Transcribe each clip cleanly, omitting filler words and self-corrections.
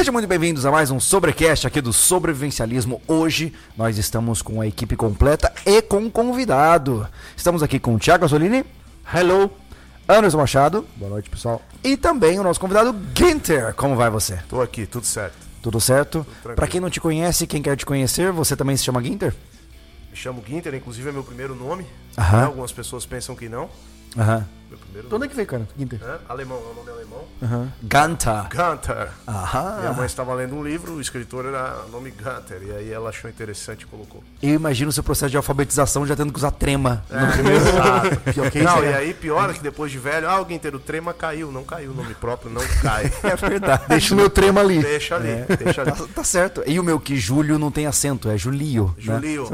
Sejam muito bem-vindos a mais um Sobrecast aqui do Sobrevivencialismo. Hoje nós estamos com a equipe completa e com um convidado. Estamos aqui com o Thiago Azzolini. Hello. Anderson Machado. Boa noite, pessoal. E também o nosso convidado Ginter. Como vai você? Tô aqui, tudo certo. Tudo certo? Para quem não te conhece, quem quer te conhecer, você também se chama Ginter? Me chamo Ginter, inclusive é meu primeiro nome. Aham. Né? Algumas pessoas pensam que não. Aham. Meu primeiro De onde é nome. que veio, cara? Ginter? Alemão, é um nome alemão. Ganta. Gunter. Minha Aham. mãe estava lendo um livro, o escritor era o nome Gunter. E aí ela achou interessante e colocou. Eu imagino o seu processo de alfabetização já tendo que usar trema. Pior que Não, isso, e aí pior é que depois de velho, o Ginter, o trema caiu. Não caiu, o nome próprio não cai. É verdade. Deixa o meu trema ali. Deixa ali, deixa ali. Tá certo. E o meu que Júlio não tem acento, é Julio. né? Julio.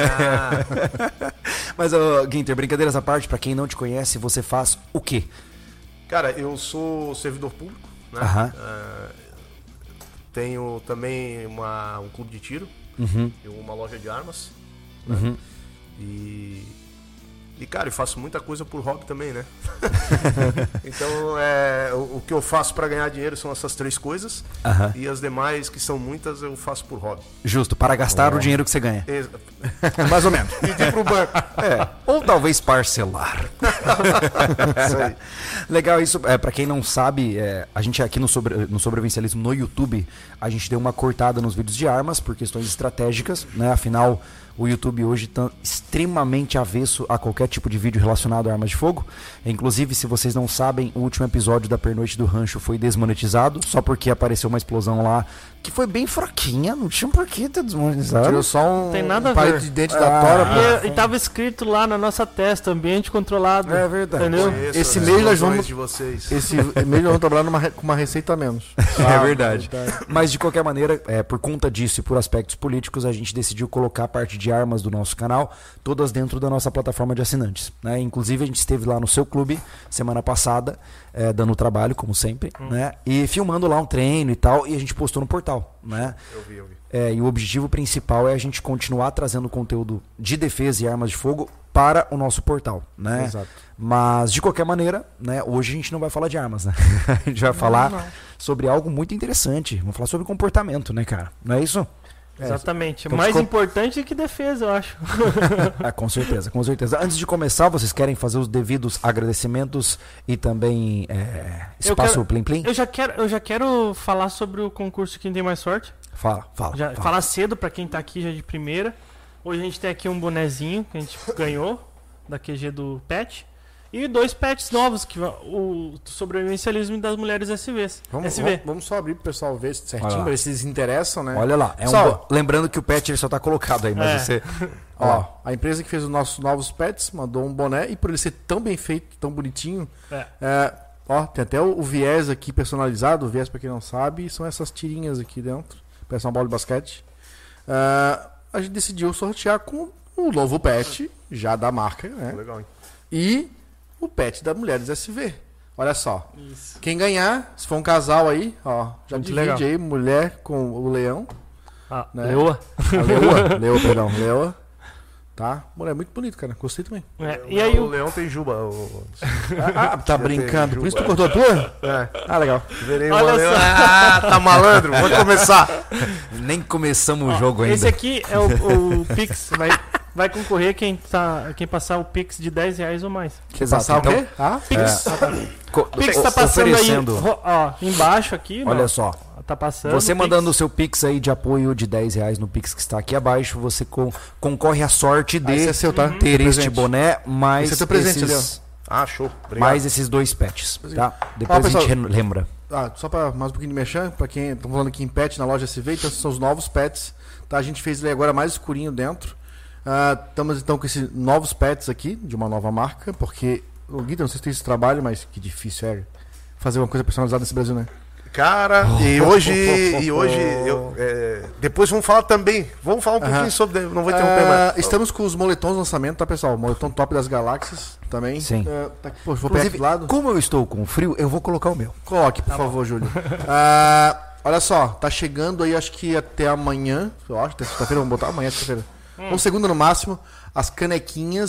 Mas, Ginter, brincadeiras à parte, pra quem não te conhece, você faz o quê? Cara, eu sou servidor público, né? Aham. Tenho também um clube de tiro Uhum. e uma loja de armas. Né? E, cara, eu faço muita coisa por hobby também, né? Então, o que eu faço pra ganhar dinheiro são essas três coisas. Aham. E as demais, que são muitas, eu faço por hobby. Justo, para gastar o dinheiro que você ganha. Mais ou menos. Pedir pro banco. Ou talvez parcelar. Isso aí. Legal, isso, pra quem não sabe, a gente aqui no Sobrevivencialismo no YouTube, a gente deu uma cortada nos vídeos de armas por questões estratégicas, né? Afinal, o YouTube hoje está extremamente avesso a qualquer tipo de vídeo relacionado a armas de fogo. Inclusive, se vocês não sabem, o último episódio da Pernoite do Rancho foi desmonetizado, só porque apareceu uma explosão lá que foi bem fraquinha, não tinha por que ter desmonetizado. Tirou só um Tem nada a palito ver. de dente da tora. pô. E tava escrito lá na nossa testa, ambiente controlado. É verdade. Entendeu? Conheço Esse as mês nós explosões vamos- de vocês. Esse mês nós vamos trabalhar com uma receita a menos. É verdade. Mas de qualquer maneira, por conta disso e por aspectos políticos, a gente decidiu colocar a parte de armas do nosso canal todas dentro da nossa plataforma de assinantes, né? Inclusive a gente esteve lá no seu clube semana passada, dando trabalho, como sempre, né? E filmando lá um treino e tal, e a gente postou no portal, né? Eu vi. E o objetivo principal é a gente continuar trazendo conteúdo de defesa e armas de fogo para o nosso portal, né? Exato. Mas, de qualquer maneira, né, hoje a gente não vai falar de armas, né? A gente vai falar sobre algo muito interessante. Vamos falar sobre comportamento, né, cara? Não é isso? Exatamente. Então, Mais ficou- importante que defesa, eu acho. Com certeza, com certeza. Antes de começar, vocês querem fazer os devidos agradecimentos e também espaço quero- Plim Plim? Eu já quero falar sobre o concurso Quem Tem Mais Sorte. Fala. Falar cedo pra quem tá aqui já de primeira. Hoje a gente tem aqui um bonezinho que a gente ganhou da QG do Pet. E 2 pets novos, que o sobrevivencialismo das mulheres SVs. SV. Vamos só abrir pro pessoal ver certinho, Olha lá. pra ver se eles se interessam, né? Olha lá, Pessoal, lembrando que o pet ele só tá colocado aí, mas É. você... Ó, a empresa que fez os nossos novos pets mandou um boné e por ele ser tão bem feito, tão bonitinho, ó, tem até o viés aqui personalizado. O viés, pra quem não sabe, são essas tirinhas aqui dentro. Parece uma bola de basquete. A gente decidiu sortear com o novo pet, já da marca, né? Legal, hein? E o pet da Mulheres SV. Olha só. Isso. Quem ganhar, se for um casal aí, ó, já Muito divide legal. aí, mulher com o leão. Ah, Né? Leoa. A leoa. Tá? Mulher, muito bonito, cara. Gostei também. E aí o Leão tem juba. Tá brincando. Por isso tu cortou a tua? Ah, legal. Verei Olha Leão. só. Tá malandro? Vou começar. Nem começamos o jogo ainda. Esse aqui é o Pix. Vai concorrer quem passar o Pix de R$10 ou mais. Quer passar então- o quê? Ah? Pix. Co- Pix tá passando oferecendo. aí. Ó, embaixo aqui. Olha ó, só, Tá passando. você o mandando o Pix. seu Pix aí de apoio de R$10 no Pix que está aqui abaixo, você concorre à sorte de esse é seu, tá? ter este Presente. boné, mais Esse é teu presente, esses, Show. Obrigado. mais esses 2 pets, tá? Depois Ó, a gente pessoal, lembra. Só pra mais um pouquinho de mexer, pra quem estamos falando aqui em pet na loja SV, então esses são os novos pets, tá? A gente fez ele agora mais escurinho dentro. Estamos então com esses novos pets aqui, de uma nova marca, porque, o Guido, não sei se tem esse trabalho, mas que difícil é fazer uma coisa personalizada nesse Brasil, né? Cara, e hoje depois vamos falar também. Vamos falar um pouquinho sobre. Não vou interromper mais. Estamos com os moletons de lançamento, tá, pessoal? Moletom top das galáxias também. Sim. Tá aqui, pô, vou pegar aqui Inclusive, do lado. como eu estou com frio, eu vou colocar o meu. Coloque, por favor, Júlio. Olha só, tá chegando aí, acho que até amanhã. Eu acho, até sexta-feira, vamos botar amanhã, sexta-feira. Ou segunda no máximo, as canequinhas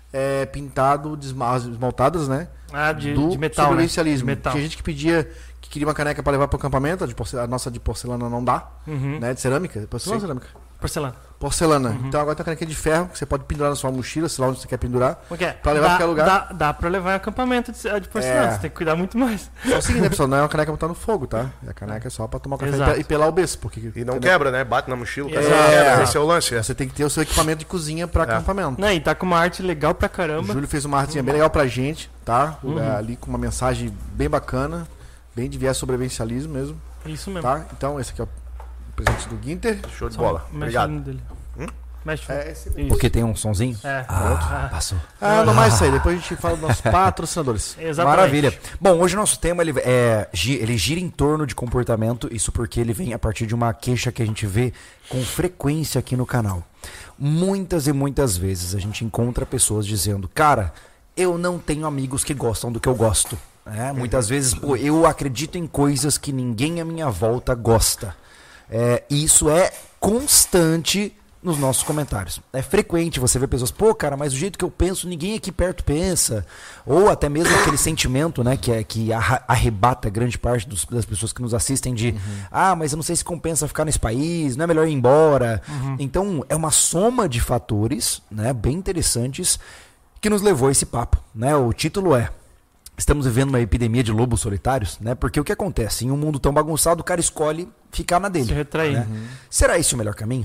pintado, esmaltadas, né? De metal, sobrevivencialismo. Né? De metal. Tinha gente que pedia, que queria uma caneca para levar para o acampamento, a nossa de porcelana não dá, né? De cerâmica. Porcelana ou cerâmica? Porcelana. Então agora tem uma caneca de ferro que você pode pendurar na sua mochila, sei lá onde você quer pendurar. Pra levar pra qualquer lugar. Dá pra levar em acampamento de porcelana, você tem que cuidar muito mais. Só o seguinte, né, pessoal? Não é uma caneca pra botar no fogo, tá? A caneca é só pra tomar café e pelar o berço. E não quebra, né? Bate na mochila, esse é o lance. Você tem que ter o seu equipamento de cozinha pra acampamento. Não, e tá com uma arte legal pra caramba. O Júlio fez uma artezinha bem legal pra gente, tá? Ali com uma mensagem bem bacana, bem de viés sobrevivencialismo mesmo. Isso mesmo. Tá? Então esse aqui é o presente do Guinter. Show de bola. Obrigado. Dele. Mexe Porque tem um sonzinho? Passou. Não mais isso aí. Depois a gente fala dos nossos patrocinadores. Exatamente. Maravilha. Bom, hoje o nosso tema ele gira em torno de comportamento. Isso porque ele vem a partir de uma queixa que a gente vê com frequência aqui no canal. Muitas e muitas vezes a gente encontra pessoas dizendo: cara, eu não tenho amigos que gostam do que eu gosto. Muitas vezes, eu acredito em coisas que ninguém à minha volta gosta. Isso é constante nos nossos comentários. É frequente você ver pessoas: pô, cara, mas do jeito que eu penso, ninguém aqui perto pensa. Ou até mesmo aquele sentimento, né, que arrebata grande parte das pessoas que nos assistem de mas eu não sei se compensa ficar nesse país, não é melhor ir embora. Então, é uma soma de fatores, né, bem interessantes que nos levou a esse papo, né? O título é: estamos vivendo uma epidemia de lobos solitários, né? Porque o que acontece? Em um mundo tão bagunçado, o cara escolhe ficar na dele. Se retrair. Né? Será esse o melhor caminho?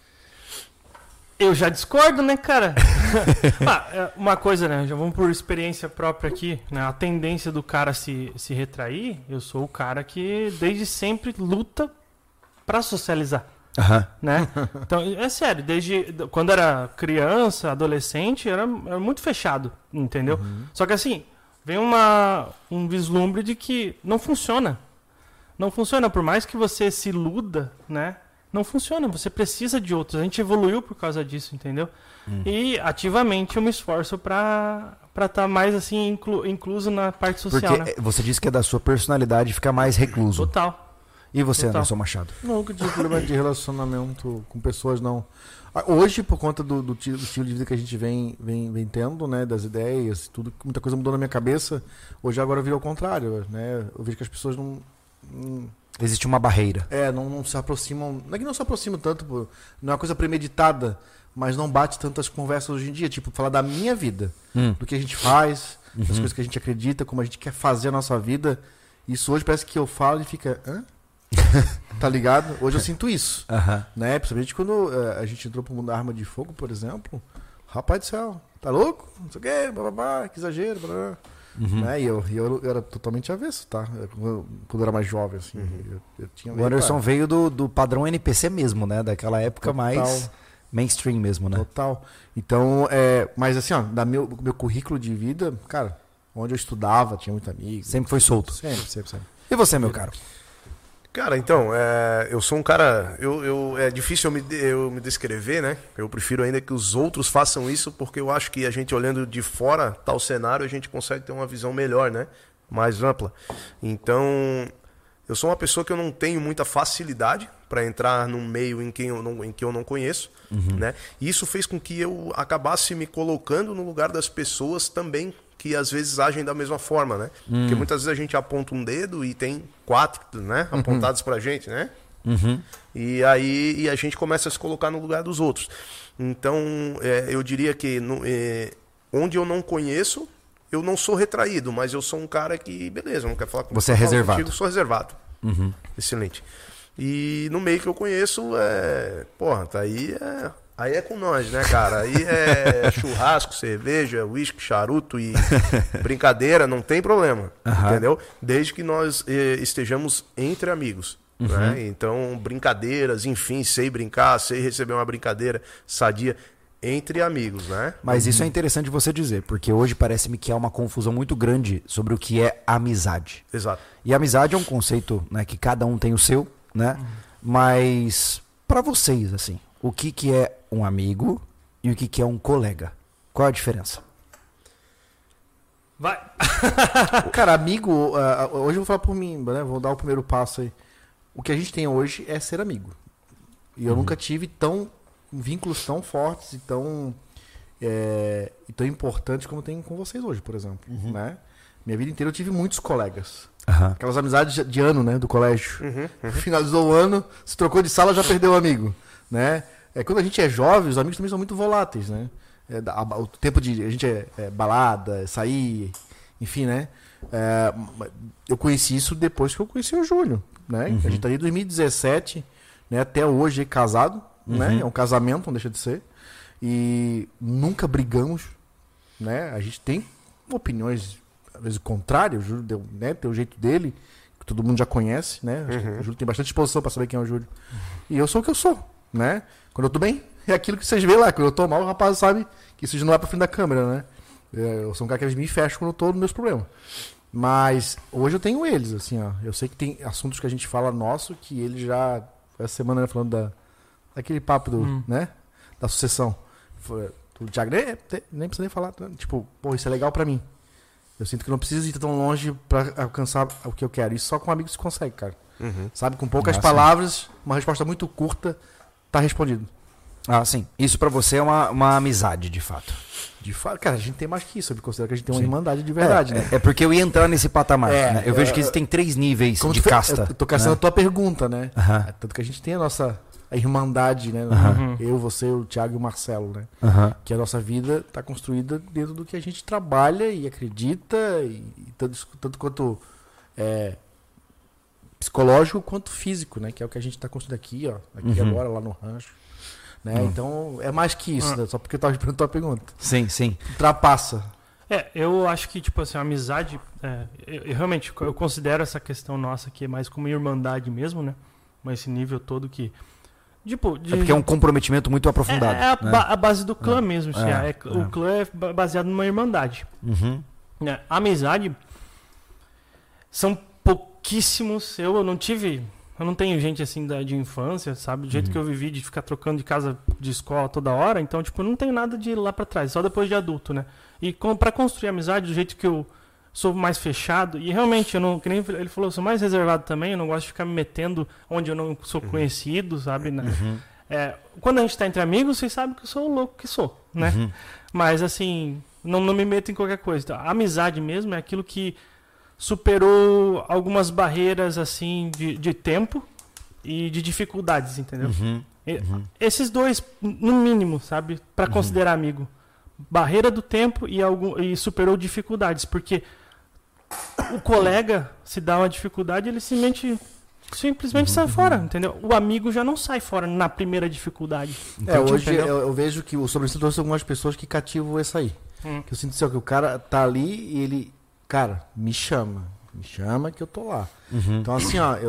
Eu já discordo, né, cara? Uma coisa, né? Já vamos por experiência própria aqui, né? A tendência do cara se retrair, eu sou o cara que desde sempre luta pra socializar. Né? Então, é sério, desde quando era criança, adolescente, era muito fechado, entendeu? Só que assim, vem um vislumbre de que não funciona. Não funciona, por mais que você se iluda, né? Não funciona, você precisa de outros. A gente evoluiu por causa disso, entendeu? E ativamente eu me esforço pra estar mais assim incluso na parte social. Porque né? Você disse que é da sua personalidade ficar mais recluso. Total. E você, Anderson Machado? Nunca tive problema de relacionamento com pessoas, não. Hoje, por conta do estilo de vida que a gente vem tendo, né, das ideias, tudo, muita coisa mudou na minha cabeça. Hoje agora vira ao contrário, né? Eu vejo que as pessoas não existe uma barreira. Não se aproximam. Não é que não se aproximam tanto, não é uma coisa premeditada, mas não bate tantas conversas hoje em dia. Tipo, falar da minha vida, do que a gente faz, das coisas que a gente acredita, como a gente quer fazer a nossa vida. Isso hoje parece que eu falo e fica: hã? Tá ligado? Hoje eu sinto isso. Né? Principalmente quando a gente entrou pro mundo da arma de fogo, por exemplo. Rapaz do céu, tá louco? Não sei o quê, blá, que exagero, blá. Né? E eu era totalmente avesso, tá? Quando eu era mais jovem, assim. Eu tinha o Anderson veio do padrão NPC mesmo, né? Daquela época mais mainstream mesmo, né? Total. Então, mas assim, ó, meu currículo de vida, cara, onde eu estudava, tinha muito amigo. Sempre foi solto. Sempre. E você, meu caro? Cara, então, eu sou um cara... é difícil eu me descrever, né? Eu prefiro ainda que os outros façam isso, porque eu acho que a gente, olhando de fora tal cenário, a gente consegue ter uma visão melhor, né? Mais ampla. Então, eu sou uma pessoa que eu não tenho muita facilidade para entrar num meio em que eu não conheço, né? E isso fez com que eu acabasse me colocando no lugar das pessoas também que às vezes agem da mesma forma, né? Porque muitas vezes a gente aponta um dedo e tem 4, né, apontados pra gente, né? E aí a gente começa a se colocar no lugar dos outros. Então, eu diria que onde eu não conheço, eu não sou retraído, mas eu sou um cara que, beleza, não quero falar com você. É reservado. Contigo, sou reservado. Excelente. E no meio que eu conheço, tá aí... Aí é com nós, né, cara? Aí é churrasco, cerveja, uísque, charuto e brincadeira, não tem problema, entendeu? Desde que nós estejamos entre amigos, né? Então, brincadeiras, enfim, sei brincar, sei receber uma brincadeira sadia entre amigos, né? Mas isso é interessante você dizer, porque hoje parece-me que há uma confusão muito grande sobre o que é amizade. Exato. E amizade é um conceito, né, que cada um tem o seu, né? Mas, para vocês, assim, o que é um amigo e o que é um colega? Qual é a diferença? Vai! Cara, amigo, hoje eu vou falar por mim, né? Vou dar o primeiro passo aí. O que a gente tem hoje é ser amigo. E eu nunca tive vínculos tão fortes e tão e tão importante como tem com vocês hoje, por exemplo, né? Minha vida inteira eu tive muitos colegas. Aquelas amizades de ano, né, do colégio. Finalizou o ano, se trocou de sala, já perdeu o amigo, né? Quando a gente é jovem, os amigos também são muito voláteis, né? O tempo de a gente balada, sair, enfim, né? Eu conheci isso depois que eu conheci o Júlio, né? A gente tá em 2017, né? Até hoje casado, né? É um casamento, não deixa de ser. E nunca brigamos, né? A gente tem opiniões às vezes contrárias. O Júlio tem o jeito dele, que todo mundo já conhece, né? Acho que o Júlio tem bastante exposição para saber quem é o Júlio. E eu sou o que eu sou, né? Quando eu tô bem, é aquilo que vocês veem lá. Quando eu tô mal, o rapaz sabe que isso não é pra frente da câmera, né? Eu sou um cara que me fecha quando eu tô nos meus problemas. Mas hoje eu tenho eles, assim, ó. Eu sei que tem assuntos que a gente fala nosso que ele já... Essa semana, né, falando daquele papo né? Da sucessão. O Thiago nem precisa nem falar. Tipo, pô, isso é legal pra mim. Eu sinto que eu não preciso ir tão longe pra alcançar o que eu quero. Isso só com amigos se consegue, cara. Sabe? Com poucas palavras, uma resposta muito curta, tá respondido. Ah, sim. Isso pra você é uma amizade, de fato. De fato, cara, a gente tem mais que isso. Eu considero que a gente tem uma irmandade de verdade, né? É porque eu ia entrar nesse patamar. Né? Eu vejo que existem 3 níveis de casta. Eu tô caçando a tua pergunta, né? Tanto que a gente tem a irmandade, né? Eu, você, o Thiago e o Marcelo, né? Que a nossa vida tá construída dentro do que a gente trabalha e acredita, e tanto quanto psicológico quanto físico, né? Que é o que a gente tá construindo aqui, ó. Aqui agora, lá no rancho. Né? Então, é mais que isso, né? Só porque eu tava esperando a tua pergunta. Sim, sim. Ultrapassa. Eu acho que, tipo assim, a amizade... eu realmente, eu considero essa questão nossa aqui mais como irmandade mesmo, né? Mas esse nível todo que... Tipo, porque é um comprometimento muito aprofundado. A base do clã mesmo. Assim, o clã é baseado numa irmandade. A amizade são pouquíssimos... Eu não tenho gente assim de infância, sabe? Do jeito que eu vivi, de ficar trocando de casa, de escola toda hora. Então, tipo, não tenho nada de ir lá pra trás. Só depois de adulto, né? E pra construir amizade, do jeito que eu sou mais fechado. E realmente, eu não... Que nem ele falou, eu sou mais reservado também. Eu não gosto de ficar me metendo onde eu não sou conhecido, sabe? Quando a gente tá entre amigos, vocês sabem que eu sou o louco que sou, né? Mas, assim, não me meto em qualquer coisa. Então, a amizade mesmo é aquilo que... superou algumas barreiras assim de tempo e de dificuldades, entendeu? Esses dois, no mínimo, sabe? Para considerar amigo. Barreira do tempo e superou dificuldades. Porque o colega, se dá uma dificuldade, ele simplesmente sai fora, entendeu? O amigo já não sai fora na primeira dificuldade. Hoje eu vejo que o Sobrecinto trouxe algumas pessoas que cativam essa aí. Que eu sinto assim, que o cara tá ali e ele... Cara, me chama que eu tô lá. Então, assim, ó,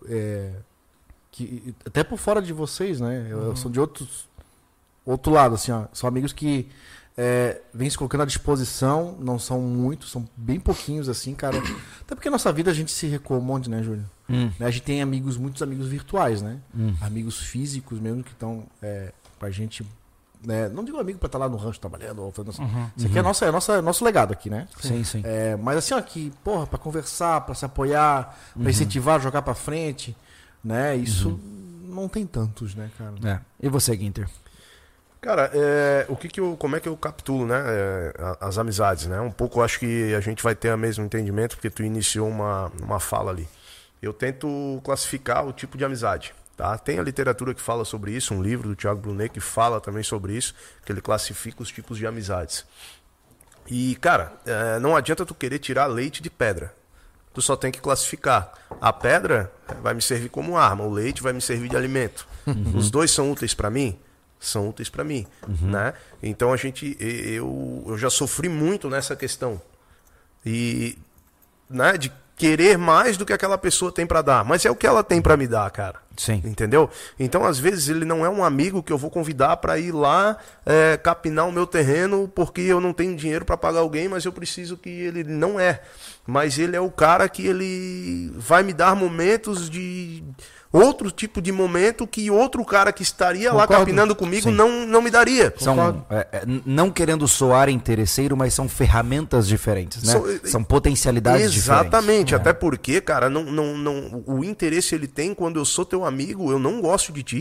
até por fora de vocês, né? Eu sou de outro lado, assim, ó. São amigos que vêm se colocando à disposição, não são muitos, são bem pouquinhos, assim, cara. Até porque na nossa vida a gente se recuou um monte, né, Júlio? A gente tem muitos amigos virtuais, né? Amigos físicos mesmo que estão com a gente... não digo amigo pra estar lá no rancho trabalhando ou fazendo isso aqui é nosso legado aqui, né? Sim, sim. Mas assim, ó, que, porra, pra conversar, pra se apoiar, pra incentivar, jogar pra frente, né? Isso não tem tantos, né, cara? E você, Guinter? Cara, como é que eu captulo, né? As amizades, né? Um pouco acho que a gente vai ter o mesmo entendimento, porque tu iniciou uma fala ali. Eu tento classificar o tipo de amizade. Tá? Tem a literatura que fala sobre isso, um livro do Thiago Brunet que fala também sobre isso, que ele classifica os tipos de amizades. E, cara, não adianta tu querer tirar leite de pedra. Tu só tem que classificar. A pedra vai me servir como arma, o leite vai me servir de alimento. Os dois são úteis para mim? São úteis para mim. Né? Então eu já sofri muito nessa questão. E, né, de querer mais do que aquela pessoa tem para dar. Mas é o que ela tem para me dar, cara. Sim. Entendeu? Então, às vezes, ele não é um amigo que eu vou convidar para ir lá capinar o meu terreno porque eu não tenho dinheiro para pagar alguém, mas eu preciso que ele não é. Mas ele é o cara que ele vai me dar momentos de... outro tipo de momento que outro cara que estaria lá capinando comigo não me daria. Não querendo soar interesseiro, mas são ferramentas diferentes, né? São potencialidades diferentes. Exatamente, até porque, cara, o interesse ele tem quando eu sou teu amigo, eu não gosto de ti,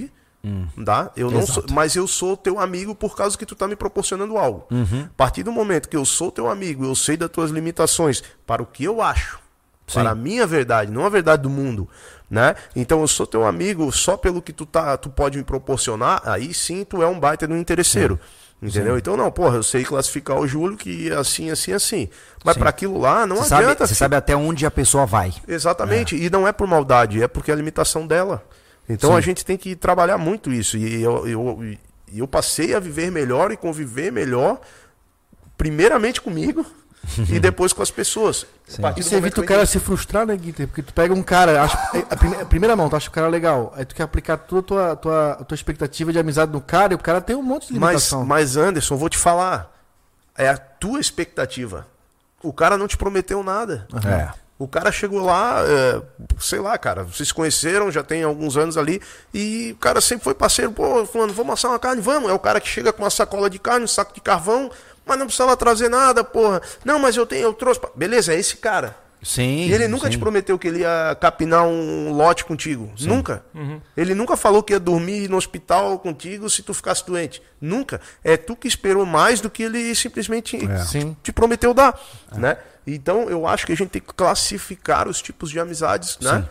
Tá? Eu não sou, mas eu sou teu amigo por causa que tu tá me proporcionando algo. A partir do momento que eu sou teu amigo, eu sei das tuas limitações, para o que eu acho, para a minha verdade, não a verdade do mundo, né? Então eu sou teu amigo só pelo que tu pode me proporcionar, aí sim tu é um baita de um interesseiro. Entendeu? Sim. Então, não, porra, eu sei classificar o Júlio que assim. Mas para aquilo lá não adianta. Você sabe até onde a pessoa vai. Exatamente. E não é por maldade, é porque é a limitação dela. Então a gente tem que trabalhar muito isso. E eu passei a viver melhor e conviver melhor, primeiramente comigo e depois com as pessoas. E você evita o cara se frustrar, né, Guiter? Porque tu pega um cara, a primeira mão, tu acha o cara legal, aí tu quer aplicar toda a tua expectativa de amizade no cara e o cara tem um monte de limitação. Mas Anderson, vou te falar, é a tua expectativa. O cara não te prometeu nada. O cara chegou lá, sei lá, cara, vocês se conheceram, já tem alguns anos ali, e o cara sempre foi parceiro, pô, falando, vamos assar uma carne, vamos. É o cara que chega com uma sacola de carne, um saco de carvão, mas não precisava trazer nada, porra. Não, mas eu trouxe. Beleza, é esse cara. Sim. E ele nunca te prometeu que ele ia capinar um lote contigo. Sim. Nunca. Ele nunca falou que ia dormir no hospital contigo se tu ficasse doente. Nunca. É tu que esperou mais do que ele simplesmente te prometeu dar. Né? Então, eu acho que a gente tem que classificar os tipos de amizades, né?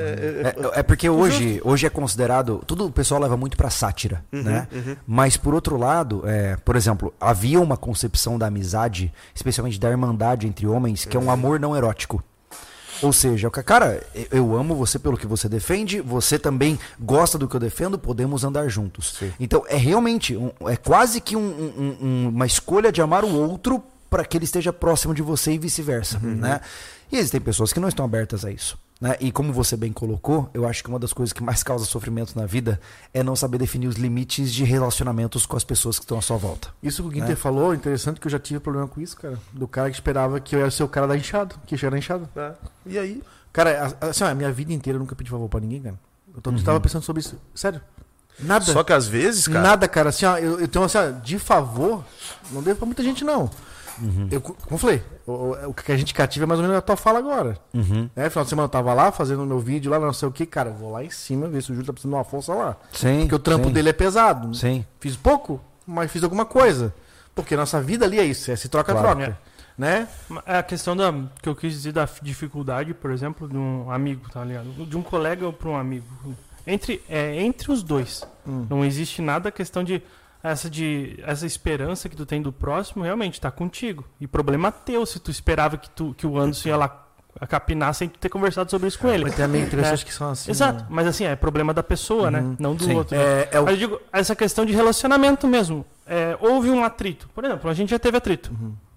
É porque hoje é considerado... Tudo o pessoal leva muito pra sátira, né? Mas, por outro lado, por exemplo, havia uma concepção da amizade, especialmente da irmandade entre homens, que é um amor não erótico. Ou seja, cara, eu amo você pelo que você defende, você também gosta do que eu defendo, podemos andar juntos. Sim. Então, é realmente, é quase que uma escolha de amar o outro para que ele esteja próximo de você e vice-versa, né? E existem pessoas que não estão abertas a isso, né? E como você bem colocou, eu acho que uma das coisas que mais causa sofrimento na vida é não saber definir os limites de relacionamentos com as pessoas que estão à sua volta. Isso que o Guinter falou, interessante que eu já tive problema com isso, cara. Do cara que esperava que eu ia ser o cara da enxada, que já era enxada. E aí? Cara, assim, a minha vida inteira eu nunca pedi favor pra ninguém, cara. Eu tava pensando sobre isso. Sério. Nada. Só que às vezes, cara... Nada, cara. Assim, ó, eu tenho assim, ó, de favor, não devo pra muita gente, não. Como eu falei, o que a gente cativa é mais ou menos a tua fala agora. Final de semana eu tava lá fazendo o meu vídeo lá, não sei o que, cara, eu vou lá em cima ver se o Júlio tá precisando de uma força lá. Sim, porque o trampo dele é pesado. Sim. Fiz pouco, mas fiz alguma coisa. Porque nossa vida ali é isso, é se troca-troca. Claro. Né? É a questão que eu quis dizer da dificuldade, por exemplo, de um amigo, tá ligado? De um colega para um amigo. Entre os dois. Não existe nada a questão de essa esperança que tu tem do próximo realmente tá contigo. E problema teu se tu esperava que o Anderson ia lá capinar sem tu ter conversado sobre isso com ele. Mas tem amigos interessantes que são assim. Exato, mas assim, é problema da pessoa, né? Não do outro. Né? Mas eu digo, essa questão de relacionamento mesmo. Houve um atrito. Por exemplo, a gente já teve atrito.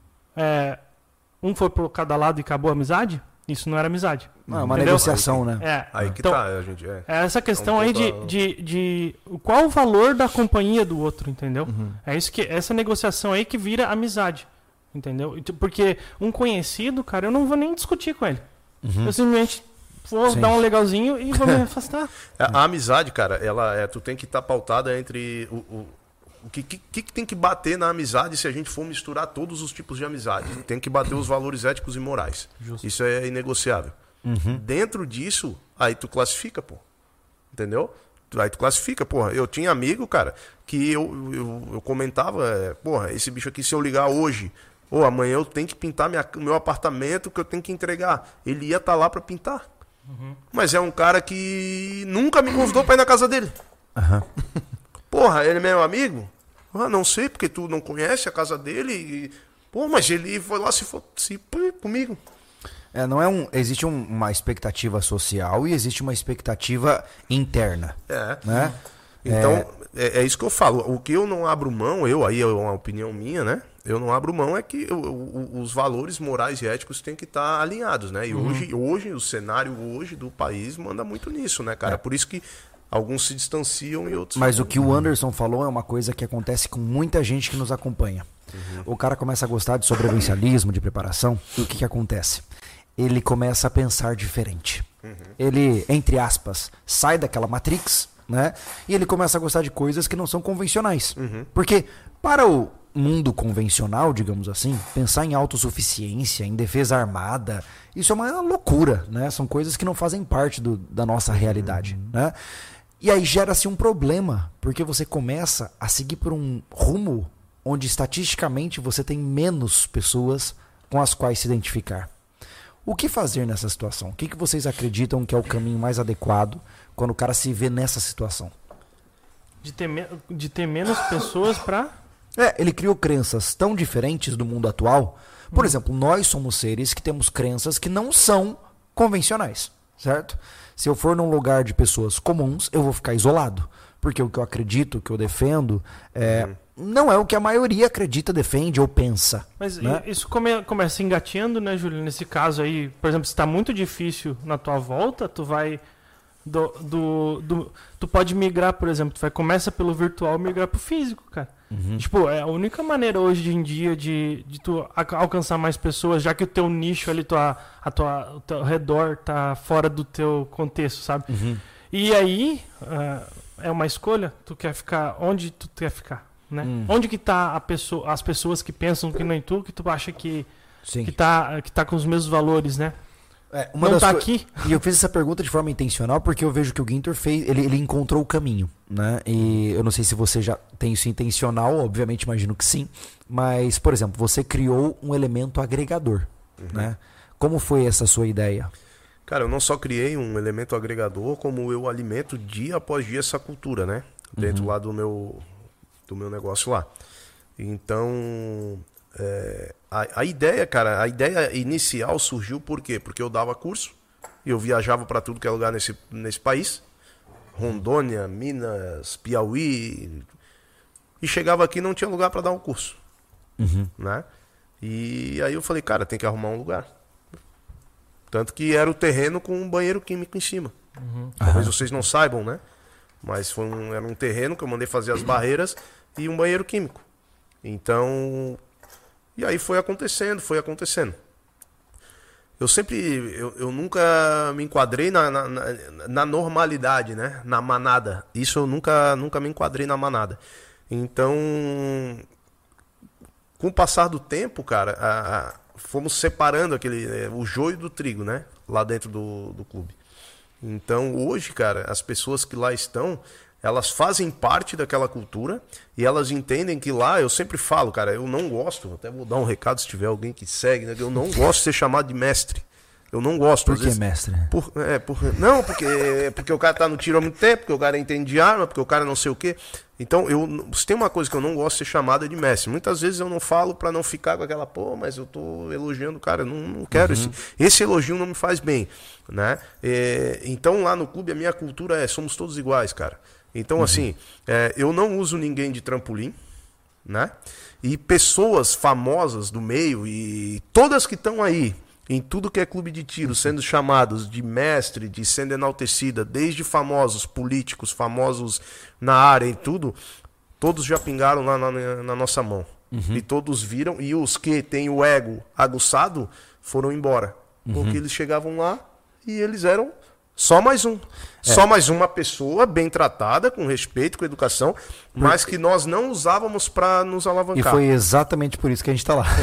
Um foi por cada lado e acabou a amizade. Isso não era amizade. Não, é uma negociação, né? Aí que então, tá, a gente essa questão aí de qual o valor da companhia do outro, entendeu? É isso essa negociação aí que vira amizade, entendeu? Porque um conhecido, cara, eu não vou nem discutir com ele. Eu simplesmente vou dar um legalzinho e vou me afastar. A amizade, cara, tu tem que estar pautada entre o que tem que bater na amizade se a gente for misturar todos os tipos de amizade? Tem que bater os valores éticos e morais. Justo. Isso é inegociável. Dentro disso, aí tu classifica, pô. Entendeu? Aí tu classifica, porra. Eu tinha amigo, cara, que eu comentava, porra, esse bicho aqui, se eu ligar hoje, ou amanhã eu tenho que pintar meu apartamento que eu tenho que entregar. Ele ia estar lá pra pintar. Mas é um cara que nunca me convidou pra ir na casa dele. Porra, ele é meu amigo? Não sei, porque tu não conhece a casa dele. Pô, mas ele foi lá se comigo. Existe uma expectativa social e existe uma expectativa interna. Né? Então, é isso que eu falo. O que eu não abro mão, aí é uma opinião minha, né? Eu não abro mão é que os valores morais e éticos têm que estar alinhados, né? E hoje, o cenário do país manda muito nisso, né, cara? Por isso que alguns se distanciam e outros... Mas o que o Anderson falou é uma coisa que acontece com muita gente que nos acompanha. O cara começa a gostar de sobrevivencialismo, de preparação, e o que acontece? Ele começa a pensar diferente. Ele, entre aspas, sai daquela Matrix, né? E ele começa a gostar de coisas que não são convencionais. Porque para o mundo convencional, digamos assim, pensar em autossuficiência, em defesa armada, isso é uma loucura, né? São coisas que não fazem parte da nossa realidade, né? E aí gera-se um problema, porque você começa a seguir por um rumo onde estatisticamente você tem menos pessoas com as quais se identificar. O que fazer nessa situação? O que vocês acreditam que é o caminho mais adequado quando o cara se vê nessa situação? De ter menos pessoas para... Ele criou crenças tão diferentes do mundo atual. Por exemplo, nós somos seres que temos crenças que não são convencionais, certo? Se eu for num lugar de pessoas comuns, eu vou ficar isolado. Porque o que eu acredito, o que eu defendo, não é o que a maioria acredita, defende ou pensa. Mas né? Isso começa engateando, né, Júlio? Nesse caso aí, por exemplo, se está muito difícil na tua volta, tu vai... tu pode migrar, por exemplo, começa pelo virtual e migrar pro físico, cara. Tipo, é a única maneira hoje em dia de tu alcançar mais pessoas, já que o teu nicho ali, o teu redor tá fora do teu contexto, sabe? E aí, é uma escolha, tu quer ficar onde tu quer ficar, né? Onde que tá as pessoas que pensam que nem tu, que tu acha que tá com os mesmos valores, né? Não tá aqui. E eu fiz essa pergunta de forma intencional porque eu vejo que o Ginter fez, ele encontrou o caminho, né? E eu não sei se você já tem isso intencional, obviamente imagino que sim, mas, por exemplo, você criou um elemento agregador, né? Como foi essa sua ideia? Cara, eu não só criei um elemento agregador, como eu alimento dia após dia essa cultura, né? Dentro lá do meu negócio lá. Então... a ideia, cara, a ideia inicial surgiu por quê? Porque eu dava curso e eu viajava para tudo que é lugar nesse país, Rondônia, Minas, Piauí, e chegava aqui e não tinha lugar para dar um curso, né? E aí eu falei, cara, tem que arrumar um lugar. Tanto que era o terreno com um banheiro químico em cima. Talvez vocês não saibam, né? Mas era um terreno que eu mandei fazer as barreiras e um banheiro químico. Então... E aí foi acontecendo. Eu nunca me enquadrei na normalidade, né? Na manada. Isso eu nunca me enquadrei na manada. Então, com o passar do tempo, cara, fomos separando o joio do trigo, né? Lá dentro do clube. Então, hoje, cara, as pessoas que lá estão... Elas fazem parte daquela cultura e elas entendem que lá, eu sempre falo, cara, eu não gosto, até vou dar um recado se tiver alguém que segue, né? Eu não gosto de ser chamado de mestre. Eu não gosto. Por que mestre? Não, porque o cara tá no tiro há muito tempo, porque o cara entende de arma, porque o cara não sei o quê. Então, se tem uma coisa que eu não gosto de ser chamada de mestre. Muitas vezes eu não falo pra não ficar com aquela, mas eu tô elogiando o cara, eu não quero esse elogio não me faz bem, né? Então, lá no clube, a minha cultura somos todos iguais, cara. Então, assim, eu não uso ninguém de trampolim, né? E pessoas famosas do meio, e todas que estão aí, em tudo que é clube de tiro, sendo chamados de mestre, de sendo enaltecida, desde famosos políticos, famosos na área e tudo, todos já pingaram lá na nossa mão. E todos viram, e os que têm o ego aguçado foram embora. Porque eles chegavam lá e eles eram... Só mais um. Só mais uma pessoa bem tratada, com respeito, com educação, mas que nós não usávamos para nos alavancar. E foi exatamente por isso que a gente está lá.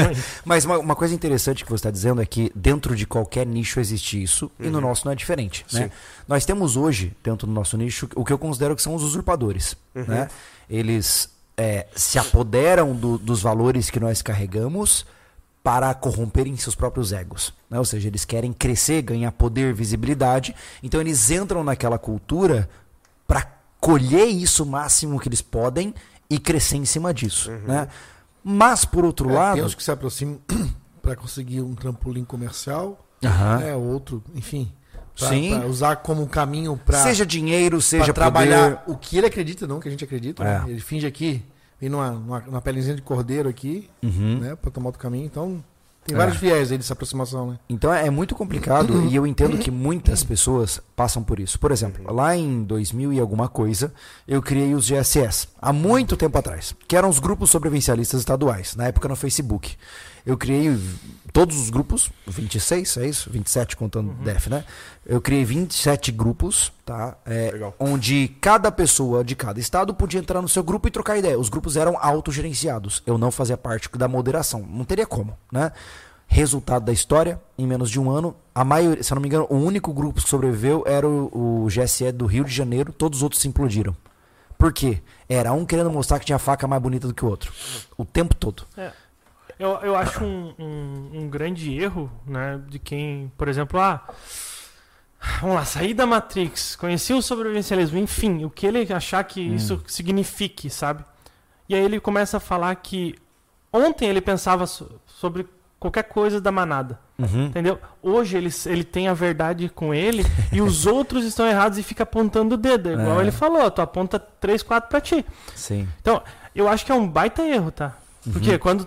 Mas uma coisa interessante que você está dizendo é que dentro de qualquer nicho existe isso, e no nosso não é diferente. Né? Nós temos hoje, dentro do nosso nicho, o que eu considero que são os usurpadores. Né? Eles se apoderam dos valores que nós carregamos para corromperem seus próprios egos, né? Ou seja, eles querem crescer, ganhar poder, visibilidade, então eles entram naquela cultura para colher isso o máximo que eles podem e crescer em cima disso, né? Mas, por outro lado... Tem uns que se aproximam para conseguir um trampolim comercial, outro, enfim, para usar como caminho para... Seja dinheiro, seja trabalhar o que ele acredita, não o que a gente acredita, né? Ele finge aqui... Vem numa pelezinha de cordeiro aqui, né, para tomar outro caminho. Então, tem vários viés aí dessa aproximação, né? Então, é muito complicado e eu entendo que muitas pessoas passam por isso. Por exemplo, lá em 2000 e alguma coisa, eu criei os GSS, há muito tempo atrás, que eram os grupos sobrevivencialistas estaduais, na época no Facebook. Eu criei todos os grupos, 26, é isso? 27 contando DEF, né? Eu criei 27 grupos, tá? Onde cada pessoa de cada estado podia entrar no seu grupo e trocar ideia. Os grupos eram autogerenciados. Eu não fazia parte da moderação. Não teria como, né? Resultado da história, em menos de um ano, a maioria, se eu não me engano, o único grupo que sobreviveu era o GSE do Rio de Janeiro, todos os outros se implodiram. Por quê? Era um querendo mostrar que tinha faca mais bonita do que o outro. O tempo todo. Eu acho um grande erro, né, de quem, por exemplo, vamos lá, sair da Matrix, conhecer o sobrevivencialismo, enfim, o que ele achar que isso signifique, sabe? E aí ele começa a falar que ontem ele pensava sobre qualquer coisa da manada, entendeu? Hoje ele tem a verdade com ele e os outros estão errados e fica apontando o dedo, igual ele falou, tu aponta 3, 4 pra ti. Sim. Então, eu acho que é um baita erro, tá? Porque quando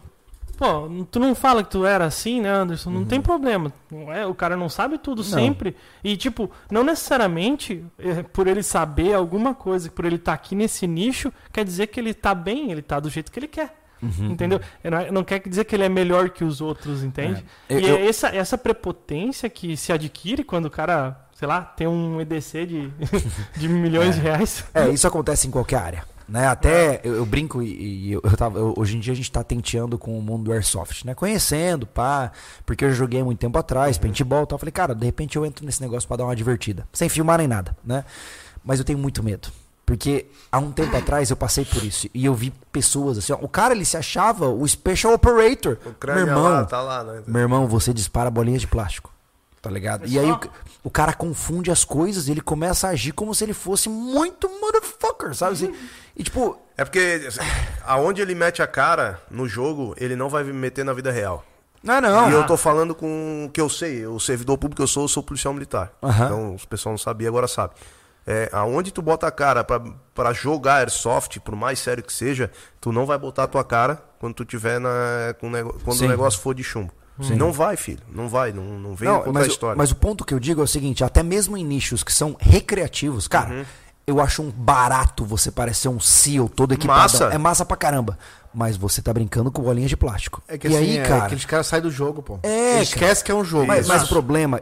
tu não fala que tu era assim, né, Anderson? Não tem problema. O cara não sabe tudo sempre. E, tipo, não necessariamente por ele saber alguma coisa, por ele estar aqui nesse nicho, quer dizer que ele tá bem, ele tá do jeito que ele quer. Entendeu? Não quer dizer que ele é melhor que os outros, entende? É essa prepotência que se adquire quando o cara, sei lá, tem um EDC de milhões de reais. Isso acontece em qualquer área. Né? Até eu brinco hoje em dia a gente tá tenteando com o mundo do Airsoft, né? Conhecendo, porque eu já joguei há muito tempo atrás, paintball e tal. Falei, cara, de repente eu entro nesse negócio pra dar uma divertida, sem filmar nem nada, né? Mas eu tenho muito medo. Porque há um tempo atrás eu passei por isso e eu vi pessoas assim, o cara ele se achava o Special Operator. Meu irmão, tá lá, né? Meu irmão, você dispara bolinhas de plástico, tá ligado? E aí o cara confunde as coisas e ele começa a agir como se ele fosse muito motherfucker, sabe assim? E tipo... É porque aonde ele mete a cara no jogo, ele não vai me meter na vida real. Não. E eu tô falando com o que eu sei, o servidor público que eu sou policial militar. Então o pessoal não sabia, agora sabe. Aonde tu bota a cara pra jogar Airsoft, por mais sério que seja, tu não vai botar a tua cara quando tu tiver quando o negócio for de chumbo. Sim. Não vai, filho. Não vai. Não vem contar a história. Mas o ponto que eu digo é o seguinte, até mesmo em nichos que são recreativos, cara, eu acho um barato você parecer um SEAL todo equipado. É massa pra caramba. Mas você tá brincando com bolinhas de plástico. E aí, cara... aqueles caras saem do jogo, pô. Esquece que é um jogo. Mas o problema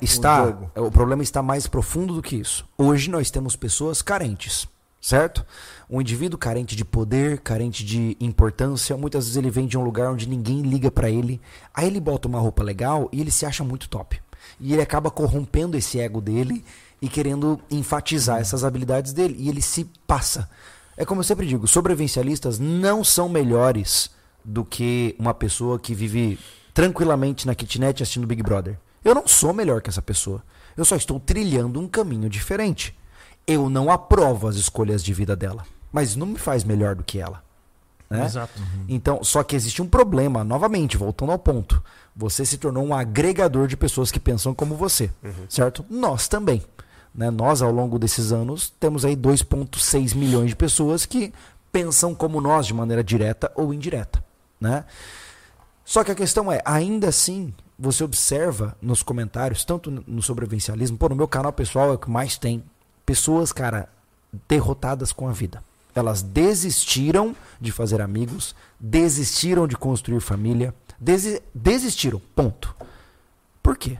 está mais profundo do que isso. Hoje nós temos pessoas carentes, certo? Um indivíduo carente de poder, carente de importância, muitas vezes ele vem de um lugar onde ninguém liga pra ele. Aí ele bota uma roupa legal e ele se acha muito top. E ele acaba corrompendo esse ego dele e querendo enfatizar essas habilidades dele. E ele se passa. É como eu sempre digo, sobrevivencialistas não são melhores do que uma pessoa que vive tranquilamente na kitnet assistindo Big Brother. Eu não sou melhor que essa pessoa. Eu só estou trilhando um caminho diferente. Eu não aprovo as escolhas de vida dela, mas não me faz melhor do que ela. Né? Exato. Então, só que existe um problema, novamente, voltando ao ponto. Você se tornou um agregador de pessoas que pensam como você, certo? Nós também. Né? Nós, ao longo desses anos, temos aí 2,6 milhões de pessoas que pensam como nós de maneira direta ou indireta. Né? Só que a questão é, ainda assim, você observa nos comentários, tanto no sobrevivencialismo, no meu canal pessoal é o que mais tem pessoas, cara, derrotadas com a vida. Elas desistiram de fazer amigos, desistiram de construir família, desistiram, ponto. Por quê?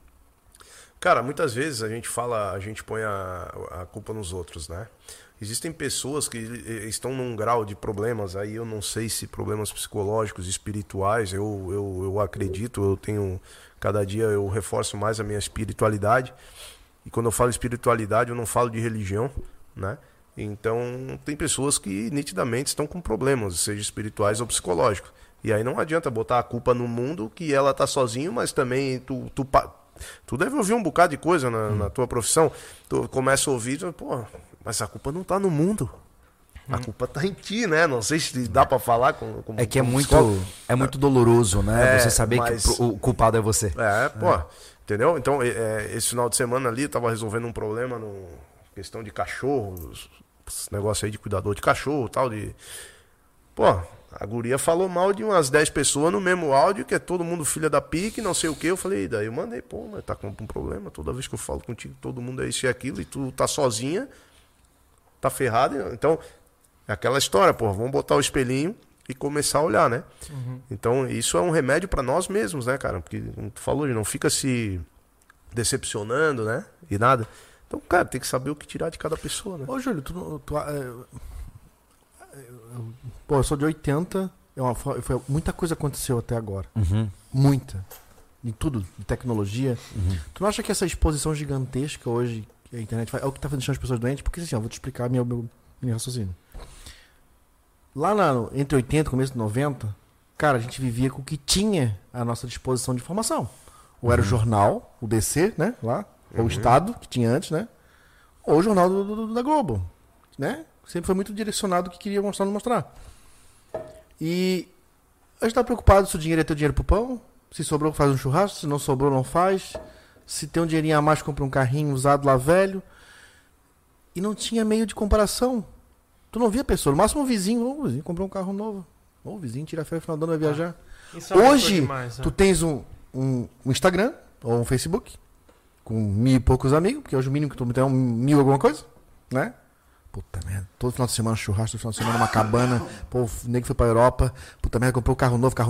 Cara, muitas vezes a gente põe a culpa nos outros, né? Existem pessoas que estão num grau de problemas, aí eu não sei se problemas psicológicos, espirituais, eu acredito, cada dia eu reforço mais a minha espiritualidade, e quando eu falo espiritualidade eu não falo de religião, né? Então tem pessoas que nitidamente estão com problemas, seja espirituais ou psicológicos, e aí não adianta botar a culpa no mundo que ela tá sozinho, mas também tu deve ouvir um bocado de coisa na tua profissão. Tu começa a ouvir, pô, mas a culpa não tá no mundo. A culpa tá em ti, né? Não sei se dá pra falar com é que é muito doloroso, né? Você saber que o culpado é você. Entendeu? Então, esse final de semana ali, eu tava resolvendo um problema questão de cachorros, esse negócio aí de cuidador de cachorro e tal, a guria falou mal de umas 10 pessoas no mesmo áudio, que é todo mundo filha da pique, não sei o que. Eu falei, daí eu mandei, mas tá com um problema. Toda vez que eu falo contigo, todo mundo é isso e aquilo, e tu tá sozinha, tá ferrado. Então, é aquela história, vamos botar o espelhinho e começar a olhar, né? Então, isso é um remédio pra nós mesmos, né, cara? Porque, como tu falou, não fica se decepcionando, né? E nada. Então, cara, tem que saber o que tirar de cada pessoa, né? Ô, Júlio, eu sou de 80, muita coisa aconteceu até agora. Uhum. Muita. Em tudo, de tecnologia. Tu não acha que essa exposição gigantesca hoje que a internet faz é o que está deixando as pessoas doentes? Porque assim, eu vou te explicar meu raciocínio. Lá entre 80 e começo de 90, cara, a gente vivia com o que tinha à nossa disposição de informação. Ou era o jornal, o DC, né? Lá, ou o Estado, que tinha antes, né? Ou o jornal da Globo, né? Sempre foi muito direcionado o que queria mostrar ou não mostrar. E a gente tá preocupado se o dinheiro é teu dinheiro pro pão, se sobrou faz um churrasco, se não sobrou não faz, se tem um dinheirinho a mais compra um carrinho usado lá velho. E não tinha meio de comparação. Tu não via a pessoa, no máximo o vizinho comprou um carro novo. Ou o vizinho tira férias no final do ano vai viajar. Hoje, tu tens um Instagram ou um Facebook com 1.000 e poucos amigos, porque hoje o mínimo que tu tem é 1.000 alguma coisa, né? Puta merda, todo final de semana churrasco, todo final de semana uma cabana, pô, o nego foi pra Europa, puta merda, comprou carro novo,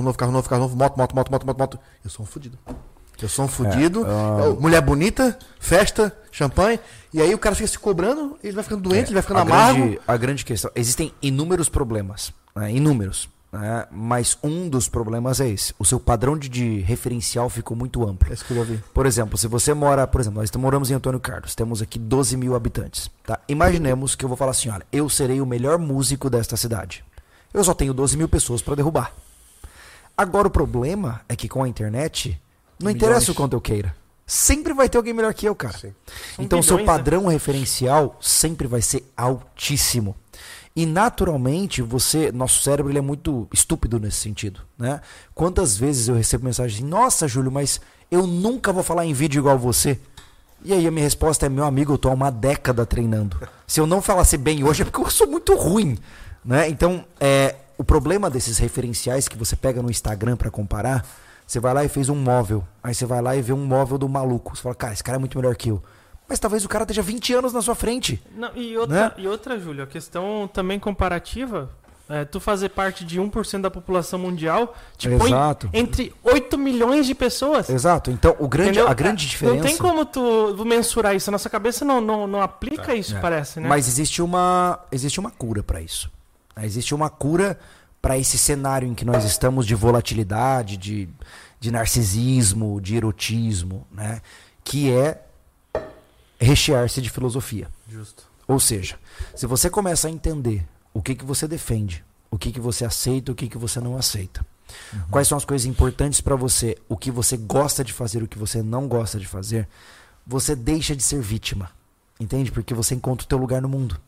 moto. Eu sou um fudido. Mulher bonita, festa, champanhe, e aí o cara fica se cobrando, ele vai ficando doente, ele vai ficando amargo. A grande questão, existem inúmeros problemas, né? Inúmeros. Mas um dos problemas é esse. O seu padrão de referencial ficou muito amplo. É isso que eu vi. Por exemplo, se você mora... Por exemplo, nós moramos em Antônio Carlos. Temos aqui 12 mil habitantes. Tá? Imaginemos que eu vou falar assim, olha, eu serei o melhor músico desta cidade. Eu só tenho 12 mil pessoas para derrubar. Agora o problema é que com a internet, não interessa o quanto eu queira. Sempre vai ter alguém melhor que eu, cara. Sim. Então seu padrão referencial sempre vai ser altíssimo. E naturalmente, nosso cérebro ele é muito estúpido nesse sentido, né? Quantas vezes eu recebo mensagem assim, nossa, Júlio, mas eu nunca vou falar em vídeo igual você. E aí a minha resposta é, meu amigo, eu tô há uma década treinando. Se eu não falasse bem hoje é porque eu sou muito ruim, né? Então, o problema desses referenciais que você pega no Instagram para comparar, você vai lá e fez um móvel, aí você vai lá e vê um móvel do maluco. Você fala, cara, esse cara é muito melhor que eu. Mas talvez o cara esteja 20 anos na sua frente. Não, e outra, Júlio, a questão também comparativa, tu fazer parte de 1% da população mundial, te põe entre 8 milhões de pessoas. Exato. Então, a grande diferença... Não tem como tu mensurar isso. A nossa cabeça não aplica isso, parece, né? Mas existe uma cura para isso. Existe uma cura para esse cenário em que nós estamos de volatilidade, de narcisismo, de erotismo, né? Que é rechear-se de filosofia. Justo. Ou seja, se você começa a entender o que você defende, o que você aceita, o que você não aceita, quais são as coisas importantes para você, o que você gosta de fazer, o que você não gosta de fazer, você deixa de ser vítima. Entende? Porque você encontra o teu lugar no mundo.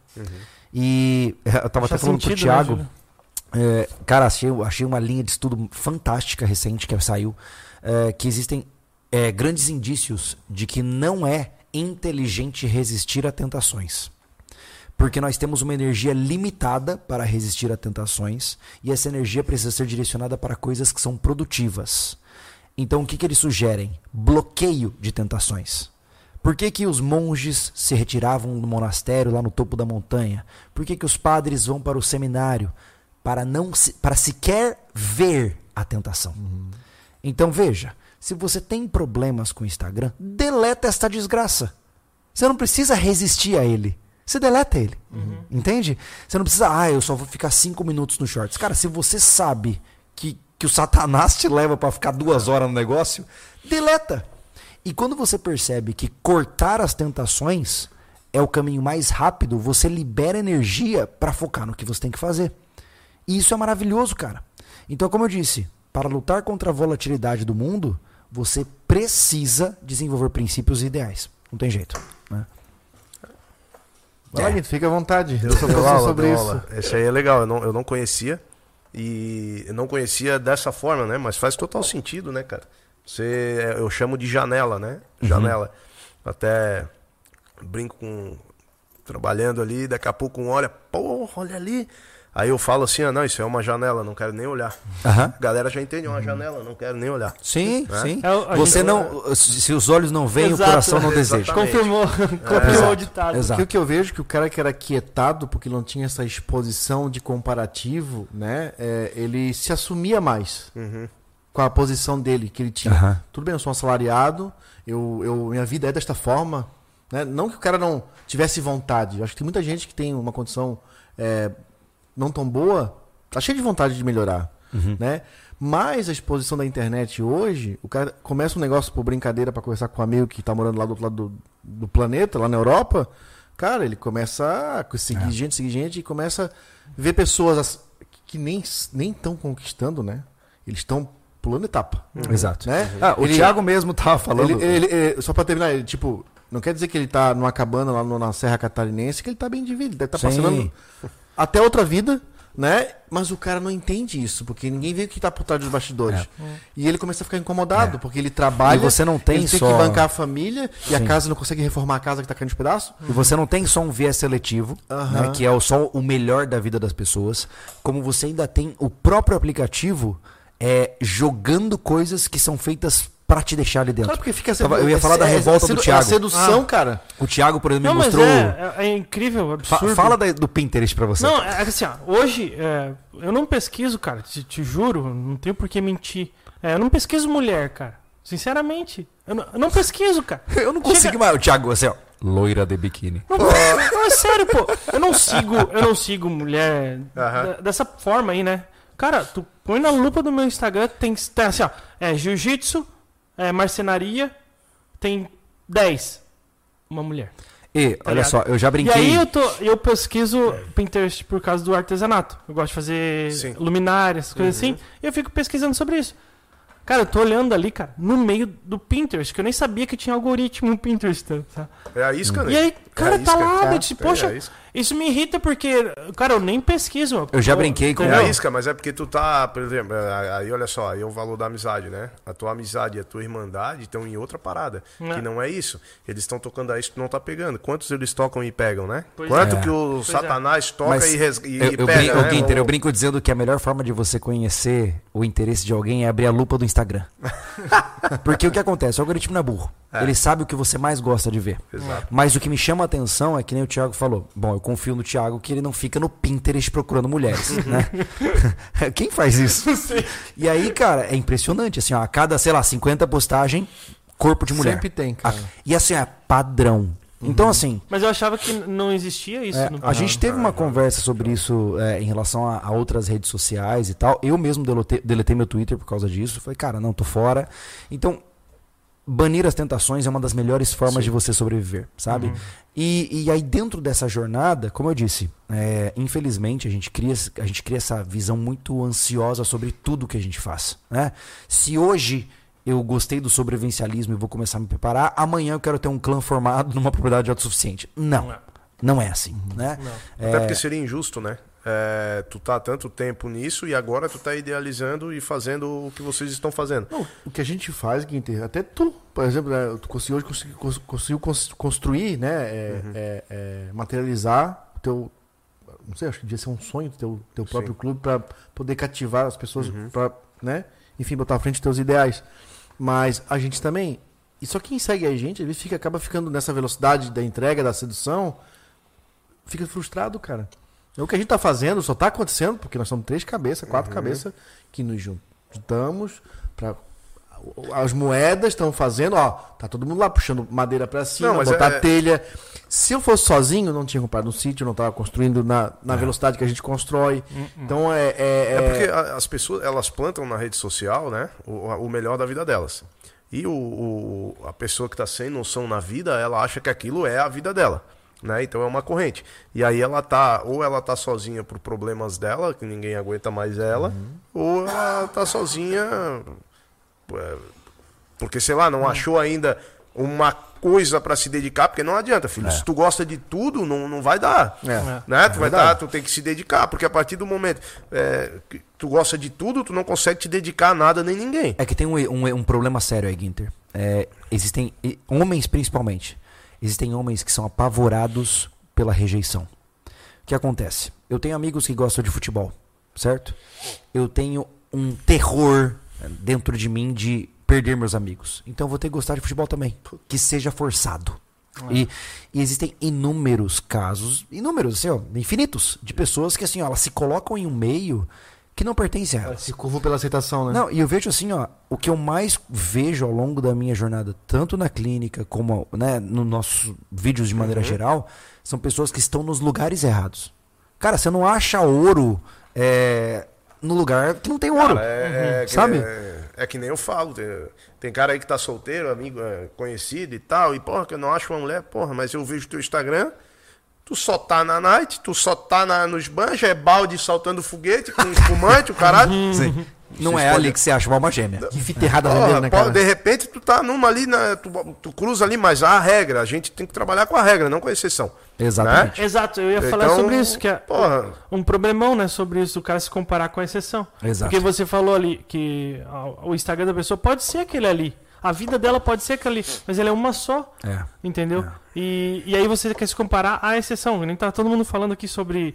E eu estava até falando pro Thiago, né, cara, achei uma linha de estudo fantástica recente que saiu, que existem grandes indícios de que não é inteligente resistir a tentações. Porque nós temos uma energia limitada para resistir a tentações e essa energia precisa ser direcionada para coisas que são produtivas. Então o que eles sugerem? Bloqueio de tentações. Por que os monges se retiravam do monastério lá no topo da montanha? Por que os padres vão para o seminário? Para sequer ver a tentação. Então veja, se você tem problemas com o Instagram, deleta esta desgraça. Você não precisa resistir a ele. Você deleta ele. Entende? Você não precisa, eu só vou ficar 5 minutos no Shorts. Cara, se você sabe que o Satanás te leva para ficar 2 horas no negócio, deleta. E quando você percebe que cortar as tentações é o caminho mais rápido, você libera energia para focar no que você tem que fazer. E isso é maravilhoso, cara. Então, como eu disse, para lutar contra a volatilidade do mundo, você precisa desenvolver princípios ideais. Não tem jeito, né? Vai lá, fica à vontade. Eu sou professor sobre isso. Esse aí é legal. Eu não conhecia. E eu não conhecia dessa forma, né? Mas faz total sentido, né, cara? Eu chamo de janela, né? Janela. Até brinco trabalhando ali, daqui a pouco olha, porra, olha ali. Aí eu falo assim, não, isso é uma janela, não quero nem olhar. A galera já entende, uma janela, não quero nem olhar. Sim, né? Sim. Você não, se os olhos não veem, exato, o coração não deseja. Confirmou o ditado. Exato. O que eu vejo que o cara que era quietado, porque não tinha essa exposição de comparativo, né? Ele se assumia mais com a posição dele, que ele tinha. Tudo bem, eu sou um assalariado, minha vida é desta forma, né? Não que o cara não tivesse vontade. Eu acho que tem muita gente que tem uma condição não tão boa, tá cheio de vontade de melhorar. né? Mas a exposição da internet hoje, o cara começa um negócio por brincadeira para conversar com um amigo que tá morando lá do outro lado do planeta, lá na Europa. Cara, ele começa a seguir gente e começa a ver pessoas que nem estão conquistando, né? Eles estão pulando etapa. Exato. Né? O Thiago mesmo tava falando. Só pra terminar, ele, tipo, não quer dizer que ele tá numa cabana lá na Serra Catarinense, que ele tá bem de vida. Ele deve estar passando até outra vida, né? Mas o cara não entende isso, porque ninguém vê o que tá por trás dos bastidores. E ele começa a ficar incomodado, porque ele trabalha, e você não tem ele tem que bancar a família, e a casa não consegue reformar a casa que tá caindo de pedaço. E você não tem só um viés seletivo, né, que é só o melhor da vida das pessoas, como você ainda tem o próprio aplicativo jogando coisas que são feitas pra te deixar ali dentro. Claro, porque fica eu ia falar da revolta do Thiago. É a sedução, cara. O Thiago, por exemplo, me Mas mostrou... é incrível, absurdo. Fala do Pinterest pra você. Não, é assim, hoje eu não pesquiso, cara, te juro, não tenho por que mentir. Eu não pesquiso mulher, cara. Sinceramente. Eu não pesquiso, cara. Eu não consigo mais. O Thiago, assim, ó. Loira de biquíni. Não, é sério, pô. Eu não sigo mulher dessa forma aí, né? Cara, tu põe na lupa do meu Instagram, tem assim, ó. Jiu-jitsu, marcenaria, tem 10. Uma mulher. E, olha só, eu já brinquei. E aí eu pesquiso Pinterest por causa do artesanato. Eu gosto de fazer luminárias, coisas assim. E eu fico pesquisando sobre isso. Cara, eu tô olhando ali, cara, no meio do Pinterest, que eu nem sabia que tinha algoritmo no Pinterest. Tá? É a isca, né? E aí, cara, tá lá, eu disse, poxa, isso me irrita porque, cara, eu nem pesquiso. Eu já brinquei com... É a isca, mas é porque tu tá, por exemplo, aí olha só, aí é o valor da amizade, né? A tua amizade e a tua irmandade estão em outra parada, que não é isso. Eles estão tocando aí, tu não tá pegando. Quantos eles tocam e pegam, né? Quanto que o Satanás toca e pega, né? Eu brinco dizendo que a melhor forma de você conhecer o interesse de alguém é abrir a lupa do Instagram. Porque o que acontece? O algoritmo não é burro. Ele sabe o que você mais gosta de ver. Exato. Mas o que me chama a atenção é que nem o Thiago falou. Bom, eu confio no Thiago que ele não fica no Pinterest procurando mulheres, né? Quem faz isso? E aí, cara, é impressionante. Assim, ó, a cada, sei lá, 50 postagens, corpo de mulher. Sempre tem, cara. E assim, é padrão. Então, assim... Mas eu achava que não existia isso. A gente teve uma conversa sobre isso em relação a outras redes sociais e tal. Eu mesmo deletei meu Twitter por causa disso. Falei, cara, não, tô fora. Então, banir as tentações é uma das melhores formas de você sobreviver, sabe? E aí, dentro dessa jornada, como eu disse, infelizmente, a gente cria essa visão muito ansiosa sobre tudo que a gente faz, né? Se hoje... eu gostei do sobrevivencialismo e vou começar a me preparar, amanhã eu quero ter um clã formado numa propriedade autossuficiente. Não é assim, né? Até porque seria injusto, né? Tu tá há tanto tempo nisso e agora tu tá idealizando e fazendo o que vocês estão fazendo. Não, o que a gente faz, Guinter, até tu, por exemplo, tu conseguiu construir, né? Materializar o teu... Não sei, acho que devia ser um sonho do teu próprio clube para poder cativar as pessoas, para, né? Enfim, botar à frente os teus ideais. Mas a gente também... E só quem segue a gente, às vezes acaba ficando nessa velocidade da entrega, da sedução, fica frustrado, cara. É o que a gente tá fazendo, só tá acontecendo, porque nós somos 3 cabeças, 4 cabeças, que nos juntamos para... As moedas estão fazendo, ó, tá todo mundo lá puxando madeira para cima, botar telha. Se eu fosse sozinho, não tinha comprado um sítio, não tava construindo na velocidade que a gente constrói. Então porque as pessoas, elas plantam na rede social, né, o melhor da vida delas. E a pessoa que está sem noção na vida, ela acha que aquilo é a vida dela, né? Então é uma corrente. E aí ela tá sozinha por problemas dela, que ninguém aguenta mais ela, ou ela tá sozinha porque, sei lá, não achou ainda uma coisa para se dedicar, porque não adianta, filho. Se tu gosta de tudo, não vai dar. Né? Tu tem que se dedicar, porque a partir do momento que tu gosta de tudo, tu não consegue te dedicar a nada nem ninguém. É que tem um problema sério aí, Guinter. Existem homens, principalmente. Existem homens que são apavorados pela rejeição. O que acontece? Eu tenho amigos que gostam de futebol, certo? Eu tenho um terror dentro de mim de perder meus amigos. Então eu vou ter que gostar de futebol também. Que seja forçado. E existem inúmeros casos, assim, ó, infinitos, de pessoas que assim, ó, elas se colocam em um meio que não pertence a elas. Se curvam pela aceitação, né? Não, e eu vejo assim, ó, o que eu mais vejo ao longo da minha jornada, tanto na clínica como, né, nos nossos vídeos de maneira geral, são pessoas que estão nos lugares errados. Cara, você não acha ouro no lugar que não tem ouro. Sabe? É que nem eu falo. Tem cara aí que tá solteiro, amigo, conhecido e tal, e porra, que eu não acho uma mulher, porra, mas eu vejo teu Instagram, tu só tá na night, tu só tá nos banjos, é balde soltando foguete com espumante, o caralho. Sim. Não é ali que você acha uma alma gêmea. Que fita errada vendendo, né, cara? De repente tu tá numa ali, tu cruza ali, mas a regra, a gente tem que trabalhar com a regra, não com a exceção. Exatamente. Né? Exato, eu ia falar sobre isso, que é um problemão, né, sobre isso, o cara se comparar com a exceção. Exato. Porque você falou ali que o Instagram da pessoa pode ser aquele ali. A vida dela pode ser aquele, mas ela é uma só. Entendeu? E aí você quer se comparar à exceção. Nem tá todo mundo falando aqui sobre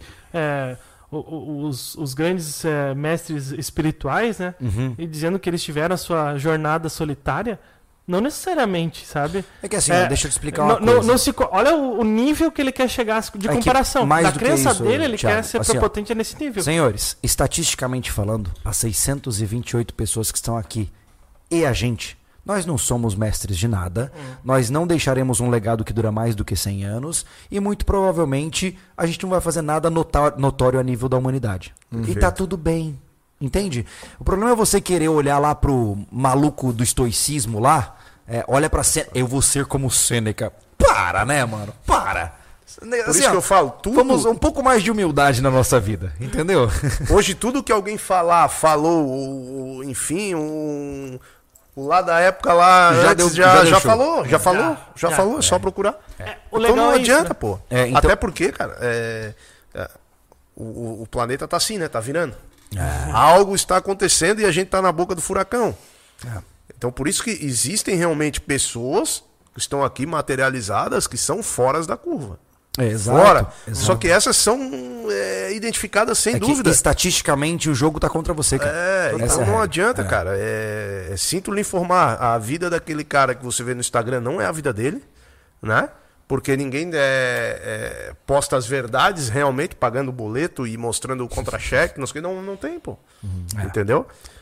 os grandes mestres espirituais, né? E dizendo que eles tiveram a sua jornada solitária. Não necessariamente, sabe? É que assim, deixa eu te explicar uma coisa. Olha o nível que ele quer chegar de comparação. Da crença dele, ele Thiago, quer ser prepotente nesse nível. Senhores, estatisticamente falando, as 628 pessoas que estão aqui e a gente, nós não somos mestres de nada, nós não deixaremos um legado que dura mais do que 100 anos e muito provavelmente a gente não vai fazer nada notório a nível da humanidade. E tá tudo bem. Entende? O problema é você querer olhar lá pro maluco do estoicismo lá, olha pra Sêneca, eu vou ser como Sêneca. Para, né, mano? Para. Por isso que eu falo, tudo... Vamos um pouco mais de humildade na nossa vida, entendeu? Hoje tudo que alguém falou, enfim, o lá da época lá já falou, é só procurar. O legal então não adianta, isso, né? pô. Então... Até porque, cara, o planeta tá assim, né? Tá virando. Algo está acontecendo e a gente tá na boca do furacão. Então por isso que existem realmente pessoas que estão aqui materializadas que são fora da curva. Exato. Só que essas são identificadas sem dúvida. Estatisticamente o jogo tá contra você, cara. Então não adianta, cara. Sinto lhe informar, a vida daquele cara que você vê no Instagram não é a vida dele, né? Porque ninguém posta as verdades realmente, pagando o boleto e mostrando o contra-cheque. Não tem, pô. Entendeu?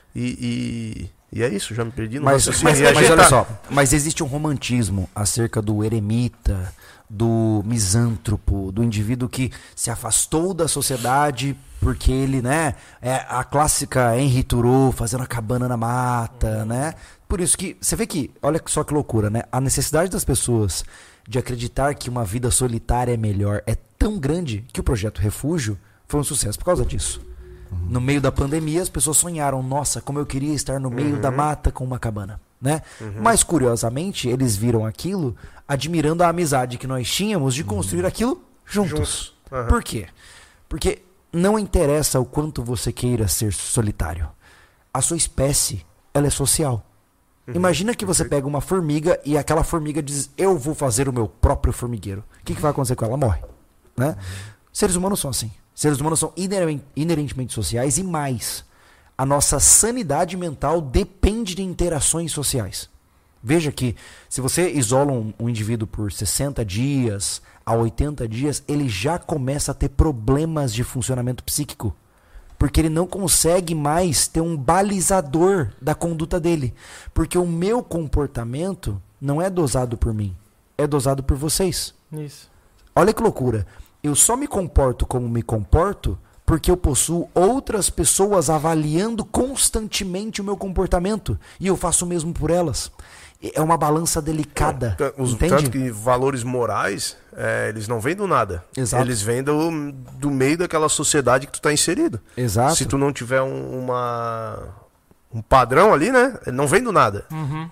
E é isso, já me perdi no raciocínio. Mas olha só, mas existe um romantismo acerca do eremita, do misântropo, do indivíduo que se afastou da sociedade porque ele, né, é a clássica Henri Thoreau fazendo a cabana na mata, né? Por isso que, você vê que, olha só que loucura, né? A necessidade das pessoas de acreditar que uma vida solitária é melhor é tão grande que o Projeto Refúgio foi um sucesso por causa disso. No meio da pandemia, as pessoas sonharam, nossa, como eu queria estar no meio da mata com uma cabana, né? Mas, curiosamente, eles viram aquilo admirando a amizade que nós tínhamos de construir aquilo juntos. Por quê? Porque não interessa o quanto você queira ser solitário. A sua espécie, ela é social. Imagina que você pega uma formiga e aquela formiga diz, eu vou fazer o meu próprio formigueiro. O que vai acontecer com ela? Morre. Né? Seres humanos são assim. Seres humanos são inerentemente sociais e mais. A nossa sanidade mental depende de interações sociais. Veja que se você isola um indivíduo por 60 dias a 80 dias, ele já começa a ter problemas de funcionamento psíquico. Porque ele não consegue mais ter um balizador da conduta dele. Porque o meu comportamento não é dosado por mim, é dosado por vocês. Isso. Olha que loucura. Eu só me comporto como me comporto porque eu possuo outras pessoas avaliando constantemente o meu comportamento. E eu faço o mesmo por elas. É uma balança delicada. Tanto que valores morais, eles não vêm do nada. Exato. Eles vêm do meio daquela sociedade que tu está inserido. Exato. Se tu não tiver um padrão ali, né? Não vem do nada.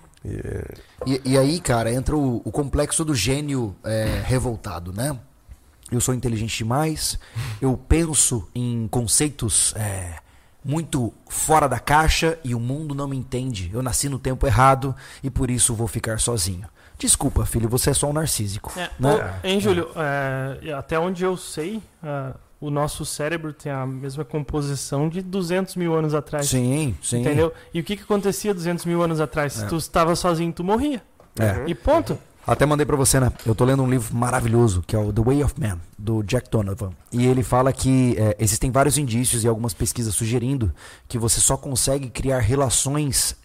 E aí, cara, entra o complexo do gênio revoltado, né? Eu sou inteligente demais, eu penso em conceitos muito fora da caixa e o mundo não me entende. Eu nasci no tempo errado e por isso vou ficar sozinho. Desculpa, filho, você é só um narcísico. Né? Hein, Júlio? Até onde eu sei, o nosso cérebro tem a mesma composição de 200 mil anos atrás. Sim, sim. Entendeu? E o que acontecia 200 mil anos atrás? Se tu estava sozinho, tu morria. E ponto. Até mandei pra você, né? Eu tô lendo um livro maravilhoso, que é o The Way of Man, do Jack Donovan. E ele fala que existem vários indícios e algumas pesquisas sugerindo que você só consegue criar relações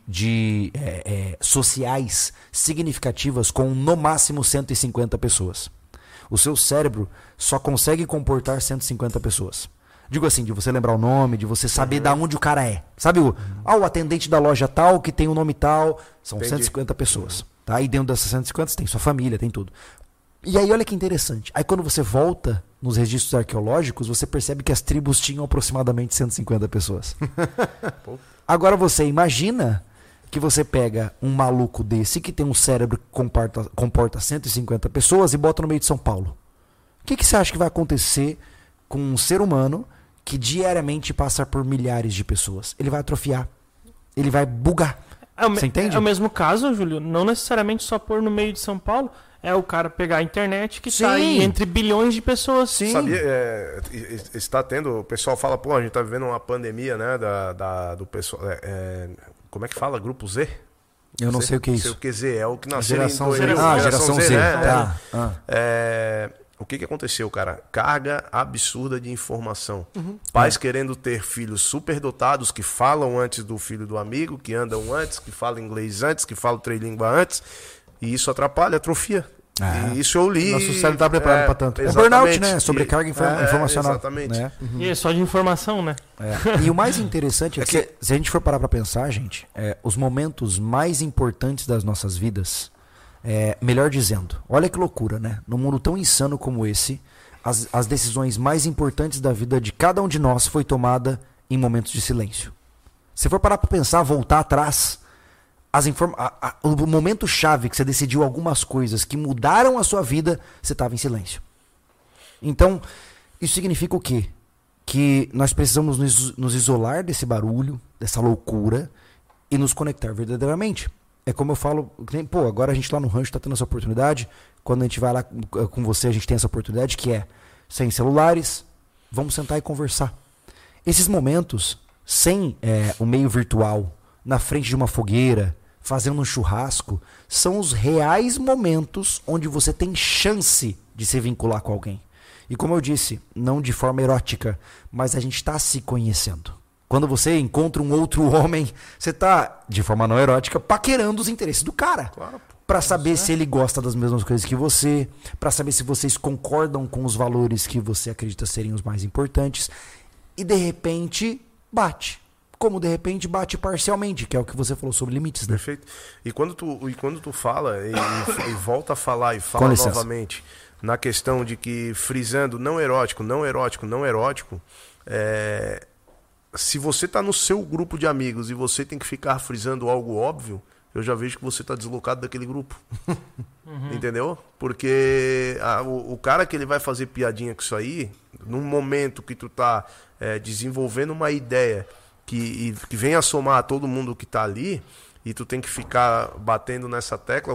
sociais significativas com no máximo 150 pessoas. O seu cérebro só consegue comportar 150 pessoas. Digo assim, de você lembrar o nome, de você saber da onde o cara é. Sabe o atendente da loja tal, que tem o nome tal. São 150 pessoas. Tá? E dentro dessas 150 você tem sua família, tem tudo. E aí olha que interessante. Aí quando você volta nos registros arqueológicos, você percebe que as tribos tinham aproximadamente 150 pessoas. Agora você imagina que você pega um maluco desse que tem um cérebro que comporta 150 pessoas e bota no meio de São Paulo. O que você acha que vai acontecer com um ser humano que diariamente passa por milhares de pessoas? Ele vai atrofiar. Ele vai bugar. Você entende? É o mesmo caso, Júlio. Não necessariamente só pôr no meio de São Paulo. É o cara pegar a internet que está aí entre bilhões de pessoas. Sim. Sabia, está tendo... O pessoal fala, pô, a gente está vivendo uma pandemia, né? Do pessoal... como é que fala? Grupo Z? Eu não sei o que é isso. Não sei o que Z. É o que nasceu geração Z. Geração Z. Né? Tá. O que aconteceu, cara? Carga absurda de informação. Pais querendo ter filhos superdotados que falam antes do filho do amigo, que andam antes, que falam inglês antes, que falam três línguas antes. E isso atrapalha, atrofia. E isso eu li. Nosso cérebro está preparado para tanto. É burnout, né? Sobrecarga informacional. Exatamente. Né? E é só de informação, né? E o mais interessante é que, se a gente for parar para pensar, gente, os momentos mais importantes das nossas vidas, melhor dizendo, olha que loucura, né? Num mundo tão insano como esse, as decisões mais importantes da vida de cada um de nós foi tomada em momentos de silêncio. Se for parar para pensar, voltar atrás, o momento chave que você decidiu algumas coisas que mudaram a sua vida, você estava em silêncio. Então, isso significa o quê? Que nós precisamos nos isolar desse barulho, dessa loucura e nos conectar verdadeiramente. É como eu falo, pô, agora a gente lá no rancho está tendo essa oportunidade, quando a gente vai lá com você, a gente tem essa oportunidade que é sem celulares, vamos sentar e conversar. Esses momentos, sem o meio virtual, na frente de uma fogueira, fazendo um churrasco, são os reais momentos onde você tem chance de se vincular com alguém. E como eu disse, não de forma erótica, mas a gente está se conhecendo. Quando você encontra um outro homem, você está, de forma não erótica, paquerando os interesses do cara. Claro. Para saber se ele gosta das mesmas coisas que você, para saber se vocês concordam com os valores que você acredita serem os mais importantes. E de repente, bate. Como de repente bate parcialmente, que é o que você falou sobre limites, né? Perfeito. E quando tu fala e volta a falar e fala novamente na questão de que frisando não erótico, se você está no seu grupo de amigos e você tem que ficar frisando algo óbvio, eu já vejo que você está deslocado daquele grupo. Entendeu? Porque o cara que ele vai fazer piadinha com isso aí, num momento que tu tá desenvolvendo uma ideia que vem a somar a todo mundo que tá ali, e tu tem que ficar batendo nessa tecla,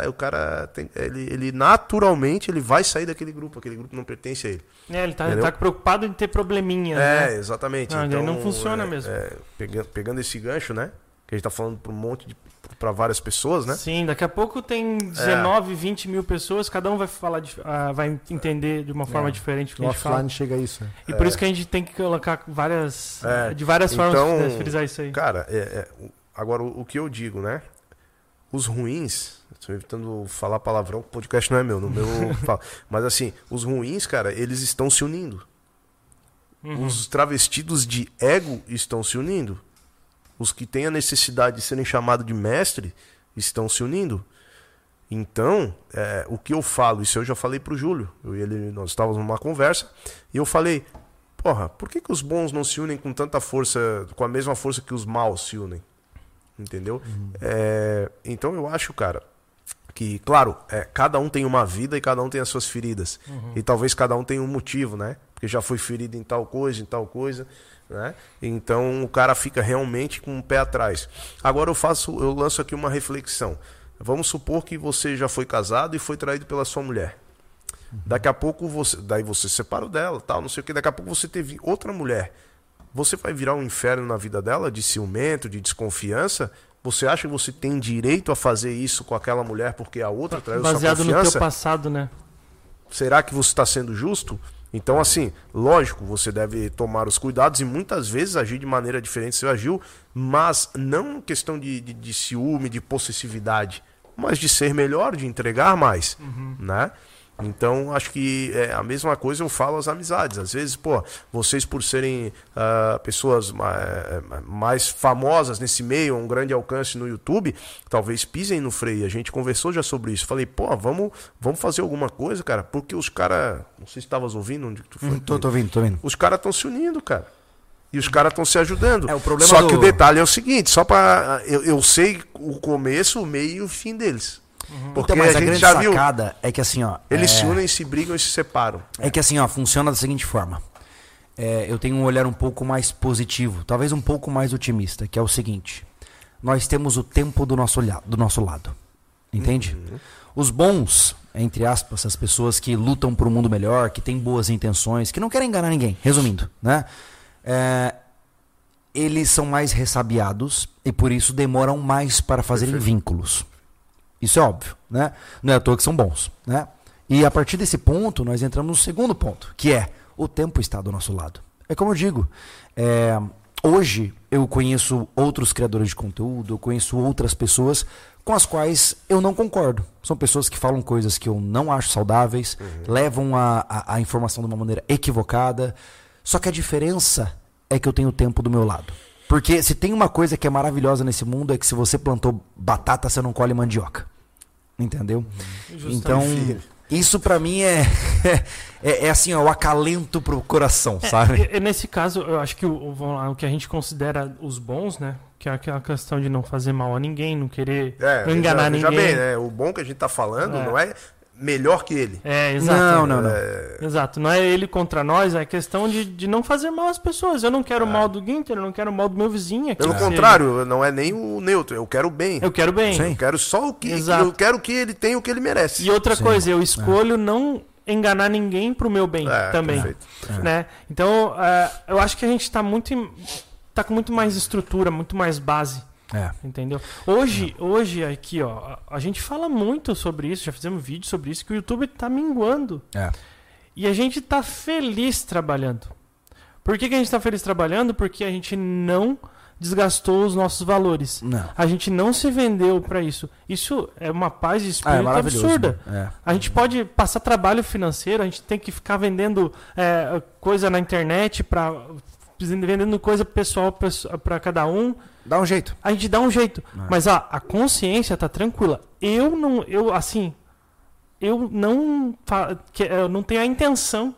ele naturalmente ele vai sair daquele grupo, aquele grupo não pertence a ele. Ele tá preocupado em ter probleminha. Né? Exatamente. Então, não funciona mesmo. Pegando esse gancho, né? Que a gente tá falando para várias pessoas, né? Sim, daqui a pouco tem 19, 20 mil pessoas, cada um vai falar, vai entender de uma forma diferente o que a gente fala. Offline chega a isso. E por isso que a gente tem que colocar de várias formas de frisar isso aí. Cara, agora o que eu digo, né? Os ruins, estou evitando falar palavrão, o podcast não é meu, no meu falo. Mas assim, os ruins, cara, eles estão se unindo. Os travestidos de ego estão se unindo. Os que têm a necessidade de serem chamados de mestre estão se unindo. Então, o que eu falo, isso eu já falei pro Júlio. Eu e ele, nós estávamos numa conversa, e eu falei, porra, por que os bons não se unem com tanta força, com a mesma força que os maus se unem? Entendeu? Então eu acho, cara, que, claro, cada um tem uma vida e cada um tem as suas feridas. E talvez cada um tenha um motivo, né? Porque já foi ferido em tal coisa, né? Então o cara fica realmente com o pé atrás. Agora eu lanço aqui uma reflexão. Vamos supor que você já foi casado e foi traído pela sua mulher. Daqui a pouco daí você se separou dela, tal, não sei o que. Daqui a pouco você teve outra mulher. Você vai virar um inferno na vida dela, de ciumento, de desconfiança? Você acha que você tem direito a fazer isso com aquela mulher porque a outra traiu sua confiança? Baseado no teu passado, né? Será que você está sendo justo? Então, assim, lógico, você deve tomar os cuidados e muitas vezes agir de maneira diferente se você agiu, mas não questão de ciúme, de possessividade, mas de ser melhor, de entregar mais, né? Então, acho que a mesma coisa eu falo às amizades. Às vezes, pô, vocês por serem pessoas mais famosas nesse meio, um grande alcance no YouTube, talvez pisem no freio. A gente conversou já sobre isso. Falei, pô, vamos fazer alguma coisa, cara, porque os caras... Não sei se estavas ouvindo onde tu foi. Tô ouvindo. Os caras estão se unindo, cara. E os caras estão se ajudando. O problema só que o detalhe é o seguinte, só para eu sei o começo, o meio e o fim deles. Porque então, mas a gente grande já viu, sacada é que assim, ó... eles se unem, se brigam e se separam. É que assim, ó, funciona da seguinte forma. Eu tenho um olhar um pouco mais positivo, talvez um pouco mais otimista, que é o seguinte. Nós temos o tempo do nosso lado. Entende? Os bons, entre aspas, as pessoas que lutam por um mundo melhor, que têm boas intenções, que não querem enganar ninguém, resumindo, né? Eles são mais ressabiados e por isso demoram mais para fazerem vínculos. Isso é óbvio, né? Não é à toa que são bons, né? E a partir desse ponto, nós entramos no segundo ponto, que é o tempo está do nosso lado. É como eu digo, hoje eu conheço outros criadores de conteúdo, eu conheço outras pessoas com as quais eu não concordo. São pessoas que falam coisas que eu não acho saudáveis, levam a informação de uma maneira equivocada. Só que a diferença é que eu tenho o tempo do meu lado. Porque se tem uma coisa que é maravilhosa nesse mundo é que se você plantou batata, você não colhe mandioca. Entendeu? Então, isso pra mim é assim, ó, o acalento pro coração, sabe? Nesse caso, eu acho que o que a gente considera os bons, né? Que é aquela questão de não fazer mal a ninguém, não querer enganar ninguém. Veja bem, né? O bom que a gente tá falando não é melhor que ele. Exato. Não. Exato. Não é ele contra nós, é questão de não fazer mal às pessoas. Eu não quero mal do Ginter, eu não quero mal do meu vizinho. Pelo contrário, não é nem o neutro, eu quero o bem. Eu quero bem. Eu quero só o que eu quero que ele tenha o que ele merece. E outra coisa, eu escolho não enganar ninguém pro meu bem também. Perfeito. Né? Então, eu acho que a gente tá com muito mais estrutura, muito mais base. Entendeu? Hoje aqui, ó, a gente fala muito sobre isso, já fizemos vídeo sobre isso, que o YouTube tá minguando. E a gente tá feliz trabalhando. Por que a gente tá feliz trabalhando? Porque a gente não desgastou os nossos valores. A gente não se vendeu para isso. Isso é uma paz de espírito absurda. A gente pode passar trabalho financeiro, a gente tem que ficar vendendo coisa na internet, vendendo coisa pessoal para cada um. Dá um jeito. A gente dá um jeito. Mas a consciência tá tranquila. Eu não tenho a intenção,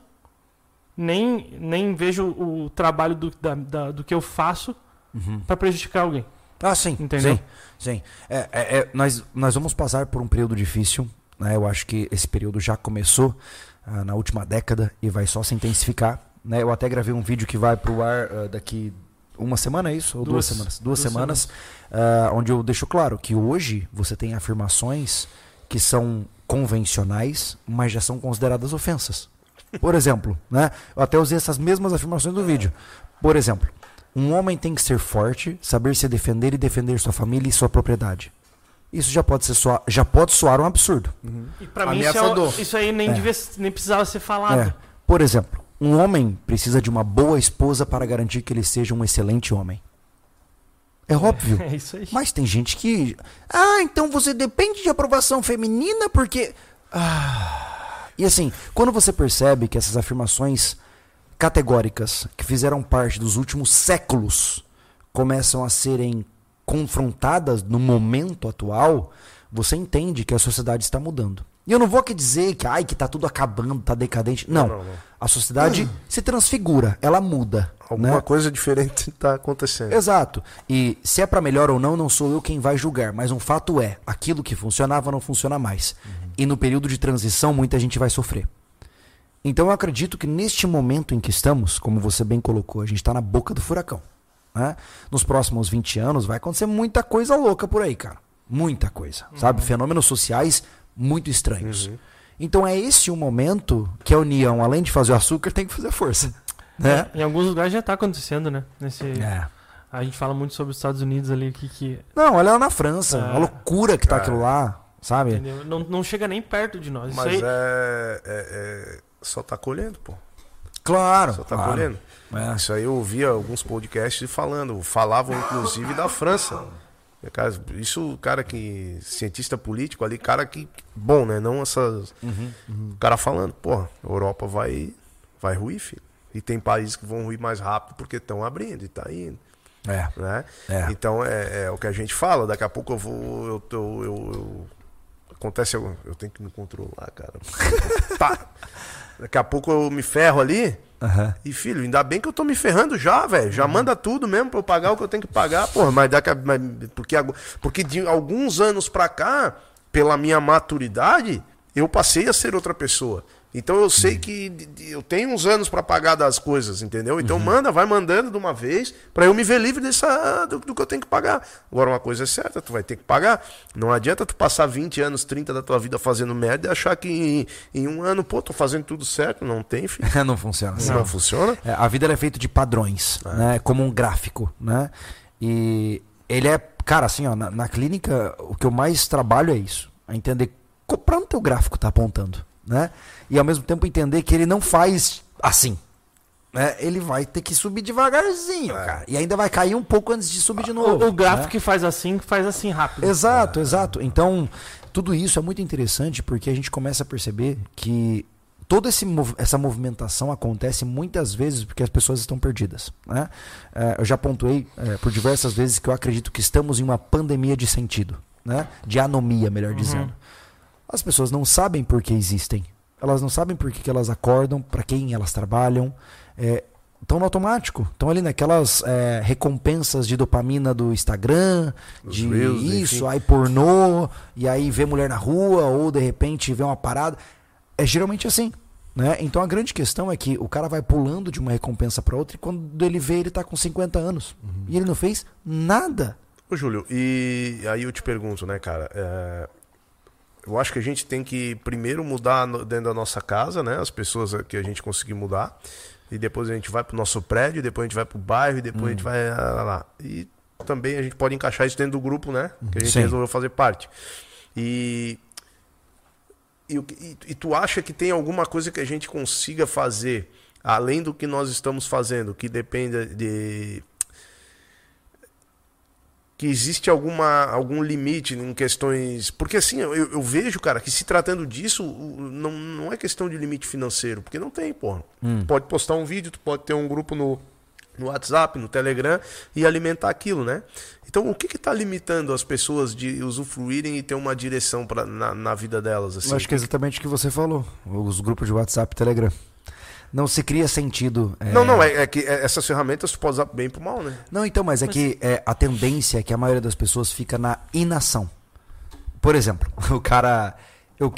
nem vejo o trabalho do que eu faço para prejudicar alguém. Sim. Entendeu? Sim. Nós vamos passar por um período difícil, né? Eu acho que esse período já começou na última década e vai só se intensificar. Né? Eu até gravei um vídeo que vai pro ar daqui uma semana, é isso? Ou 2 semanas? 2 semanas. Onde eu deixo claro que hoje você tem afirmações que são convencionais, mas já são consideradas ofensas. Por exemplo, né? Eu até usei essas mesmas afirmações no vídeo. Por exemplo, um homem tem que ser forte, saber se defender e defender sua família e sua propriedade. Isso já pode soar um absurdo. E pra mim isso aí nem precisava ser falado. Por exemplo, um homem precisa de uma boa esposa para garantir que ele seja um excelente homem. É óbvio. É isso aí. Mas tem gente que... então você depende de aprovação feminina porque... E assim, quando você percebe que essas afirmações categóricas que fizeram parte dos últimos séculos começam a serem confrontadas no momento atual, você entende que a sociedade está mudando. E eu não vou aqui dizer que tá tudo acabando, tá decadente. Não. A sociedade se transfigura, ela muda. Alguma coisa diferente está acontecendo. Exato. E se é para melhor ou não sou eu quem vai julgar. Mas um fato é, aquilo que funcionava não funciona mais. E no período de transição, muita gente vai sofrer. Então eu acredito que neste momento em que estamos, como você bem colocou, a gente está na boca do furacão. Né? Nos próximos 20 anos vai acontecer muita coisa louca por aí, cara. Muita coisa. Sabe? Fenômenos sociais muito estranhos. Então é esse o momento que a união, além de fazer o açúcar, tem que fazer a força. Né? Em alguns lugares já está acontecendo, né? A gente fala muito sobre os Estados Unidos ali que... Não, olha lá na França, a loucura que tá aquilo lá, sabe? Não chega nem perto de nós. Mas isso aí... só tá colhendo, pô. Claro. Só tá colhendo. Isso aí eu ouvia alguns podcasts falavam inclusive da França. Cara, isso, cara que... Cientista político ali, cara que... Bom, né? Não essas... O cara falando, pô, a Europa vai ruir, filho. E tem países que vão ruir mais rápido porque estão abrindo e tá indo. Né? Então, é o que a gente fala. Daqui a pouco eu vou... Acontece... Eu tenho que me controlar, cara. Tá. Daqui a pouco eu me ferro ali... E filho, ainda bem que eu tô me ferrando já, velho. Já manda tudo mesmo pra eu pagar o que eu tenho que pagar, porra. Porque de alguns anos pra cá, pela minha maturidade, eu passei a ser outra pessoa. Então eu sei que eu tenho uns anos pra pagar das coisas, entendeu? Então vai mandando de uma vez pra eu me ver livre do que eu tenho que pagar. Agora uma coisa é certa, tu vai ter que pagar. Não adianta tu passar 20 anos, 30 da tua vida fazendo merda e achar que em um ano, pô, tô fazendo tudo certo. Não tem, filho. Não funciona. Não funciona. A vida é feita de padrões, né? Como um gráfico, né? E ele é, cara, assim, ó, na clínica, o que eu mais trabalho é isso. É entender pra onde teu gráfico tá apontando. Né? E ao mesmo tempo entender que ele não faz assim, né? Ele vai ter que subir devagarzinho, cara. E ainda vai cair um pouco antes de subir de novo. O gráfico, né? que faz assim rápido. Exato. Então, tudo isso é muito interessante porque a gente começa a perceber que toda essa movimentação acontece muitas vezes porque as pessoas estão perdidas, né? Eu já pontuei por diversas vezes que eu acredito que estamos em uma pandemia de sentido, né? De anomia, melhor dizendo. As pessoas não sabem por que existem. Elas não sabem por que elas acordam, para quem elas trabalham. Estão no automático. Estão ali naquelas recompensas de dopamina do Instagram, de Reels, isso, enfim. Aí pornô, e aí vê mulher na rua, ou de repente vê uma parada. É geralmente assim. Né? Então a grande questão é que o cara vai pulando de uma recompensa para outra e quando ele vê, ele tá com 50 anos. E ele não fez nada. Ô, Júlio, e aí eu te pergunto, né, cara... Eu acho que a gente tem que primeiro mudar dentro da nossa casa, né? As pessoas que a gente conseguir mudar. E depois a gente vai pro nosso prédio, depois a gente vai pro bairro, e depois a gente vai lá. E também a gente pode encaixar isso dentro do grupo, né? Que a gente resolveu fazer parte. E tu acha que tem alguma coisa que a gente consiga fazer, além do que nós estamos fazendo, que dependa de... que existe algum limite em questões... Porque assim, eu vejo, cara, que se tratando disso, não é questão de limite financeiro, porque não tem, porra. Tu pode postar um vídeo, tu pode ter um grupo no WhatsApp, no Telegram e alimentar aquilo, né? Então, o que tá limitando as pessoas de usufruírem e ter uma direção na vida delas? Assim? Eu acho que é exatamente o que você falou. Os grupos de WhatsApp e Telegram. Não se cria sentido. É que essas ferramentas tu pode usar bem pro mal, né? Não, então, mas que a tendência é que a maioria das pessoas fica na inação. Por exemplo, o cara... Eu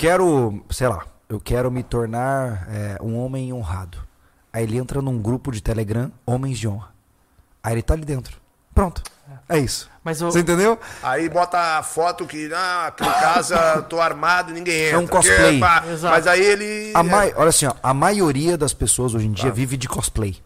quero me tornar um homem honrado. Aí ele entra num grupo de Telegram, Homens de Honra. Aí ele tá ali dentro. Pronto. É isso. Você entendeu? Aí bota a foto que, aqui em casa tô armado e ninguém entra. É um cosplay. Mas aí ele... Olha assim, ó, a maioria das pessoas hoje em dia vive de cosplay.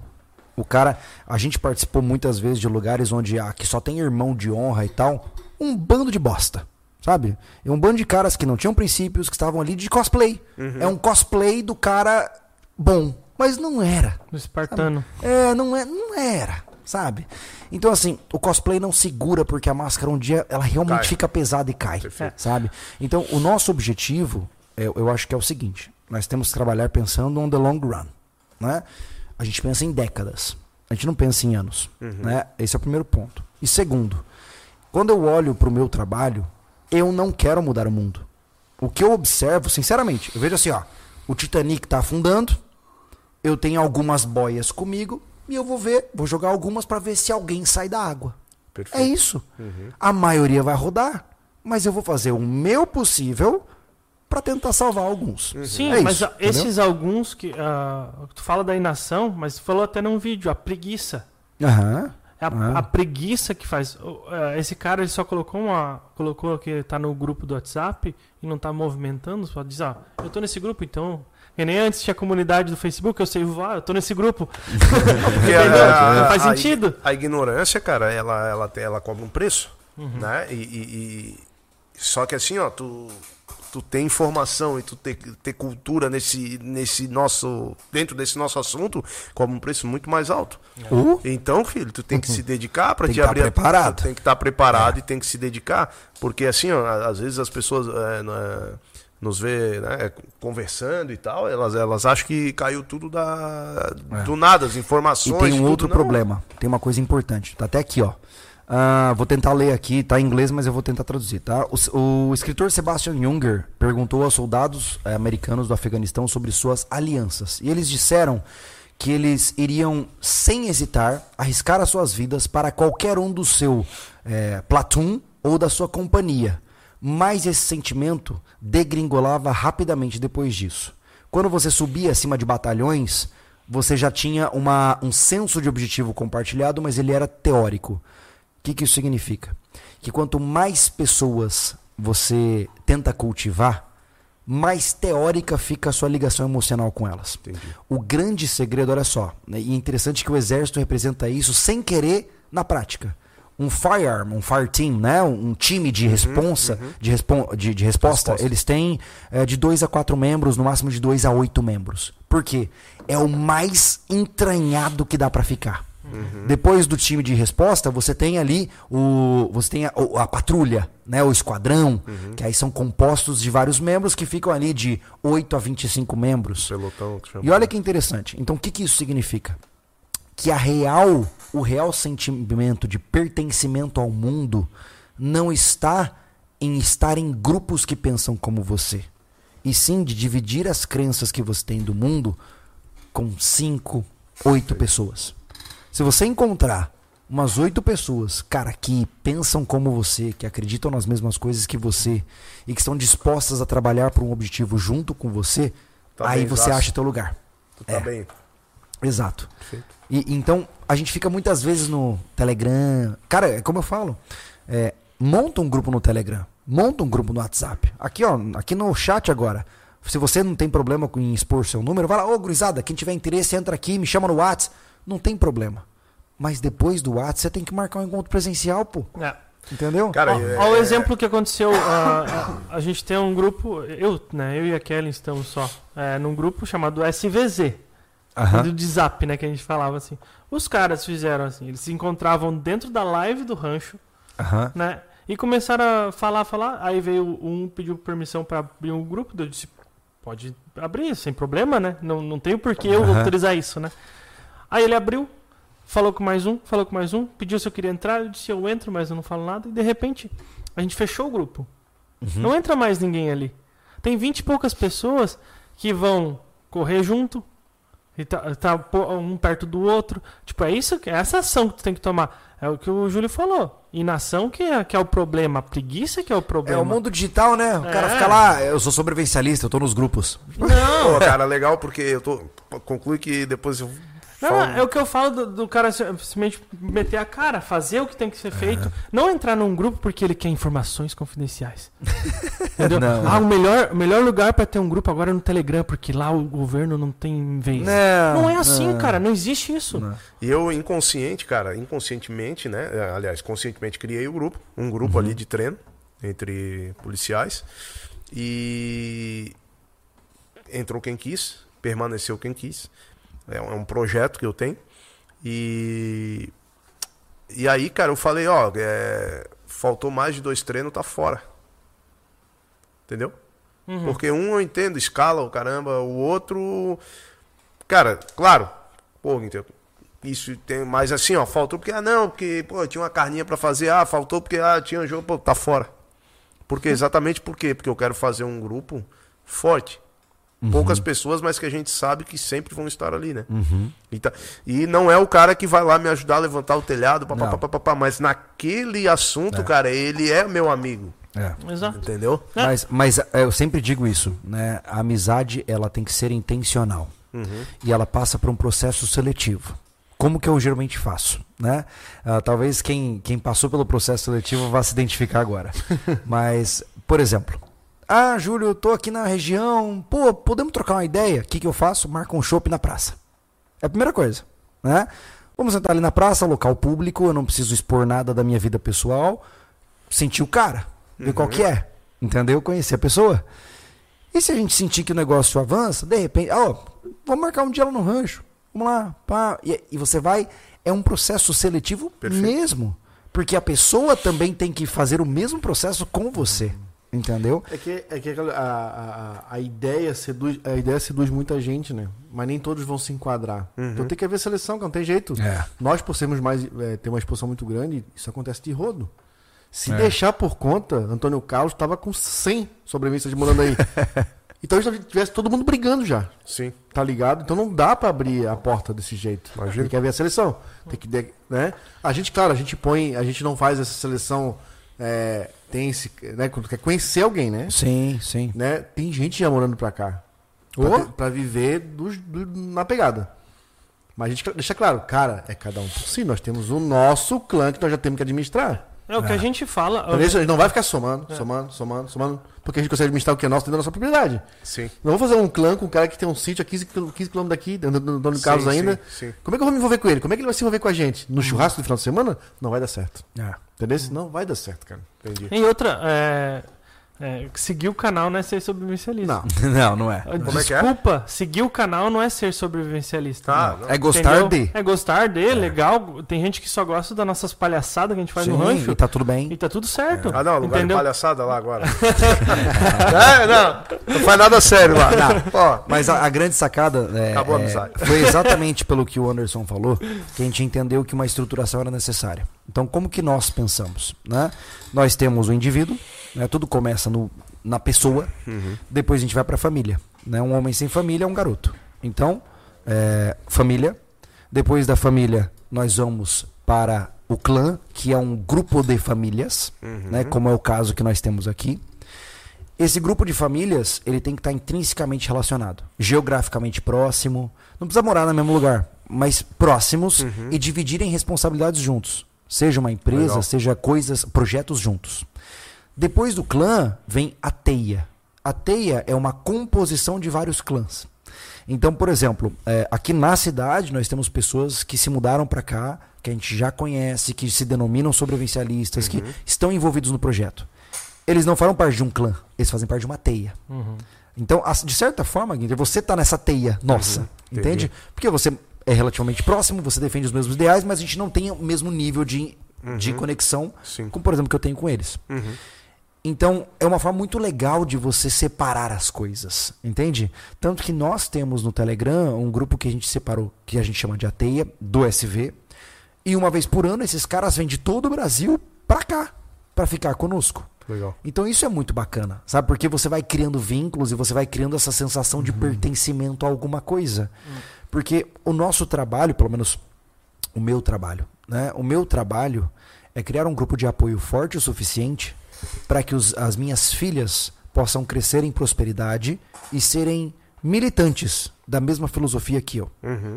A gente participou muitas vezes de lugares onde que só tem irmão de honra e tal. Um bando de bosta, sabe? É um bando de caras que não tinham princípios, que estavam ali de cosplay. É um cosplay do cara bom. Mas não era. Do espartano. Não era, sabe? Então, assim, o cosplay não segura porque a máscara um dia ela realmente fica pesada e cai, sabe? Então, o nosso objetivo, eu acho que é o seguinte: nós temos que trabalhar pensando on the long run, né? A gente pensa em décadas, a gente não pensa em anos, né? Esse é o primeiro ponto. E segundo, quando eu olho para o meu trabalho, eu não quero mudar o mundo. O que eu observo, sinceramente, eu vejo assim, ó, o Titanic tá afundando, eu tenho algumas boias comigo, e eu vou jogar algumas para ver se alguém sai da água. Perfeito. É isso. A maioria vai rodar, mas eu vou fazer o meu possível para tentar salvar alguns. Sim, mas isso, esses alguns que tu fala da inação, mas tu falou até num vídeo, a preguiça. A preguiça que faz. Esse cara ele só colocou que tá no grupo do WhatsApp e não tá movimentando, só diz, eu tô nesse grupo, então... E nem antes tinha comunidade do Facebook, eu sei voar, eu tô nesse grupo. Não faz sentido. A ignorância, cara, ela cobra um preço, né? Só que assim, ó, tu ter informação e tu ter cultura dentro desse nosso assunto, cobra um preço muito mais alto. Então, filho, tu tem que se dedicar para te abrir. Preparado. Tem que estar preparado e tem que se dedicar, porque assim, ó, às vezes as pessoas nos vê, né, conversando e tal, elas acham que caiu tudo do nada, as informações. E tem um outro problema, tem uma coisa importante, tá até aqui, ó. Vou tentar ler aqui, tá em inglês, mas eu vou tentar traduzir, tá? O escritor Sebastian Junger perguntou aos soldados americanos do Afeganistão sobre suas alianças. E eles disseram que eles iriam, sem hesitar, arriscar as suas vidas para qualquer um do seu platoon ou da sua companhia. Mas esse sentimento degringolava rapidamente depois disso. Quando você subia acima de batalhões, você já tinha um senso de objetivo compartilhado, mas ele era teórico. O que isso significa? Que quanto mais pessoas você tenta cultivar, mais teórica fica a sua ligação emocional com elas. Entendi. O grande segredo, olha só, né, e é interessante que o exército representa isso sem querer na prática. Um fire team, né? Um time de resposta, eles têm de 2 a 4 membros, no máximo de 2 a 8 membros. Por quê? É o mais entranhado que dá para ficar. Depois do time de resposta, você tem ali a patrulha, né? O esquadrão, que aí são compostos de vários membros que ficam ali de 8 a 25 membros. Pelotão, que chama. E olha que interessante. Então, o que isso significa? Que o real sentimento de pertencimento ao mundo não está em estar em grupos que pensam como você, e sim de dividir as crenças que você tem do mundo com 5, 8 pessoas. Se você encontrar umas 8 pessoas, cara, que pensam como você, que acreditam nas mesmas coisas que você e que estão dispostas a trabalhar por um objetivo junto com você, aí você acha teu lugar. Tu tá bem. Exato. E então, a gente fica muitas vezes no Telegram. Cara, como eu falo, monta um grupo no Telegram, monta um grupo no WhatsApp. Aqui, ó, aqui no chat agora. Se você não tem problema em expor seu número, vai lá, ô gurizada, quem tiver interesse, entra aqui, me chama no WhatsApp. Não tem problema. Mas depois do WhatsApp, você tem que marcar um encontro presencial, pô. Entendeu? Cara, olha o exemplo que aconteceu. A gente tem um grupo, eu e a Kelly estamos só num grupo chamado SVZ. Do Zap, né, que a gente falava assim. Os caras fizeram assim, eles se encontravam dentro da live do rancho, né, e começaram a falar, aí veio pediu permissão para abrir um grupo, eu disse, pode abrir, sem problema, né, não tem por que eu autorizar isso, né. Aí ele abriu, falou com mais um, pediu se eu queria entrar, eu disse, eu entro, mas eu não falo nada, e de repente, a gente fechou o grupo. Não entra mais ninguém ali. Tem 20 e poucas pessoas que vão correr junto, e tá um perto do outro. Tipo, é essa ação que tu tem que tomar. É o que o Júlio falou. Inação que é o problema. A preguiça que é o problema. É o mundo digital, né? O cara fica lá, eu sou sobrevivencialista, eu tô nos grupos. Não. Pô, cara, legal, porque conclui que depois eu Não, é o que eu falo do cara simplesmente meter a cara, fazer o que tem que ser feito. Não entrar num grupo porque ele quer informações confidenciais. Entendeu? O melhor lugar pra ter um grupo agora é no Telegram, porque lá o governo não tem vez. Não é assim, cara. Não existe isso. Não. E eu, inconscientemente, né? Aliás, conscientemente criei um grupo ali de treino entre policiais. E entrou quem quis, permaneceu quem quis. É um projeto que eu tenho. E aí, cara, eu falei, faltou mais de 2 treinos, tá fora. Entendeu? Porque eu entendo, escala o caramba, o outro... Cara, claro, isso tem... Mas assim, faltou porque, porque, tinha uma carninha pra fazer, faltou porque, tinha um jogo, tá fora. Exatamente por quê? Porque eu quero fazer um grupo forte. Poucas pessoas, mas que a gente sabe que sempre vão estar ali, né? E não é o cara que vai lá me ajudar a levantar o telhado, mas naquele assunto, cara, ele é meu amigo. Exato. Entendeu? Mas eu sempre digo isso, né? A amizade, ela tem que ser intencional. E ela passa por um processo seletivo. Como que eu geralmente faço, né? Talvez quem passou pelo processo seletivo vá se identificar agora. Mas, por exemplo... Júlio, eu tô aqui na região, podemos trocar uma ideia? O que eu faço? Marco um chopp na praça. É a primeira coisa, né? Vamos sentar ali na praça, local público, eu não preciso expor nada da minha vida pessoal. Sentir o cara, ver qual que é. entendeu? Conhecer a pessoa. E se a gente sentir que o negócio avança, de repente, vamos marcar um dia lá no rancho, vamos lá, pá. E você vai, é um processo seletivo mesmo, porque a pessoa também tem que fazer o mesmo processo com você, entendeu? É que a ideia seduz muita gente, né? Mas nem todos vão se enquadrar. Então tem que haver seleção, que não tem jeito. Nós, por sermos ter uma exposição muito grande, isso acontece de rodo. Se deixar por conta, Antônio Carlos estava com 100 sobrevivências morando aí. Então já tivesse todo mundo brigando já. Sim. Tá ligado? Então não dá para abrir a porta desse jeito. Imagina. Tem que haver a seleção. Tem que, né? A gente não faz essa seleção, tem esse, né? Quando quer conhecer alguém, né? Sim, sim. Né? Tem gente já morando pra cá. Pra viver na pegada. Mas a gente deixa claro, cara, é cada um por si. Nós temos o nosso clã que nós já temos que administrar. É o que a gente fala. A gente não vai ficar somando, porque a gente consegue administrar o que é nosso dentro da nossa propriedade. Sim. Não vou fazer um clã com um cara que tem um sítio a 15 km daqui, do Antônio Carlos ainda. Sim. Como é que eu vou me envolver com ele? Como é que ele vai se envolver com a gente? No churrasco do final de semana? Não vai dar certo. Entendeu? Não vai dar certo, cara. Entendi. E outra, seguir o canal não é ser sobrevivencialista. Não é. Desculpa, seguir o canal não é ser sobrevivencialista. É gostar de. É gostar de, legal. Tem gente que só gosta das nossas palhaçadas que a gente faz no rancho. E tá tudo bem. E tá tudo certo. Não, lugar de palhaçada lá agora. Não faz nada sério lá. Mas a grande sacada acabou a amizade. Foi exatamente pelo que o Anderson falou que a gente entendeu que uma estruturação era necessária. Então, como que nós pensamos? Né? Nós temos o indivíduo, né? Tudo começa na pessoa, depois a gente vai para a família. Né? Um homem sem família é um garoto. Então, família. Depois da família, nós vamos para o clã, que é um grupo de famílias, né? Como é o caso que nós temos aqui. Esse grupo de famílias, ele tem que estar intrinsecamente relacionado, geograficamente próximo, não precisa morar no mesmo lugar, mas próximos e dividirem responsabilidades juntos. Seja uma empresa, seja projetos juntos. Depois do clã, vem a teia. A teia é uma composição de vários clãs. Então, por exemplo, aqui na cidade nós temos pessoas que se mudaram para cá, que a gente já conhece, que se denominam sobrevivencialistas, que estão envolvidos no projeto. Eles não fazem parte de um clã, eles fazem parte de uma teia. Então, de certa forma, Guilherme, você está nessa teia nossa, entende? Porque você é relativamente próximo, você defende os mesmos ideais, mas a gente não tem o mesmo nível de conexão, como, por exemplo, que eu tenho com eles. Então, é uma forma muito legal de você separar as coisas, entende? Tanto que nós temos no Telegram um grupo que a gente separou, que a gente chama de Ateia, do SV, e uma vez por ano esses caras vêm de todo o Brasil pra cá, pra ficar conosco. Legal. Então isso é muito bacana, sabe? Porque você vai criando vínculos e você vai criando essa sensação de pertencimento a alguma coisa. Porque o nosso trabalho, pelo menos o meu trabalho, né? O meu trabalho é criar um grupo de apoio forte o suficiente para que as minhas filhas possam crescer em prosperidade e serem militantes da mesma filosofia que eu.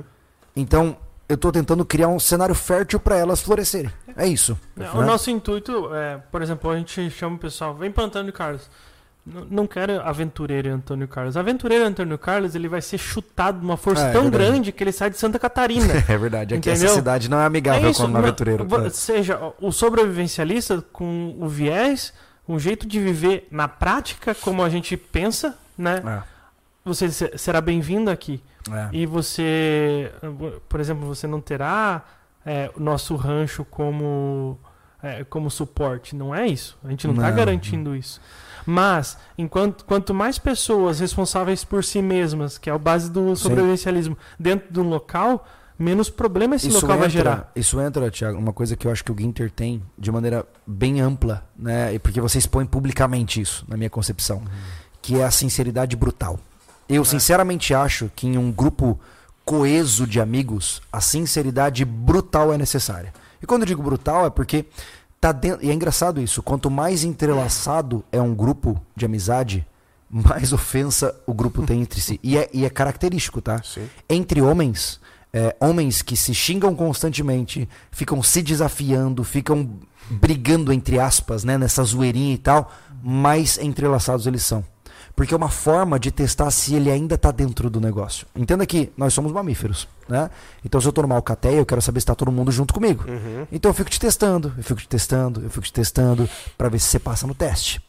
Então, eu estou tentando criar um cenário fértil para elas florescerem. É isso. O nosso intuito por exemplo, a gente chama o pessoal, vem para Antônio Carlos. Não quero aventureiro Antônio Carlos. Aventureiro Antônio Carlos, ele vai ser chutado de uma força tão grande que ele sai de Santa Catarina. É verdade. Aqui essa cidade não é amigável como um aventureiro. Seja, o sobrevivencialista com o viés, um jeito de viver na prática, como a gente pensa, né? Você será bem-vindo aqui. E você, por exemplo, você não terá o nosso rancho como suporte. Não é isso. A gente não está garantindo isso. Mas, quanto mais pessoas responsáveis por si mesmas, que é a base do sobrevivencialismo, dentro de um local, menos problema esse local vai gerar. Isso entra, Thiago, uma coisa que eu acho que o Ginter tem de maneira bem ampla, né? Porque você expõe publicamente isso, na minha concepção, que é a sinceridade brutal. Eu sinceramente acho que em um grupo coeso de amigos, a sinceridade brutal é necessária. E quando eu digo brutal é porque tá dentro, e é engraçado isso, quanto mais entrelaçado é um grupo de amizade, mais ofensa o grupo tem entre si. E é característico, tá? Sim. Entre homens, homens que se xingam constantemente, ficam se desafiando, ficam brigando entre aspas, né, nessa zoeirinha e tal, mais entrelaçados eles são. Porque é uma forma de testar se ele ainda está dentro do negócio. Entenda que nós somos mamíferos, né? Então se eu estou numa alcateia, eu quero saber se está todo mundo junto comigo. Então eu fico te testando, para ver se você passa no teste.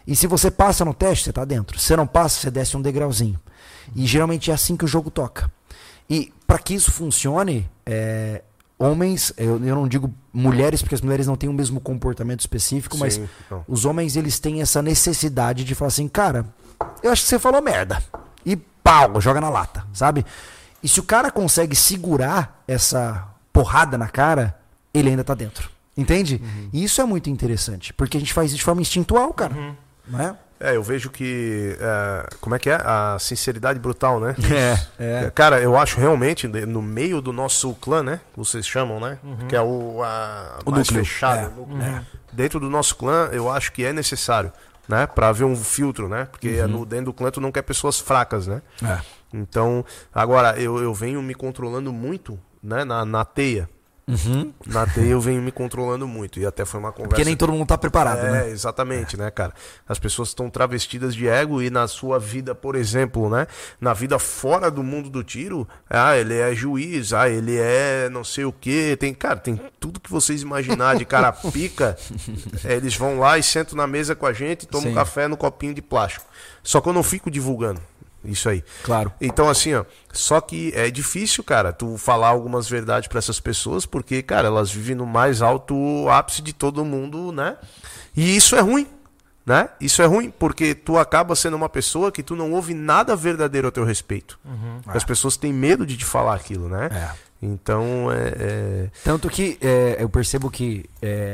E se você passa no teste, você tá dentro. Se você não passa, você desce um degrauzinho. E geralmente é assim que o jogo toca. E para que isso funcione, homens, eu não digo mulheres, porque as mulheres não têm o mesmo comportamento específico, mas os homens, eles têm essa necessidade de falar assim, cara, eu acho que você falou merda. E pau, joga na lata, sabe? E se o cara consegue segurar essa porrada na cara, ele ainda tá dentro. Entende? E isso é muito interessante, porque a gente faz isso de forma instintual, cara. Não é? Eu vejo que... como é que é? A sinceridade brutal, né? É. Cara, eu acho realmente, no meio do nosso clã, né? Vocês chamam, né? Que é o mais núcleo. fechado. Dentro do nosso clã, eu acho que é necessário, né? Pra haver um filtro, né? Porque dentro do clã tu não quer pessoas fracas, né? Então, agora, eu venho me controlando muito, né? Na teia. Na teia eu venho me controlando muito. E até foi uma conversa. Porque nem todo mundo tá preparado, né? Exatamente, né, cara? As pessoas estão travestidas de ego e na sua vida, por exemplo, né? Na vida fora do mundo do tiro, ele é juiz, ele é não sei o quê. Tem tudo que vocês imaginar de cara pica. Eles vão lá e sentam na mesa com a gente e tomam um café no copinho de plástico. Só que eu não fico divulgando isso aí. Claro. Então, assim, só que é difícil, cara, tu falar algumas verdades pra essas pessoas, porque, cara, elas vivem no mais alto ápice de todo mundo, né? E isso é ruim, né? Isso é ruim, porque tu acaba sendo uma pessoa que tu não ouve nada verdadeiro a teu respeito. As pessoas têm medo de te falar aquilo, né? Então, Tanto que eu percebo que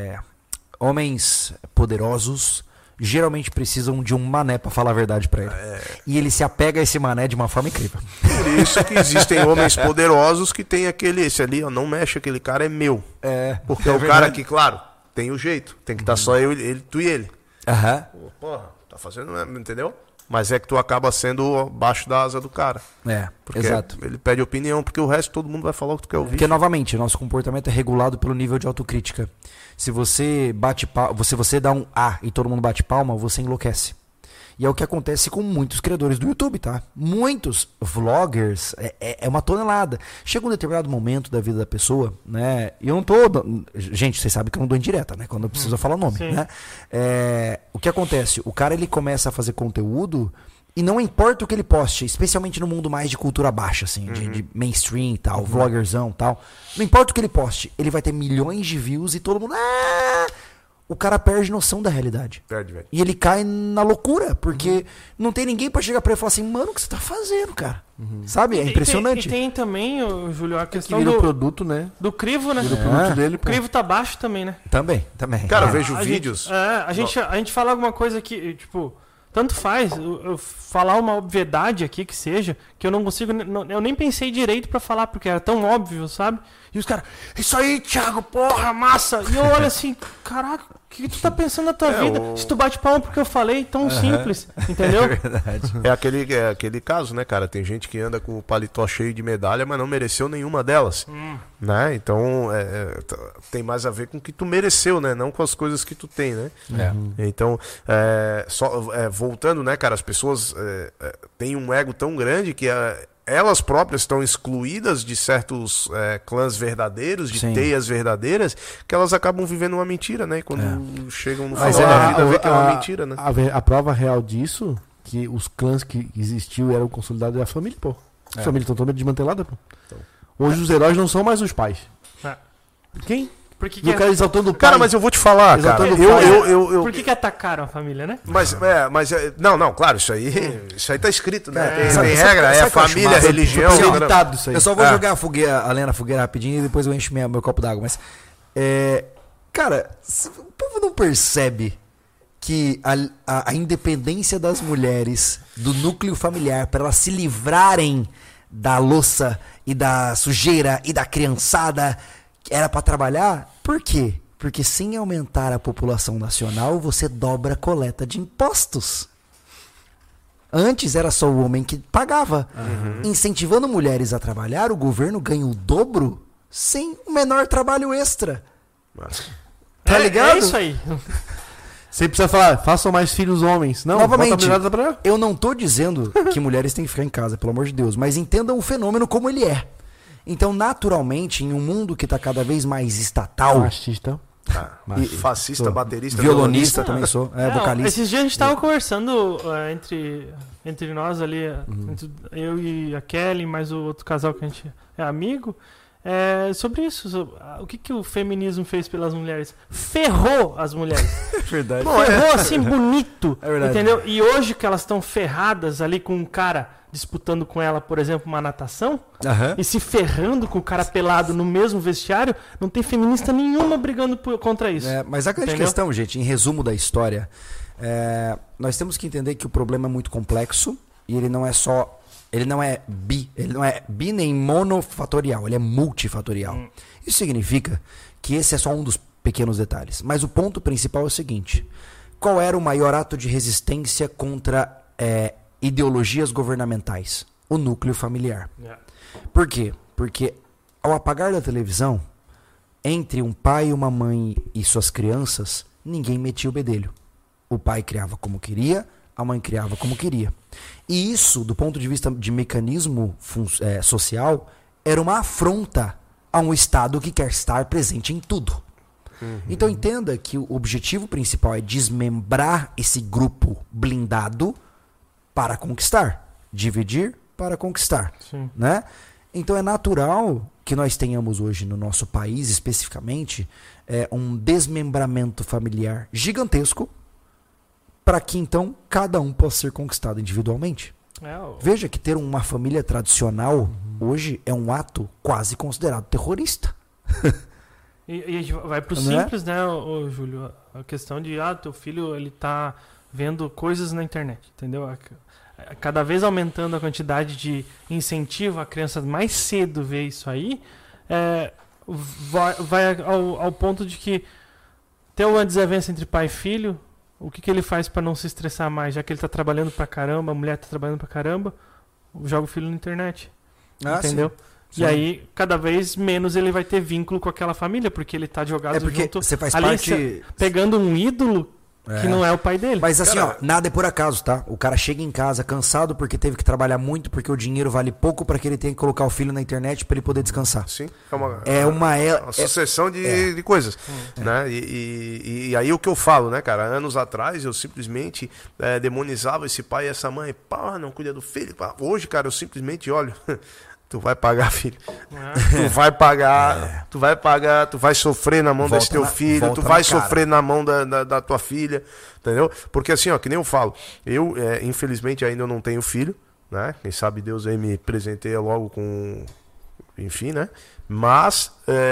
homens poderosos geralmente precisam de um mané pra falar a verdade pra ele. E ele se apega a esse mané de uma forma incrível. Por isso que existem homens poderosos que tem esse ali, não mexe, aquele cara é meu. Porque é o cara que, claro, tem o jeito. Tem que estar só tu e ele. Porra, tá fazendo, entendeu? Mas é que tu acaba sendo abaixo da asa do cara. Porque exato. Ele pede opinião, porque o resto todo mundo vai falar o que tu quer ouvir. Porque, novamente, o nosso comportamento é regulado pelo nível de autocrítica. Se você bate palma, se você dá um A e todo mundo bate palma, você enlouquece. E é o que acontece com muitos criadores do YouTube, tá? Muitos vloggers, é uma tonelada. Chega um determinado momento da vida da pessoa, né? E eu não tô... Gente, vocês sabem que eu não dou indireta, né? Quando eu preciso falar o nome, né? O que acontece? O cara, ele começa a fazer conteúdo e não importa o que ele poste, especialmente no mundo mais de cultura baixa, assim, de mainstream e tal, vloggerzão e tal. Não importa o que ele poste, ele vai ter milhões de views e todo mundo... O cara perde noção da realidade. Perde, velho. E ele cai na loucura, porque não tem ninguém pra chegar pra ele e falar assim, mano, o que você tá fazendo, cara? Sabe? É impressionante. E tem também, Júlio, a questão do produto, né? Do crivo, né? Do produto dele. O crivo tá baixo também, né? Também. Cara, eu vejo vídeos. A gente fala alguma coisa que, tipo... Tanto faz eu falar uma obviedade aqui que seja, que eu não consigo... Eu nem pensei direito pra falar, porque era tão óbvio, sabe? E os caras... Isso aí, Thiago, porra, massa! E eu olho assim... Caraca, o que tu tá pensando na tua vida? Se tu bate palma porque eu falei, tão simples. Entendeu? É verdade. É aquele caso, né, cara? Tem gente que anda com o paletó cheio de medalha, mas não mereceu nenhuma delas. Né? Então, tem mais a ver com o que tu mereceu, né? Não com as coisas que tu tem, né? Então, voltando, né, cara? As pessoas têm um ego tão grande que elas próprias estão excluídas de certos clãs verdadeiros, de teias verdadeiras, que elas acabam vivendo uma mentira, né? E quando chegam no final da vida, vê que é uma mentira, né? A prova real disso, que os clãs que existiam eram consolidados da família, pô. As famílias estão todas desmanteladas, pô. Então. Hoje os heróis não são mais os pais. Quem? Porque o cara exaltando o pai. Cara, mas eu vou te falar, cara. Por que atacaram a família, né? Não, claro, isso aí tá escrito, né? Tem regra, é família, religião. Eu só vou jogar a lenha na fogueira rapidinho e depois eu encho meu copo d'água. Mas, cara, o povo não percebe que a independência das mulheres, do núcleo familiar, para elas se livrarem da louça e da sujeira e da criançada... Era pra trabalhar? Por quê? Porque sem aumentar a população nacional, você dobra a coleta de impostos. Antes era só o homem que pagava. Incentivando mulheres a trabalhar, o governo ganha o dobro sem o menor trabalho extra. Tá ligado? É isso aí. Você precisa falar, façam mais filhos homens. Não, novamente, eu não tô dizendo que mulheres têm que ficar em casa, pelo amor de Deus, mas entendam o fenômeno como ele é. Então, naturalmente, em um mundo que está cada vez mais estatal... Machista. Fascista, baterista, violonista também sou. Vocalista. Esses dias a gente tava conversando entre nós ali, entre eu e a Kelly, mais o outro casal que a gente é amigo, sobre isso. Sobre, o que o feminismo fez pelas mulheres? Ferrou as mulheres. Verdade. Ferrou assim, bonito. É verdade. Entendeu? E hoje que elas estão ferradas ali com um cara disputando com ela, por exemplo, uma natação, e se ferrando com o cara pelado no mesmo vestiário, não tem feminista nenhuma brigando contra isso. Mas a grande questão, gente, em resumo da história, nós temos que entender que o problema é muito complexo e ele não é só, ele não é bi nem monofatorial, ele é multifatorial. Isso significa que esse é só um dos pequenos detalhes. Mas o ponto principal é o seguinte: qual era o maior ato de resistência contra ideologias governamentais? O núcleo familiar. Por quê? Porque ao apagar da televisão, entre um pai, uma mãe e suas crianças, ninguém metia o bedelho. O pai criava como queria, a mãe criava como queria. E isso, do ponto de vista de mecanismo social, era uma afronta a um Estado que quer estar presente em tudo. Então entenda que o objetivo principal é desmembrar esse grupo blindado para conquistar, dividir para conquistar, né? Então é natural que nós tenhamos hoje no nosso país, especificamente, um desmembramento familiar gigantesco para que então cada um possa ser conquistado individualmente. Veja que ter uma família tradicional hoje é um ato quase considerado terrorista. E a gente vai pro simples, né, Júlio? A questão de, teu filho, ele tá vendo coisas na internet, entendeu? Cada vez aumentando a quantidade de incentivo a criança mais cedo ver isso aí, vai ao ponto de que tem uma desavença entre pai e filho. O que ele faz para não se estressar mais? Já que ele tá trabalhando pra caramba, a mulher tá trabalhando pra caramba, joga o filho na internet. Entendeu? Sim. E aí, cada vez menos ele vai ter vínculo com aquela família, porque ele tá jogado junto. Você faz ali, parte... pegando um ídolo que não é o pai dele. Mas assim, nada é por acaso, tá? O cara chega em casa cansado porque teve que trabalhar muito, porque o dinheiro vale pouco, para que ele tenha que colocar o filho na internet para ele poder descansar. Sim. É uma sucessão de coisas. Né? E aí o que eu falo, né, cara? Anos atrás eu simplesmente demonizava esse pai e essa mãe. Pá, não cuida do filho. Pá. Hoje, cara, eu simplesmente olho... Tu vai pagar, filho. Tu vai pagar. Tu vai pagar. Tu vai sofrer na mão desse teu filho. Tu vai sofrer na mão da tua filha. Entendeu? Porque assim, que nem eu falo. Eu, infelizmente, ainda não tenho filho. Né? Quem sabe Deus aí me presenteia logo com... Enfim, né? Mas...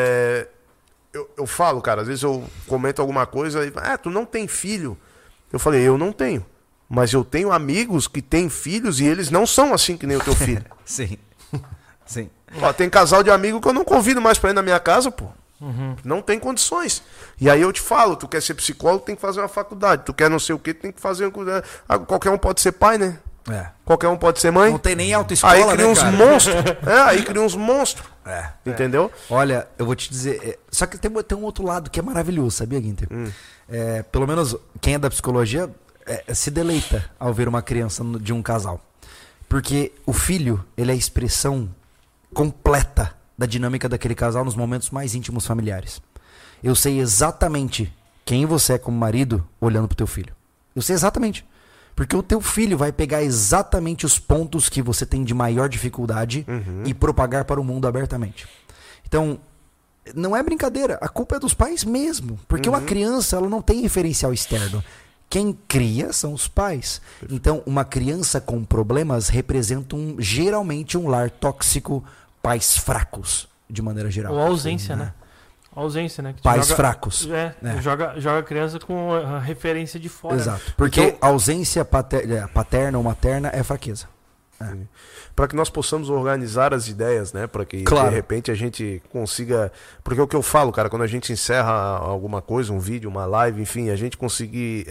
Eu falo, cara. Às vezes eu comento alguma coisa e... tu não tem filho. Eu falei, eu não tenho. Mas eu tenho amigos que têm filhos e eles não são assim que nem o teu filho. Sim. Sim. Tem casal de amigo que eu não convido mais pra ir na minha casa, pô. Não tem condições. E aí eu te falo, tu quer ser psicólogo, tem que fazer uma faculdade. Tu quer não sei o que, tem que fazer... Qualquer um pode ser pai, né? Qualquer um pode ser mãe. Não tem nem autoescola, aí cria uns monstros. Aí cria uns monstros. Entendeu? Olha, eu vou te dizer... Só que tem um outro lado que é maravilhoso, sabia, Guinter? Pelo menos quem é da psicologia se deleita ao ver uma criança de um casal. Porque o filho, ele é a expressão completa da dinâmica daquele casal nos momentos mais íntimos familiares. Eu sei exatamente quem você é como marido olhando pro teu filho. Eu sei exatamente. Porque o teu filho vai pegar exatamente os pontos que você tem de maior dificuldade e propagar para o mundo abertamente. Então, não é brincadeira. A culpa é dos pais mesmo. Porque uma criança, ela não tem referencial externo. Quem cria são os pais. Então, uma criança com problemas representa geralmente um lar tóxico, pais fracos, de maneira geral. Ou ausência, né? Ausência, né? Que pais fracos. Joga a criança com a referência de fora. Exato. Né? Porque então, ausência paterna ou materna é fraqueza. Para que nós possamos organizar as ideias, né? Para que de repente a gente consiga... Porque é o que eu falo, cara, quando a gente encerra alguma coisa, um vídeo, uma live, enfim, a gente conseguir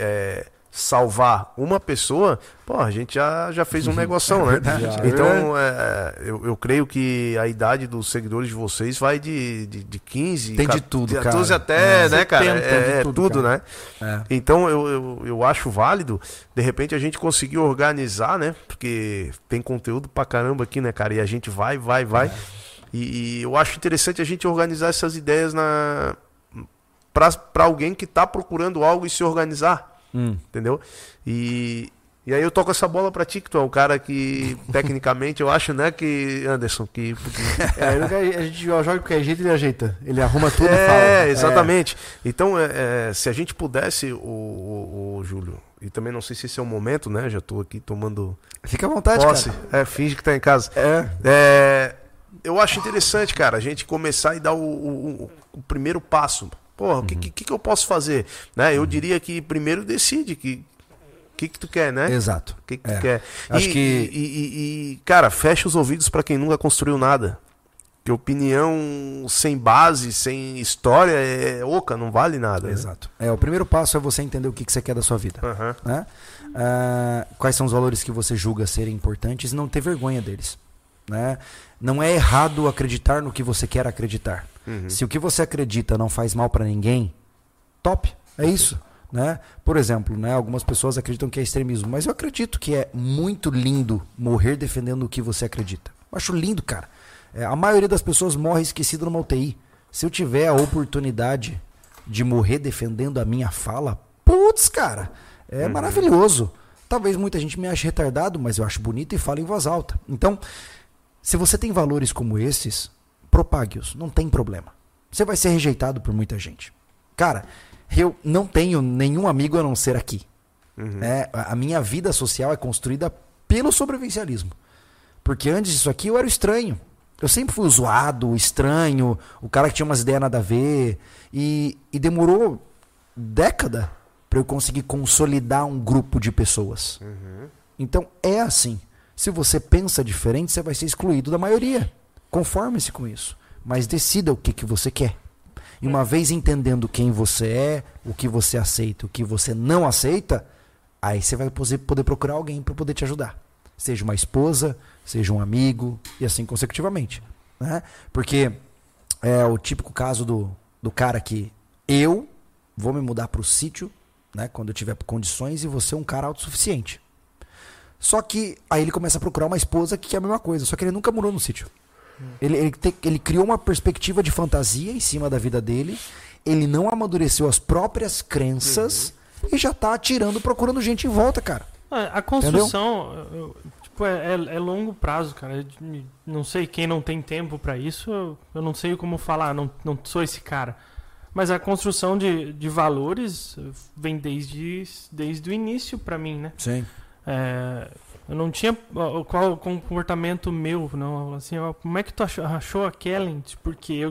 salvar uma pessoa, a gente já fez um negoção, né? Então, eu creio que a idade dos seguidores de vocês vai de 15... Tem de tudo, 14 cara. até, né, cara? Tudo, cara. Né? Então, eu acho válido, de repente, a gente conseguir organizar, né? Porque tem conteúdo pra caramba aqui, né, cara? E a gente vai. E eu acho interessante a gente organizar essas ideias para alguém que tá procurando algo e se organizar. Entendeu? E aí eu toco essa bola pra ti, que tu é um cara que, tecnicamente, eu acho, né, que... Anderson, que... a gente joga qualquer jeito e ele ajeita. Ele arruma tudo e fala. Exatamente. Então, se a gente pudesse, o Júlio, e também não sei se esse é o momento, né, já tô aqui tomando... Fica à vontade, posse. cara. Finge que tá em casa. Eu acho interessante, cara, a gente começar e dar o primeiro passo. Porra, o que eu posso fazer? Né? Eu diria que primeiro decide o que tu quer, né? Exato. O que tu quer. Acho que... cara, fecha os ouvidos pra quem nunca construiu nada. Que opinião sem base, sem história, é oca, não vale nada. Exato. O primeiro passo é você entender o que você quer da sua vida. Né? Quais são os valores que você julga serem importantes e não ter vergonha deles. Né? Não é errado acreditar no que você quer acreditar. Se o que você acredita não faz mal pra ninguém, top. É isso. Né? Por exemplo, né, algumas pessoas acreditam que é extremismo, mas eu acredito que é muito lindo morrer defendendo o que você acredita. Eu acho lindo, cara. A maioria das pessoas morre esquecida numa UTI. Se eu tiver a oportunidade de morrer defendendo a minha fala, putz, cara, é maravilhoso. Talvez muita gente me ache retardado, mas eu acho bonito e falo em voz alta. Então, se você tem valores como esses, propague-os, não tem problema. Você vai ser rejeitado por muita gente. Cara, eu não tenho nenhum amigo a não ser aqui. A minha vida social é construída pelo sobrevivencialismo. Porque antes disso aqui eu era o estranho. Eu sempre fui o zoado, o estranho, o cara que tinha umas ideias nada a ver. E demorou década para eu conseguir consolidar um grupo de pessoas. Então é assim. Se você pensa diferente, você vai ser excluído da maioria. Conforme-se com isso. Mas decida o que você quer. E uma vez entendendo quem você é, o que você aceita, o que você não aceita, aí você vai poder procurar alguém para poder te ajudar. Seja uma esposa, seja um amigo, e assim consecutivamente. Né? Porque é o típico caso do cara que eu vou me mudar para o sítio, né, quando eu tiver condições, e você é um cara autossuficiente. Só que aí ele começa a procurar uma esposa que quer a mesma coisa, só que ele nunca morou no sítio. Ele criou uma perspectiva de fantasia em cima da vida dele. Ele não amadureceu as próprias crenças e já tá atirando, procurando gente em volta, cara. A construção é longo prazo, cara. Eu não sei quem não tem tempo pra isso. Eu não sei como falar, não sou esse cara. Mas a construção de valores vem desde o início pra mim, né? Sim. Eu não tinha qual o comportamento meu, não, assim, como é que tu achou a Kellen? Porque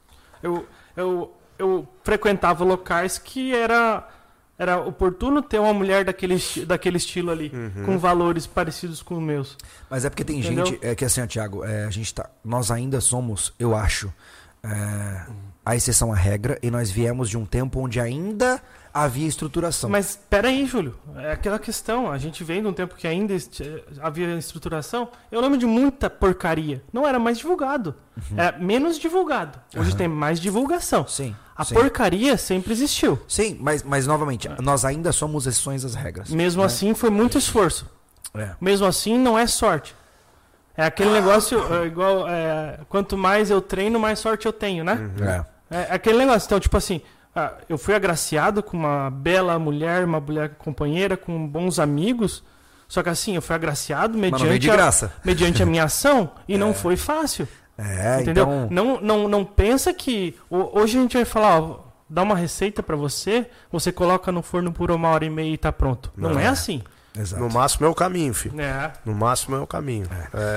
eu frequentava locais que era oportuno ter uma mulher daquele estilo ali, com valores parecidos com os meus. Mas é porque tem gente, que assim, Thiago, nós ainda somos, eu acho, a exceção à regra, e nós viemos de um tempo onde ainda havia estruturação. Mas peraí, Júlio, é aquela questão, a gente vem de um tempo que ainda havia estruturação. Eu lembro de muita porcaria, não era mais divulgado, era menos divulgado. Hoje tem mais divulgação. Sim. A porcaria sempre existiu. Sim, mas novamente, nós ainda somos exceções às regras. Mesmo assim, foi muito esforço. Mesmo assim, não é sorte. É aquele negócio igual, quanto mais eu treino, mais sorte eu tenho, né? É aquele negócio, então, tipo assim, eu fui agraciado com uma bela mulher, uma mulher companheira, com bons amigos. Só que assim, eu fui agraciado mediante a minha ação e não foi fácil. Entendeu? Então... Não pensa que... Hoje a gente vai falar, dá uma receita pra você coloca no forno por 1h30 e tá pronto. Não é assim. Exato. No máximo é o caminho, filho. No máximo é o caminho.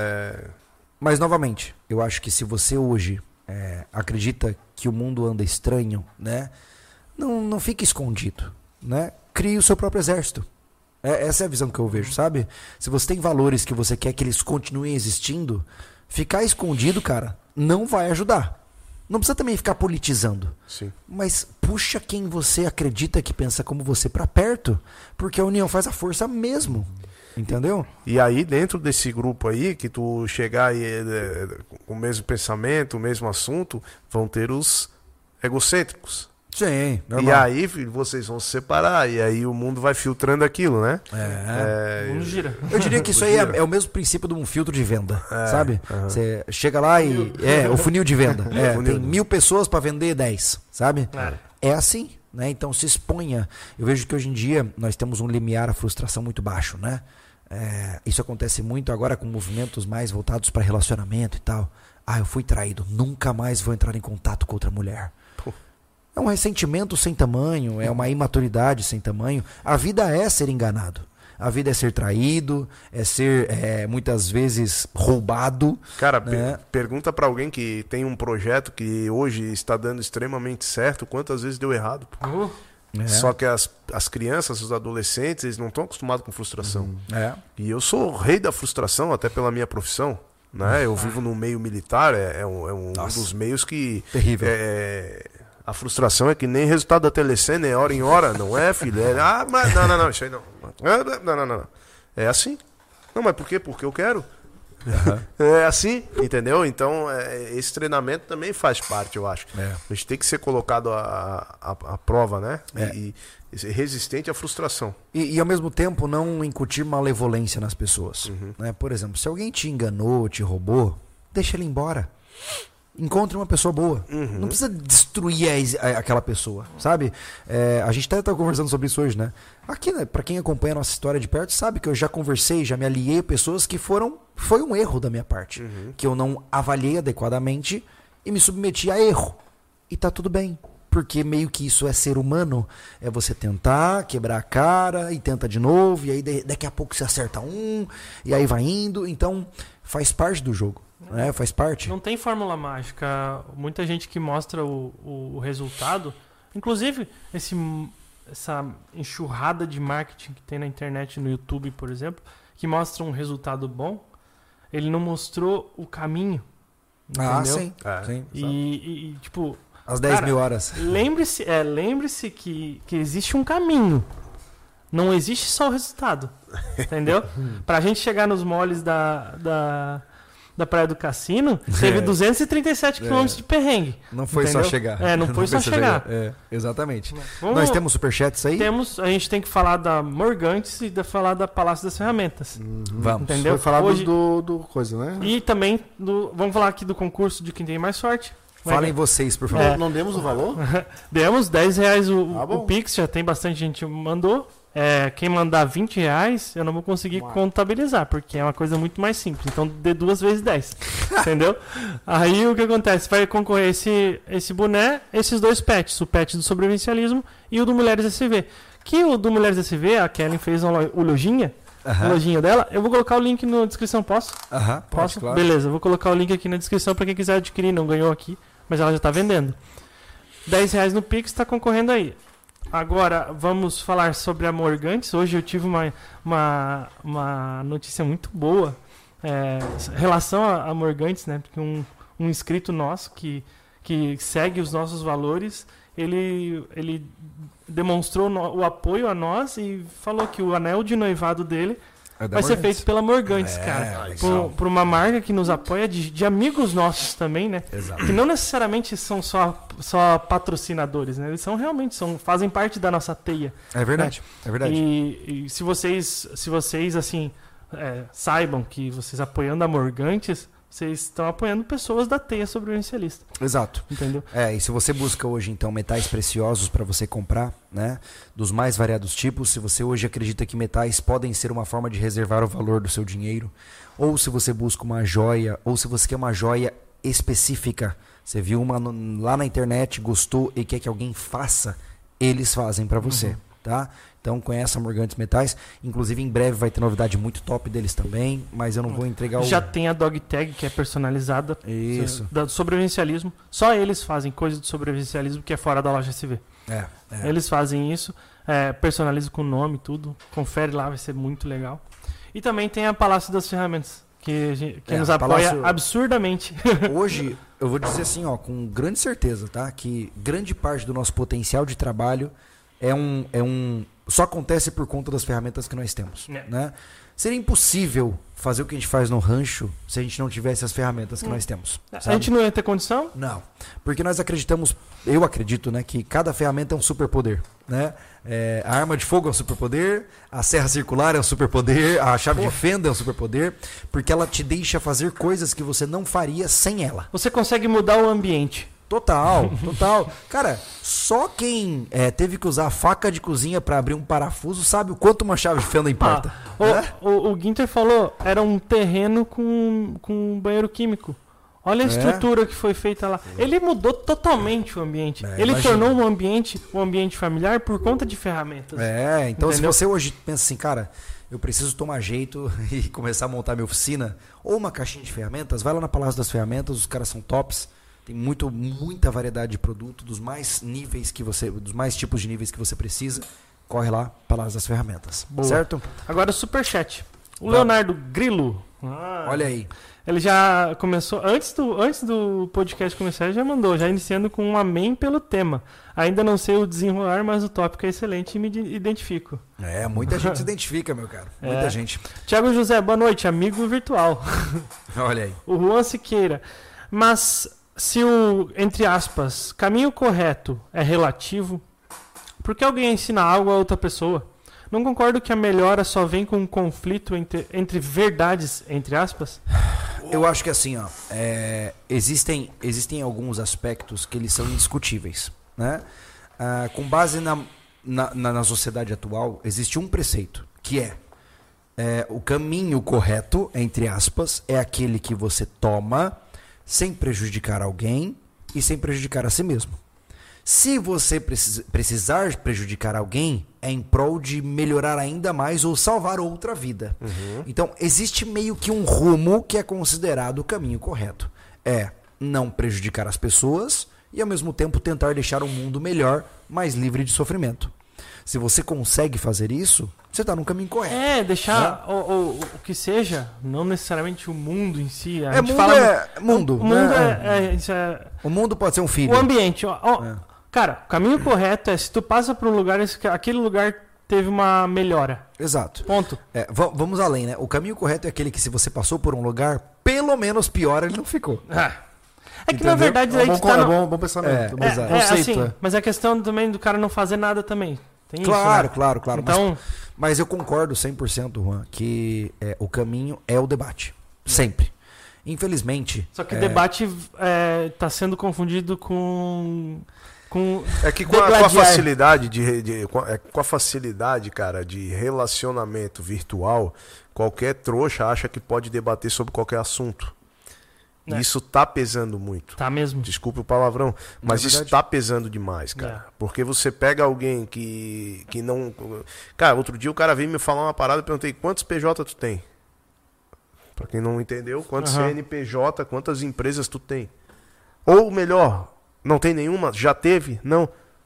Mas, novamente, eu acho que se você hoje acredita que o mundo anda estranho, né? Não fique escondido, né? Crie o seu próprio exército. Essa é a visão que eu vejo, sabe? Se você tem valores que você quer que eles continuem existindo, ficar escondido, cara, não vai ajudar. Não precisa também ficar politizando. Sim. Mas puxa quem você acredita que pensa como você pra perto, porque a união faz a força mesmo. Entendeu? E aí, dentro desse grupo aí, que tu chegar aí com o mesmo pensamento, o mesmo assunto, vão ter os egocêntricos. Sim, normal. E aí, filho, vocês vão se separar, e aí o mundo vai filtrando aquilo, né? O mundo gira. Eu diria que isso aí é o mesmo princípio de um filtro de venda, sabe? Você chega lá e... o funil de venda. Tem 1000 pessoas para vender 10, sabe? é assim, né? Então se exponha. Eu vejo que hoje em dia nós temos um limiar à frustração muito baixo, né? Isso acontece muito agora com movimentos mais voltados para relacionamento e tal. Eu fui traído, nunca mais vou entrar em contato com outra mulher. É um ressentimento sem tamanho, é uma imaturidade sem tamanho. A vida é ser enganado. A vida é ser traído, é ser muitas vezes roubado. Cara, né? Pergunta pra alguém que tem um projeto que hoje está dando extremamente certo, quantas vezes deu errado. Só que as crianças, os adolescentes, eles não estão acostumados com frustração. E eu sou o rei da frustração, até pela minha profissão. Né? Eu vivo no meio militar, é um dos meios que... Terrível. A frustração é que nem resultado da telecena, é hora em hora, não é, filho? Mas não, isso aí não. Não. É assim. Não, mas por quê? Porque eu quero. É assim, entendeu? Então, esse treinamento também faz parte, eu acho. A gente tem que ser colocado à prova, né? E ser resistente à frustração. E ao mesmo tempo não incutir malevolência nas pessoas. Né? Por exemplo, se alguém te enganou, te roubou, deixa ele embora. Encontre uma pessoa boa. Não precisa destruir aquela pessoa, sabe? A gente até tá conversando sobre isso hoje, né? Aqui, né, pra quem acompanha a nossa história de perto, sabe que eu já conversei, já me aliei a pessoas que foi um erro da minha parte. Que eu não avaliei adequadamente e me submeti a erro. E tá tudo bem. Porque meio que isso é ser humano. É você tentar, quebrar a cara e tenta de novo. E aí daqui a pouco você acerta e aí vai indo. Então faz parte do jogo. Faz parte. Não tem fórmula mágica. Muita gente que mostra o resultado, inclusive essa enxurrada de marketing que tem na internet, no YouTube, por exemplo, que mostra um resultado bom, ele não mostrou o caminho. Entendeu? Sim. Sim. E tipo... Às 10 mil horas. Lembre-se que existe um caminho. Não existe só o resultado. Entendeu? Pra gente chegar nos moles da Praia do Cassino, teve 237 quilômetros de perrengue. Não foi entendeu? Só chegar. Não foi só chegar. Exatamente. Nós temos superchats aí? A gente tem que falar da Morgantes e falar da Palácio das Ferramentas. Vamos. Foi Entendeu? falar do coisa, né? E também, vamos falar aqui do concurso de quem tem mais sorte. Falem vocês, por favor. Não demos o valor? Demos R$10 o Pix, já tem bastante gente que mandou. Quem mandar R$20, eu não vou conseguir contabilizar, porque é uma coisa muito mais simples. Então, dê 2 vezes 10. Entendeu? Aí, o que acontece? Vai concorrer esse boné, esses 2 pets. O pet do sobrevivencialismo e o do Mulheres SV. Que o do Mulheres SV, a Kellen fez o lojinha. O lojinho dela. Eu vou colocar o link na descrição, posso? Posso? Claro. Beleza, eu vou colocar o link aqui na descrição para quem quiser adquirir. Não ganhou aqui, mas ela já está vendendo. R$10 no Pix, está concorrendo aí. Agora, vamos falar sobre a Morgantes. Hoje eu tive uma notícia muito boa em relação a Morgantes, né? Porque um inscrito nosso que segue os nossos valores, ele demonstrou o apoio a nós e falou que o anel de noivado dele vai ser feito pela Morgantes, cara. Por uma marca que nos apoia, de amigos nossos também, né? Exato. Que não necessariamente são só patrocinadores, né? Eles fazem parte da nossa teia. É verdade, né? É verdade. E se vocês assim, saibam que vocês apoiando a Morgantes, vocês estão apoiando pessoas da teia sobrevivencialista. Exato. Entendeu? E se você busca hoje, então, metais preciosos para você comprar, né? Dos mais variados tipos, se você hoje acredita que metais podem ser uma forma de reservar o valor do seu dinheiro, ou se você busca uma joia, ou se você quer uma joia específica, você viu uma lá na internet, gostou e quer que alguém faça, eles fazem para você, tá? Então conheça a Morgantes Metais. Inclusive em breve vai ter novidade muito top deles também, mas eu não vou entregar Já tem a dog tag que é personalizada. Isso. Do sobrevivencialismo. Só eles fazem coisa de sobrevivencialismo que é fora da loja SV. Eles fazem isso. Personaliza com o nome e tudo. Confere lá, vai ser muito legal. E também tem a Palácio das Ferramentas, que nos apoia absurdamente. Hoje, eu vou dizer assim, com grande certeza, tá? Que grande parte do nosso potencial de trabalho só acontece por conta das ferramentas que nós temos, né? Seria impossível fazer o que a gente faz no rancho se a gente não tivesse as ferramentas que nós temos. Sabe? A gente não ia ter condição? Não, porque nós acreditamos, eu acredito, né, que cada ferramenta é um superpoder, né? A arma de fogo é um superpoder, a serra circular é um superpoder, a chave de fenda é um superpoder, porque ela te deixa fazer coisas que você não faria sem ela. Você consegue mudar o ambiente. Total. Cara, só quem teve que usar faca de cozinha pra abrir um parafuso sabe o quanto uma chave de fenda importa. O Ginter falou, era um terreno com um banheiro químico. Olha a estrutura que foi feita lá. Ele mudou totalmente o ambiente. Ele tornou um ambiente familiar por conta de ferramentas. Então entendeu? Se você hoje pensa assim, cara, eu preciso tomar jeito e começar a montar minha oficina, ou uma caixinha de ferramentas, vai lá na Palácio das Ferramentas, os caras são tops. Tem muita variedade de produto, dos mais tipos de níveis que você precisa. Corre lá, Palácio das Ferramentas. Boa. Certo? Agora o superchat. O Leonardo Grilo. Olha aí. Ele já começou, antes do podcast começar, ele já mandou, já iniciando com um amém pelo tema. Ainda não sei o desenrolar, mas o tópico é excelente e me identifico. Muita gente se identifica, meu cara. Muita gente. Tiago José, boa noite, amigo virtual. Olha aí. O Juan Siqueira. Mas se o, entre aspas, caminho correto é relativo, por que alguém ensina algo a outra pessoa? Não concordo que a melhora só vem com um conflito entre verdades, entre aspas? Eu acho que assim, existem alguns aspectos que eles são indiscutíveis, né? Com base na sociedade atual, existe um preceito, que o caminho correto, entre aspas, é aquele que você toma sem prejudicar alguém e sem prejudicar a si mesmo. Se você precisar prejudicar alguém, é em prol de melhorar ainda mais ou salvar outra vida. Então, existe meio que um rumo que é considerado o caminho correto. É não prejudicar as pessoas e, ao mesmo tempo, tentar deixar o mundo melhor, mais livre de sofrimento. Se você consegue fazer isso, você está no caminho correto. Deixar o que seja, não necessariamente o mundo em si. O mundo pode ser um filho. O ambiente. Cara, o caminho correto é se tu passa por um lugar, aquele lugar teve uma melhora. Exato. Ponto. Vamos além, né? O caminho correto é aquele que, se você passou por um lugar, pelo menos pior ele não ficou. É que, na verdade, a gente bom pensamento. Mas a questão também do cara não fazer nada também. Tem claro, isso, né? claro. Então... Mas eu concordo 100%, Juan, que o caminho é o debate. Sempre. Infelizmente... Só que o debate está sendo confundido com que com a facilidade com a facilidade, cara, de relacionamento virtual, qualquer trouxa acha que pode debater sobre qualquer assunto. E isso tá pesando muito. Tá mesmo. Desculpe o palavrão, mas isso tá pesando demais, cara. Porque você pega alguém que não... Cara, outro dia o cara veio me falar uma parada, eu perguntei, quantos PJ tu tem? Pra quem não entendeu, quantos CNPJ, quantas empresas tu tem? Ou melhor... Não tem nenhuma? Já teve? Não.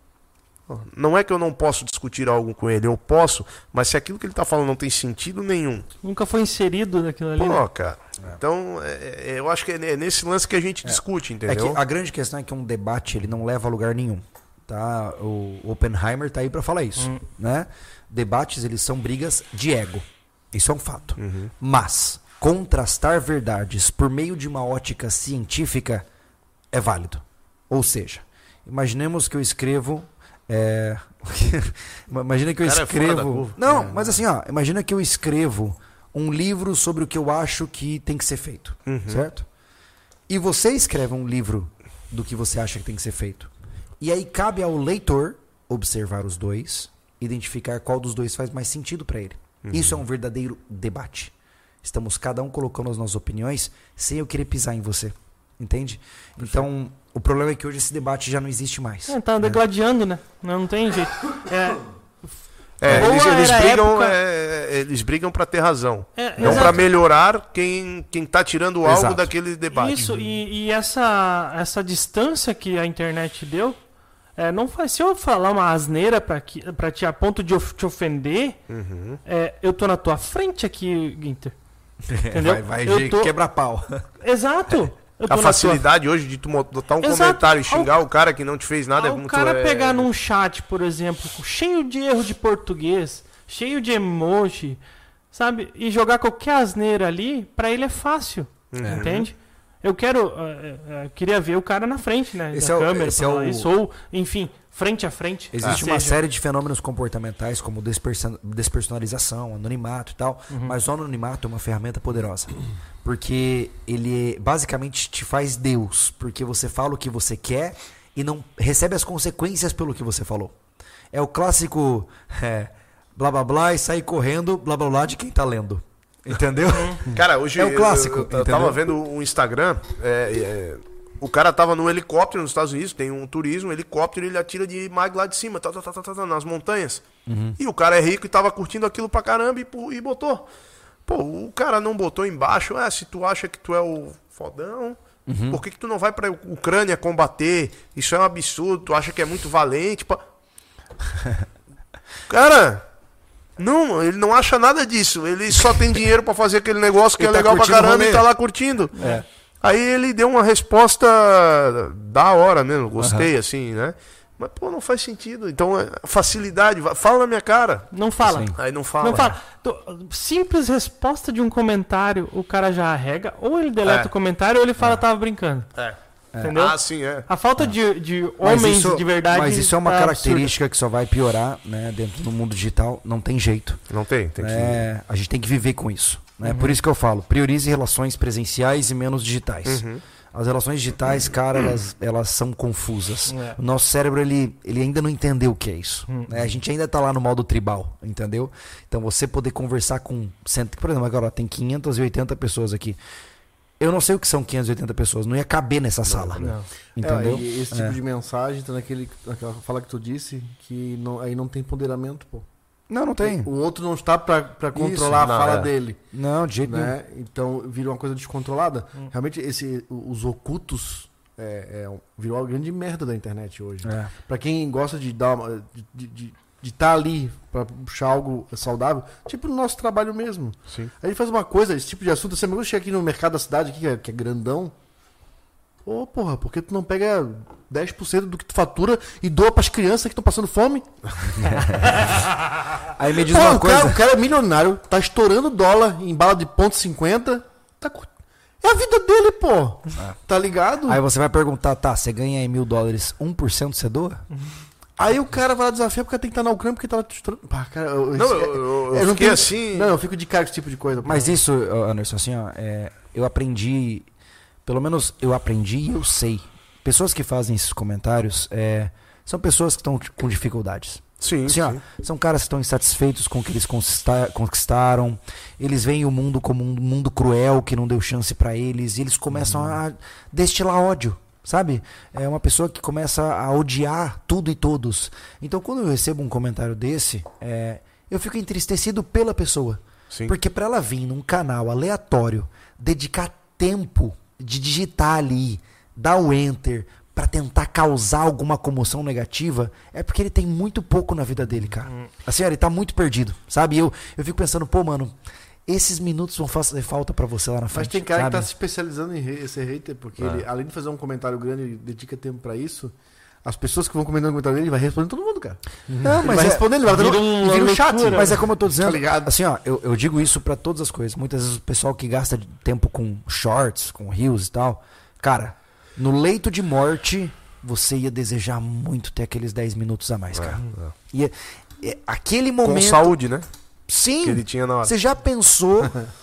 Não é que eu não posso discutir algo com ele, eu posso, mas se aquilo que ele está falando não tem sentido nenhum. Nunca foi inserido naquilo ali. Pô, cara. Então, eu acho que é nesse lance que a gente discute, entendeu? Que a grande questão é que um debate ele não leva a lugar nenhum. Tá? O Oppenheimer tá aí para falar isso. Né? Debates, eles são brigas de ego. Isso é um fato. Mas contrastar verdades por meio de uma ótica científica é válido. Ou seja, imaginemos que eu escrevo... Imagina que eu escrevo... Mas assim, imagina que eu escrevo um livro sobre o que eu acho que tem que ser feito. Certo? E você escreve um livro do que você acha que tem que ser feito. E aí cabe ao leitor observar os dois, identificar qual dos dois faz mais sentido para ele. Isso é um verdadeiro debate. Estamos cada um colocando as nossas opiniões sem eu querer pisar em você. Entende? Então, o problema é que hoje esse debate já não existe mais. Tá degladiando, né? Não tem jeito. Eles brigam para ter razão. Não para melhorar quem tá tirando algo daquele debate. Isso, e essa distância que a internet deu, não faz. Se eu falar uma asneira para ti a ponto de te ofender, eu tô na tua frente aqui, Ginter. Entendeu? Vai quebrar pau. Exato. A facilidade hoje de tu botar um comentário e xingar o cara que não te fez nada é muito... O cara pegar num chat, por exemplo, cheio de erro de português, cheio de emoji, sabe? E jogar qualquer asneira ali, pra ele é fácil, entende? Eu queria ver o cara na frente, né? Da câmera, ou, enfim, frente a frente. Existe uma série de fenômenos comportamentais, como despersonalização, anonimato e tal, mas o anonimato é uma ferramenta poderosa. Porque ele basicamente te faz Deus, porque você fala o que você quer e não recebe as consequências pelo que você falou. É o clássico blá blá blá e sair correndo blá blá blá de quem tá lendo. Entendeu? Cara, hoje é o clássico. Eu tava vendo um Instagram, o cara tava num helicóptero nos Estados Unidos, tem um turismo, um helicóptero, ele atira de mag lá de cima, nas montanhas. E o cara é rico e tava curtindo aquilo pra caramba e botou. Pô, o cara não botou embaixo, se tu acha que tu é o fodão, por que tu não vai pra Ucrânia combater? Isso é um absurdo, tu acha que é muito valente. Cara, não, ele não acha nada disso. Ele só tem dinheiro pra fazer aquele negócio que é legal pra caramba e tá lá curtindo. Aí ele deu uma resposta da hora mesmo, gostei, assim, né? Mas, pô, não faz sentido. Então, facilidade, fala na minha cara. Não fala. Sim. Aí não fala. Não fala. Simples resposta de um comentário, o cara já arrega, ou ele deleta o comentário, ou ele fala tava brincando. Entendeu? Ah, sim, A falta de homens de verdade. Mas isso é uma característica absurda. que só vai piorar, né, dentro do mundo digital. Não tem jeito. Não tem que... A gente tem que viver com isso. Né? Por isso que eu falo, priorize relações presenciais e menos digitais. As relações digitais, cara, elas são confusas. O nosso cérebro, ele ainda não entendeu o que é isso. Né? A gente ainda tá lá no modo tribal, entendeu? Então você poder conversar com... Por exemplo, agora tem 580 pessoas aqui. Eu não sei o que são 580 pessoas. Não ia caber nessa sala. Não. Entendeu? E esse tipo de mensagem, tá naquela fala que tu disse, que aí não tem ponderamento, pô. Não tem. O outro não está pra controlar a fala dele. Não, de jeito nenhum. Então vira uma coisa descontrolada. Realmente, os ocultos virou uma grande merda da internet hoje. Pra quem gosta de dar de estar ali pra puxar algo saudável, tipo no nosso trabalho mesmo. Sim. A gente faz uma coisa, esse tipo de assunto, você me chega aqui no mercado da cidade, aqui, que é grandão. Ô, porra, por que tu não pega 10% do que tu fatura e doa pras crianças que estão passando fome? Aí me diz uma coisa. O cara é milionário, tá estourando dólar em bala de .50. É a vida dele, pô. Tá ligado? Aí você vai perguntar, você ganha aí $1.000, 1% você doa? Aí o cara vai lá desafiar porque tem que estar na Ucrânia porque tá lá estourando. Cara, eu fiquei assim... Não, eu fico de cara com esse tipo de coisa. Mas isso, Anderson, assim, eu aprendi... Pelo menos eu aprendi e eu sei. Pessoas que fazem esses comentários são pessoas que estão com dificuldades. Sim, assim, são caras que estão insatisfeitos com o que eles conquistaram. Eles veem o mundo como um mundo cruel que não deu chance pra eles. E eles começam a destilar ódio, sabe? É uma pessoa que começa a odiar tudo e todos. Então quando eu recebo um comentário desse, eu fico entristecido pela pessoa. Sim. Porque pra ela vir num canal aleatório, dedicar tempo de digitar ali, dar o enter pra tentar causar alguma comoção negativa, é porque ele tem muito pouco na vida dele, cara. Assim, ele tá muito perdido, sabe? Eu fico pensando, pô, mano, esses minutos vão fazer falta pra você lá na frente. Mas tem cara sabe? que tá se especializando em ser hater, porque ele, além de fazer um comentário grande, ele dedica tempo pra isso. As pessoas que vão comentando o comentário dele, ele vai responder todo mundo, cara. Não, mas ele vai responder, ele vai vira um chat. Mas é como eu tô dizendo, Tá ligado? assim, eu digo isso pra todas as coisas. Muitas vezes o pessoal que gasta tempo com shorts, com reels e tal, cara, no leito de morte, você ia desejar muito ter aqueles 10 minutos a mais, cara. E aquele momento... Com saúde, né? Sim. Que ele tinha na hora. Você já pensou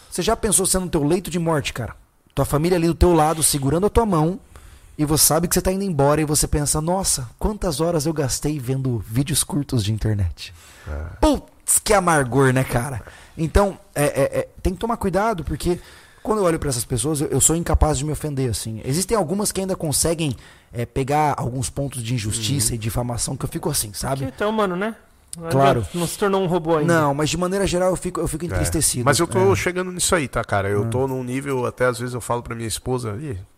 sendo no teu leito de morte, cara? Tua família ali do teu lado, segurando a tua mão, e você sabe que você tá indo embora e você pensa, nossa, quantas horas eu gastei vendo vídeos curtos de internet. Putz, que amargor, né, cara? Então, tem que tomar cuidado, porque quando eu olho pra essas pessoas, eu sou incapaz de me ofender, assim. Existem algumas que ainda conseguem pegar alguns pontos de injustiça e difamação que eu fico assim, sabe? Porque tá humano, né? Claro. Não se tornou um robô ainda. Não, mas de maneira geral eu fico entristecido. Mas eu tô chegando nisso aí, tá, cara? Eu tô num nível, até às vezes eu falo pra minha esposa,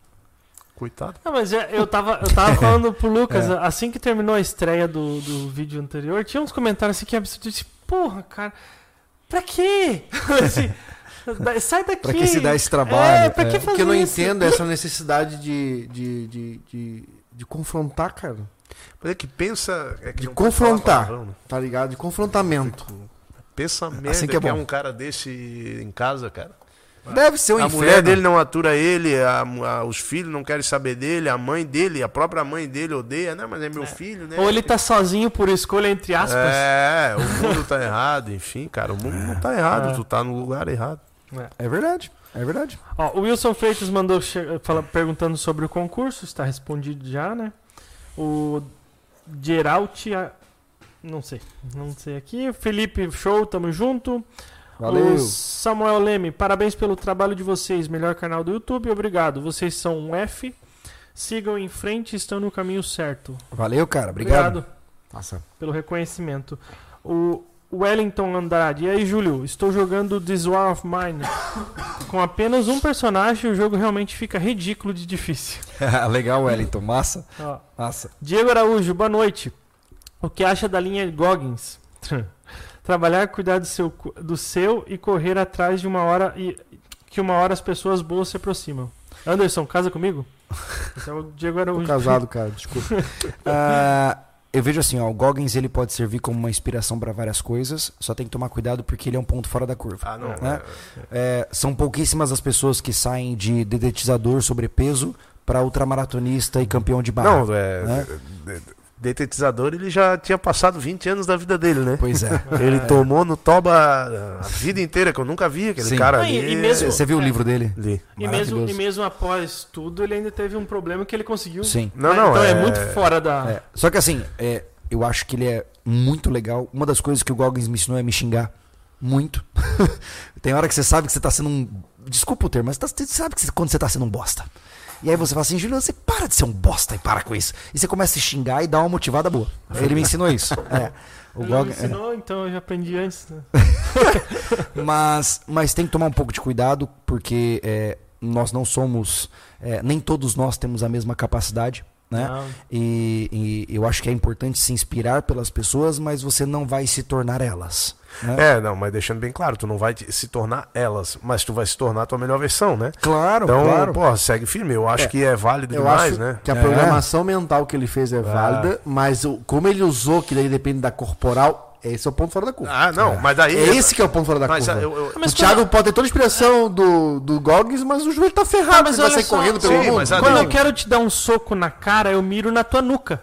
coitado. Não, mas eu tava falando pro Lucas, assim que terminou a estreia do vídeo anterior, tinha uns comentários assim que absurdo. Eu disse, porra, cara, pra quê? Assim, sai daqui. Pra que se dá esse trabalho? Pra que fazer Porque eu não isso? entendo essa necessidade de confrontar, cara. Mas é que pensa... De confrontar, tá ligado? De confrontamento. Pensa merda Assim que é bom. um cara desse em casa, cara. Deve ser um A inferno. mulher dele não atura ele, os filhos não querem saber dele, a mãe dele, a própria mãe dele odeia, né? Mas é meu filho, né? Ou ele tá sozinho por escolha, entre aspas. O mundo tá errado, enfim, cara, o mundo não tá errado, tu tá no lugar errado. É verdade, é verdade. Ó, o Wilson Freitas mandou perguntando sobre o concurso, está respondido já, né? O Geralt, não sei aqui. O Felipe Show, tamo junto. Valeu. O Samuel Leme, parabéns pelo trabalho de vocês, melhor canal do YouTube, obrigado. Vocês são um F, sigam em frente, estão no caminho certo. Valeu, cara, obrigado. Nossa. Pelo reconhecimento. O Wellington Andrade, e aí, Júlio, estou jogando This War of Mine. Com apenas um personagem, o jogo realmente fica ridículo de difícil. Legal, Wellington, massa. Ó. Massa. Diego Araújo, boa noite. O que acha da linha Goggins? Trabalhar, cuidar do seu e correr atrás de uma hora e que uma hora as pessoas boas se aproximam. Anderson, casa comigo? Esse é o Diego Araújo. Tô casado, cara, desculpa. Eu vejo assim, ó, o Goggins ele pode servir como uma inspiração para várias coisas, só tem que tomar cuidado porque ele é um ponto fora da curva. Né? São pouquíssimas as pessoas que saem de dedetizador sobrepeso para ultramaratonista e campeão de barra. Né? Detetizador, ele já tinha passado 20 anos da vida dele, né? Pois é. Ele tomou no toba a vida inteira, que eu nunca vi aquele cara ali. E mesmo, você viu o livro dele? Li. E mesmo após tudo, ele ainda teve um problema que ele conseguiu. Sim. Então é muito fora da... Só que assim, eu acho que ele é muito legal. Uma das coisas que o Goggins me ensinou é me xingar. Muito. Tem hora que você sabe que você tá sendo um... Desculpa o termo, mas você sabe que quando você tá sendo um bosta. E aí você fala assim, Juliano, você para de ser um bosta e para com isso. E você começa a se xingar e dá uma motivada boa. Ele me ensinou isso. Ele me ensinou, então eu já aprendi antes. Né? mas tem que tomar um pouco de cuidado, porque nós não somos... nem todos nós temos a mesma capacidade. Né? E eu acho que é importante se inspirar pelas pessoas, mas você não vai se tornar elas. Né? Mas deixando bem claro, tu não vai se tornar elas, mas tu vai se tornar a tua melhor versão, né? Claro, então, claro. Pô, segue firme. Eu acho que é válido demais, né? Que a programação mental que ele fez é válida, mas como ele usou, que daí depende da corporal, esse é o ponto fora da curva. Mas daí... Esse que é o ponto fora da curva. Mas o Thiago pode ter toda a inspiração do Goggins, mas o joelho tá ferrado, ele vai sair correndo pelo mundo. Quando eu quero te dar um soco na cara, eu miro na tua nuca.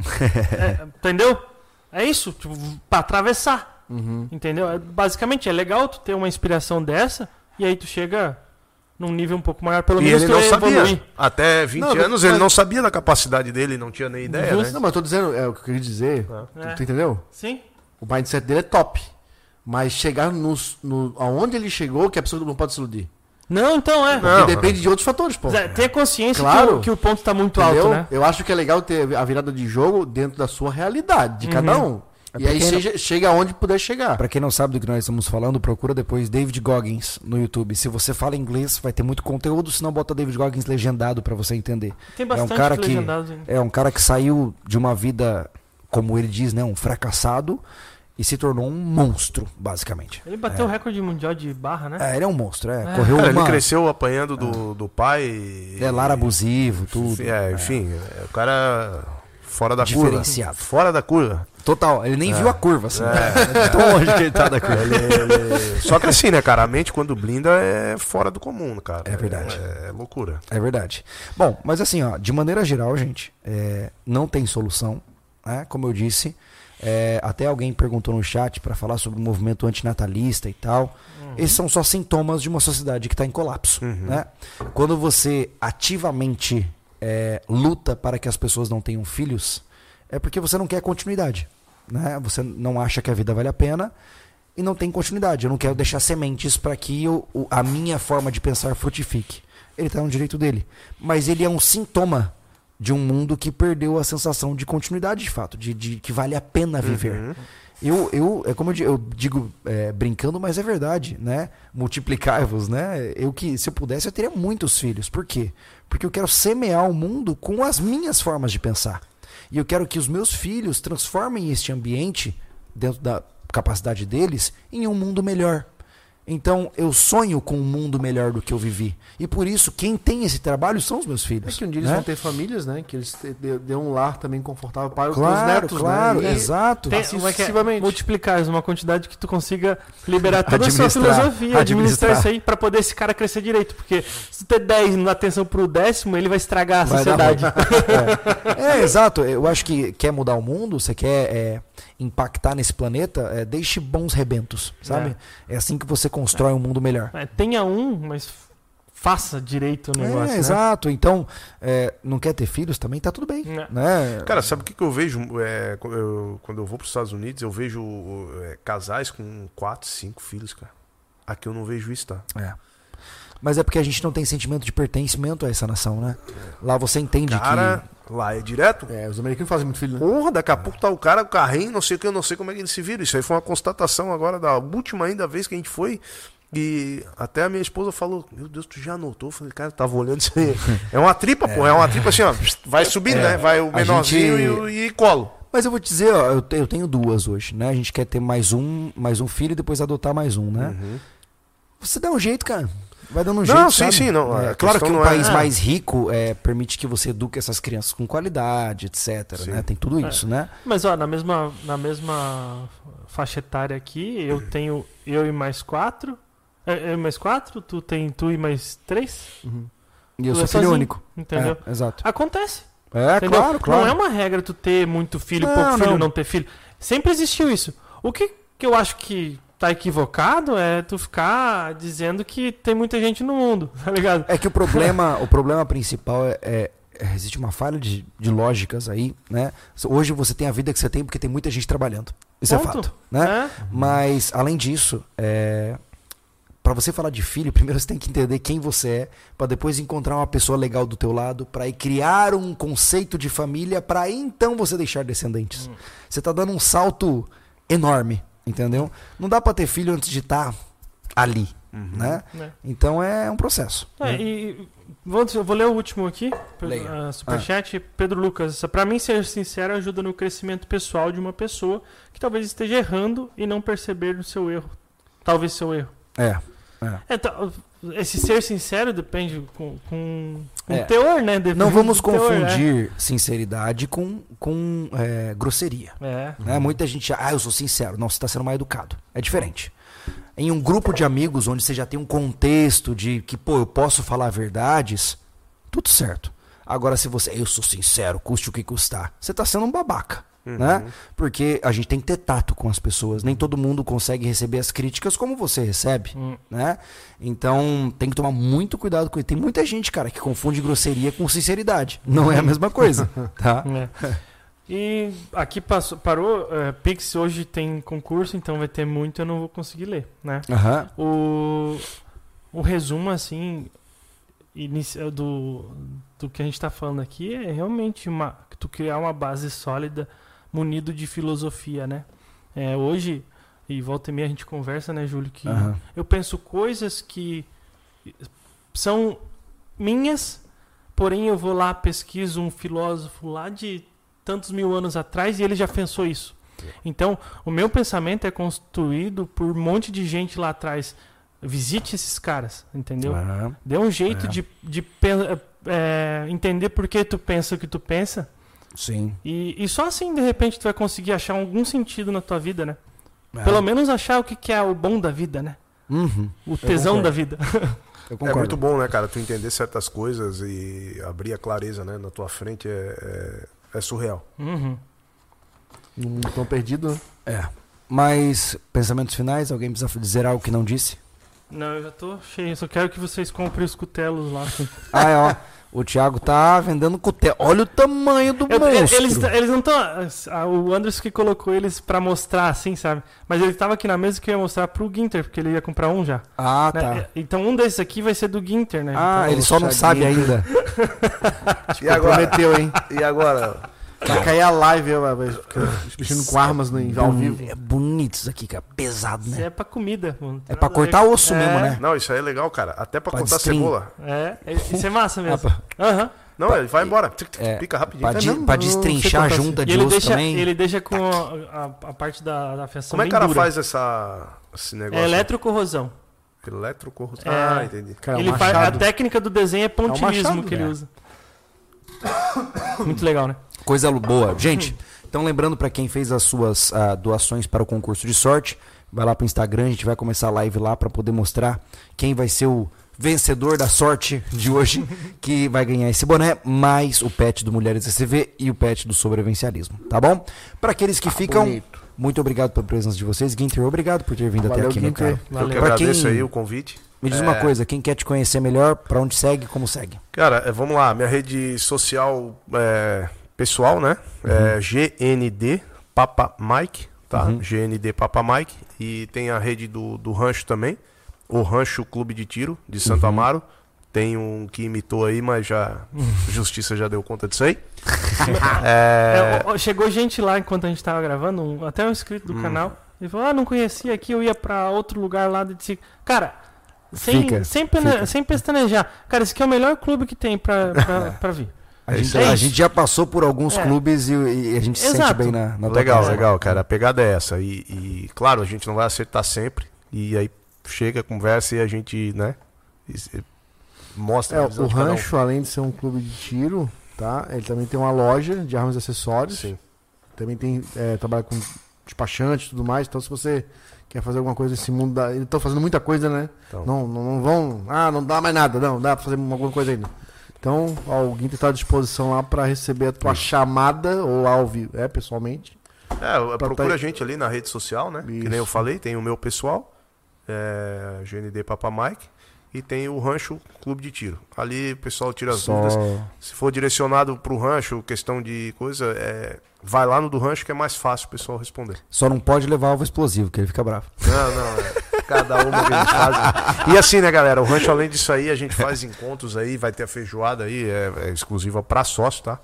Entendeu? É isso, tipo, pra atravessar. Entendeu? Basicamente, é legal tu ter uma inspiração dessa, e aí tu chega num nível um pouco maior, pelo menos ele não sabia. Até 20 anos ele não sabia da capacidade dele, não tinha nem ideia, né? Não, mas eu tô dizendo, o que eu queria dizer, tu entendeu? Sim. O mindset dele é top. Mas chegar aonde ele chegou, que a pessoa não pode se iludir. Não, então Porque depende de outros fatores, pô. Ter consciência que o ponto tá muito entendeu? alto, né? Eu acho que é legal ter a virada de jogo dentro da sua realidade, de cada um. E aí chega aonde puder chegar. Pra quem não sabe do que nós estamos falando, procura depois David Goggins no YouTube. Se você fala inglês, vai ter muito conteúdo, senão bota David Goggins legendado pra você entender. Tem bastante legendado. É um cara que saiu de uma vida, como ele diz, né, um fracassado, e se tornou um monstro, basicamente. Ele bateu o recorde mundial de barra, né? Ele é um monstro, Correu Ele cresceu apanhando do pai. Lar abusivo, tudo. Enfim, o cara fora da diferenciado. Curva. Fora da curva. Total, ele nem viu a curva, assim. Tão longe que ele tá da curva. Só que assim, né, cara, a mente quando blinda é fora do comum, cara. É verdade. É loucura. É verdade. Bom, mas assim, ó, de maneira geral, gente, não tem solução, né? Como eu disse, até alguém perguntou no chat para falar sobre o movimento antinatalista e tal. Esses são só sintomas de uma sociedade que está em colapso, né? Quando você ativamente luta para que as pessoas não tenham filhos, é porque você não quer continuidade, né? Você não acha que a vida vale a pena e não tem continuidade. Eu não quero deixar sementes para que a minha forma de pensar frutifique. Ele está no direito dele. Mas ele é um sintoma de um mundo que perdeu a sensação de continuidade, de fato, de que vale a pena viver. É como eu digo brincando, mas é verdade, né? Multiplicai-vos, né? Se eu pudesse, eu teria muitos filhos. Por quê? Porque eu quero semear o mundo com as minhas formas de pensar. E eu quero que os meus filhos transformem este ambiente, dentro da capacidade deles, em um mundo melhor. Então, eu sonho com um mundo melhor do que eu vivi. E por isso, quem tem esse trabalho são os meus filhos. É que um dia eles vão ter famílias, né? Que eles dê um lar também confortável para os netos, claro, né? Exato. Assim sucessivamente. Multiplicar uma quantidade que tu consiga liberar toda a sua filosofia, administrar isso aí, para poder esse cara crescer direito. Porque se tu ter 10 e não dar atenção pro 10º, ele vai estragar a sociedade. Exato. Eu acho que quer mudar o mundo, você quer impactar nesse planeta, deixe bons rebentos, sabe? É assim que você constrói um mundo melhor. Tenha mas faça direito o negócio, né? Exato. Então, não quer ter filhos também, tá tudo bem. Né? Cara, sabe o que eu vejo? Quando eu vou para os Estados Unidos, eu vejo casais com 4, 5 filhos, cara. Aqui eu não vejo isso, tá? Mas é porque a gente não tem sentimento de pertencimento a essa nação, né? Lá você entende que... Lá é direto. Os americanos fazem muito filho, né? Porra, daqui a pouco tá o cara, o carrinho, não sei o que, eu não sei como é que eles se viram. Isso aí foi uma constatação agora da última ainda vez que a gente foi. E até a minha esposa falou, meu Deus, tu já anotou? Eu falei, cara, eu tava olhando isso aí. É uma tripa, pô, é uma tripa assim, ó. Vai subindo, né? Vai o menorzinho e colo. Mas eu vou te dizer, ó, eu tenho 2 hoje, né? A gente quer ter mais um filho e depois adotar mais um, né? Você dá um jeito, cara. Vai dando um jeito, sabe? Sim. Não, claro que um país mais rico permite que você eduque essas crianças com qualidade, etc. Né? Tem tudo isso, né? Mas, ó, na mesma faixa etária aqui, eu tenho eu e mais 4. Eu e mais 4, tu e mais 3. E eu sou filho único. Entendeu? Exato. Acontece. Claro. Não é uma regra tu ter muito filho, pouco filho, não ter filho. Sempre existiu isso. O que eu acho que tá equivocado é tu ficar dizendo que tem muita gente no mundo, tá ligado? É que o problema principal existe uma falha de lógicas aí, né? Hoje você tem a vida que você tem porque tem muita gente trabalhando. Isso é fato, né? Mas, além disso, para você falar de filho, primeiro você tem que entender quem você é, para depois encontrar uma pessoa legal do teu lado, para ir criar um conceito de família, para então você deixar descendentes. Você tá dando um salto enorme. Entendeu? Não dá pra ter filho antes de estar ali, né? Então é um processo. E eu vou ler o último aqui, superchat. Pedro Lucas, pra mim ser sincero ajuda no crescimento pessoal de uma pessoa que talvez esteja errando e não perceber o seu erro. Talvez seu erro. Esse ser sincero depende com teor, né? Depende não vamos confundir sinceridade com grosseria. Né? Muita gente eu sou sincero. Não, você está sendo mal educado. É diferente. Em um grupo de amigos onde você já tem um contexto de que, eu posso falar verdades, tudo certo. Agora, se eu sou sincero, custe o que custar, você está sendo um babaca. Né? Porque a gente tem que ter tato com as pessoas. Nem todo mundo consegue receber as críticas como você recebe, né? Então tem que tomar muito cuidado com isso. Tem muita gente, cara, que confunde grosseria com sinceridade. Não é a mesma coisa, tá? E aqui parou. Pix hoje tem concurso, então vai ter muito. Eu não vou conseguir ler, né? O resumo assim do que a gente está falando aqui é realmente tu criar uma base sólida, munido de filosofia, né? Hoje, e volta e meia a gente conversa, né, Júlio, que eu penso coisas que são minhas, porém eu vou lá, pesquiso um filósofo lá de tantos mil anos atrás e ele já pensou isso. Então, o meu pensamento é construído por um monte de gente lá atrás. Visite esses caras, entendeu? Dê um jeito de entender por que tu pensa o que tu pensa. Sim. E só assim, de repente, tu vai conseguir achar algum sentido na tua vida, né? Pelo menos achar o que é o bom da vida, né? O tesão da vida. Eu concordo. É muito bom, né, cara? Tu entender certas coisas e abrir a clareza, né, na tua frente é surreal. Não tão perdido, né? Mas, pensamentos finais? Alguém precisa dizer algo que não disse? Não, eu já tô cheio. Só quero que vocês comprem os cutelos lá. O Thiago tá vendendo cutelo. Olha o tamanho do monstro. Eles não estão... O Anderson que colocou eles pra mostrar, assim, sabe? Mas ele tava aqui na mesa que eu ia mostrar pro Guinter, porque ele ia comprar um já. Tá. Então um desses aqui vai ser do Guinter, né? Então, ele só não sabe ainda. E agora? Prometeu, hein? E agora? Vai cair a live, mexendo com armas ao vivo. É bonito isso aqui, cara. Pesado, né? Isso é pra comida. Mano. É pra cortar osso mesmo, né? Não, isso aí é legal, cara. Até pra cortar cebola. Isso é massa mesmo. Não, ele vai embora. Pica rapidinho. Pra destrinchar junta de osso também. Ele deixa com a parte da fiação. Como é que o cara faz esse negócio? É eletrocorrosão. Eletrocorrosão. Entendi. Cara, Ele faz, a técnica do desenho é pontilismo machado, que ele usa. Muito legal, né? Coisa boa. Gente, então lembrando para quem fez as suas doações para o concurso de sorte, vai lá pro Instagram, a gente vai começar a live lá para poder mostrar quem vai ser o vencedor da sorte de hoje, que vai ganhar esse boné, mais o pet do Mulheres ECV e o pet do Sobrevivencialismo, tá bom? Para aqueles que ficam, bonito. muito obrigado pela presença de vocês. Guinter, obrigado por ter vindo até aqui, meu cara. Eu que agradeço aí o convite. Me diz uma coisa, quem quer te conhecer melhor, para onde segue, como segue? Cara, vamos lá, minha rede social pessoal, né? GND Papa Mike, tá? GND Papa Mike. E tem a rede do Rancho também, o Rancho Clube de Tiro de Santo Amaro. Tem um que imitou aí, mas a justiça já deu conta disso aí. Chegou gente lá enquanto a gente tava gravando, até um inscrito do canal. Ele falou, não conhecia aqui, eu ia pra outro lugar lá. Disse, cara, sem pestanejar. Cara, esse aqui é o melhor clube que tem pra vir. A gente já passou por alguns clubes e a gente se sente bem na Legal, cara. A pegada é essa. E, claro, a gente não vai acertar sempre. E aí chega, conversa e a gente, né? Mostra. O Rancho, além de ser um clube de tiro, tá? Ele também tem uma loja de armas e acessórios. Sim. Também tem trabalha com despachante e tudo mais. Então, se você quer fazer alguma coisa nesse mundo, eles estão fazendo muita coisa, né? Então. Não vão. Não dá mais nada, não. Dá pra fazer alguma coisa ainda. Então, o Guinter está à disposição lá para receber a tua chamada ou ao vivo, pessoalmente. Procura a gente ali na rede social, né? Isso. Que nem eu falei, tem o meu pessoal, GND Papa Mike, e tem o Rancho Clube de Tiro. Ali o pessoal tira as dúvidas. Se for direcionado para o Rancho, questão de coisa, vai lá no do Rancho que é mais fácil o pessoal responder. Só não pode levar alvo explosivo, que ele fica bravo. Não. Cada uma que a gente faz. E assim, né, galera? O Rancho, além disso aí, a gente faz encontros aí, vai ter a feijoada aí, é exclusiva pra sócio, tá?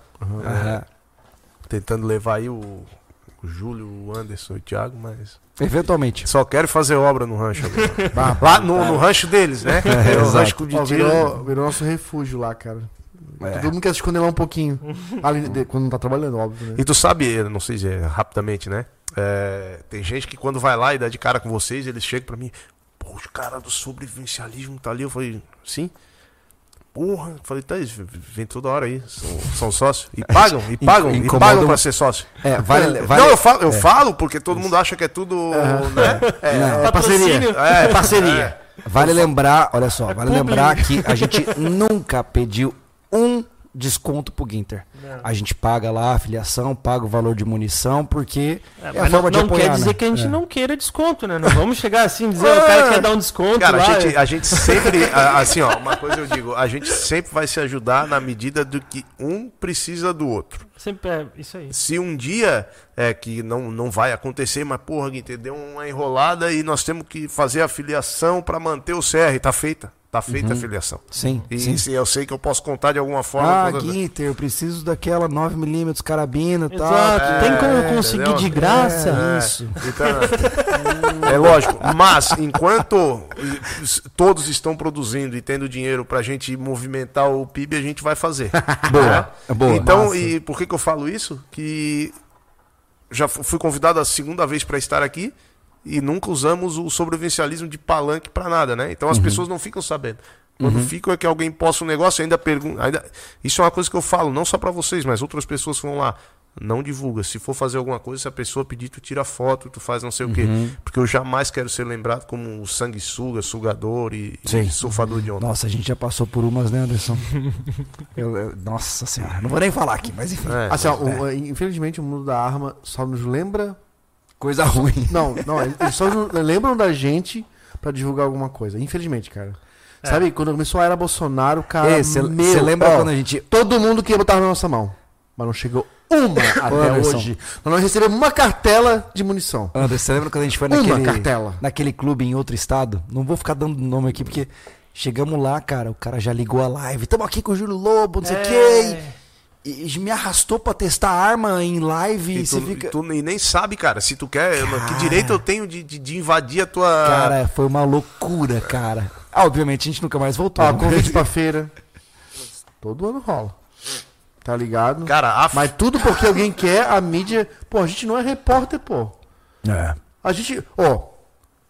Tentando levar aí o Júlio, o Anderson e o Thiago, mas... Eventualmente. Só quero fazer obra no rancho agora. Lá no rancho deles, né? O rancho de tiro. Virou nosso refúgio lá, cara. Todo mundo quer se esconder lá um pouquinho. Quando não tá trabalhando, óbvio, né? E tu sabe, não sei se rapidamente, né? Tem gente que quando vai lá e dá de cara com vocês, eles chegam pra mim, pô, os caras do sobrevivencialismo tá ali. Eu falei, sim? Porra, eu falei, tá, vem toda hora aí, são sócios. E pagam pra ser sócio. Não, eu falo porque todo mundo acha que é tudo, né? É parceria. É parceria. Vale lembrar, olha só, lembrar que a gente nunca pediu um desconto pro Guinter. A gente paga lá a filiação, paga o valor de munição, porque é a forma de apoiar. Não quer dizer que a gente não queira desconto, né? Não vamos chegar assim e dizer, o cara quer dar um desconto. Cara, lá, a gente sempre, assim, ó, uma coisa eu digo, a gente sempre vai se ajudar na medida do que um precisa do outro. Sempre é isso aí. Se um dia que não vai acontecer, mas porra, Guinter, deu uma enrolada e nós temos que fazer a filiação para manter o CR, tá feita. Tá feita a filiação. Sim. E eu sei que eu posso contar de alguma forma. Guinter, eu preciso daquela 9mm carabina e tal. Exato. Tem como eu conseguir entendeu? De graça? Isso. Então, é lógico. Mas, enquanto todos estão produzindo e tendo dinheiro pra gente movimentar o PIB, a gente vai fazer. Boa. Então, massa. E por que eu falo isso? Que já fui convidado a segunda vez para estar aqui. E nunca usamos o sobrevivencialismo de palanque para nada, né? Então as pessoas não ficam sabendo. Quando ficam é que alguém posta um negócio e ainda pergunta. Isso é uma coisa que eu falo, não só para vocês, mas outras pessoas que vão lá. Não divulga. Se for fazer alguma coisa, se a pessoa pedir, tu tira foto, tu faz não sei o quê. Porque eu jamais quero ser lembrado como sanguessuga, sugador e surfador de onda. Nossa, a gente já passou por umas, né, Anderson? Nossa senhora, não vou nem falar aqui, mas enfim. Infelizmente o mundo da arma só nos lembra coisa ruim. Não, eles só lembram da gente pra divulgar alguma coisa. Infelizmente, cara. Sabe, quando começou a era Bolsonaro, cara. Você lembra quando a gente. Todo mundo queria botar na nossa mão. Mas não chegou uma até hoje. Nós não recebemos uma cartela de munição. Anderson, você lembra quando a gente foi naquele clube em outro estado? Não vou ficar dando nome aqui, porque chegamos lá, cara. O cara já ligou a live. Tamo aqui com o Júlio Lobo, não sei o quê. E me arrastou pra testar arma em live. Tu nem sabe, cara. Se tu quer, que direito eu tenho de invadir a tua. Cara, foi uma loucura, cara. Obviamente a gente nunca mais voltou. Convite pra feira. Todo ano rola. Tá ligado? Cara, mas tudo porque alguém quer, a mídia. Pô, a gente não é repórter, pô. A gente.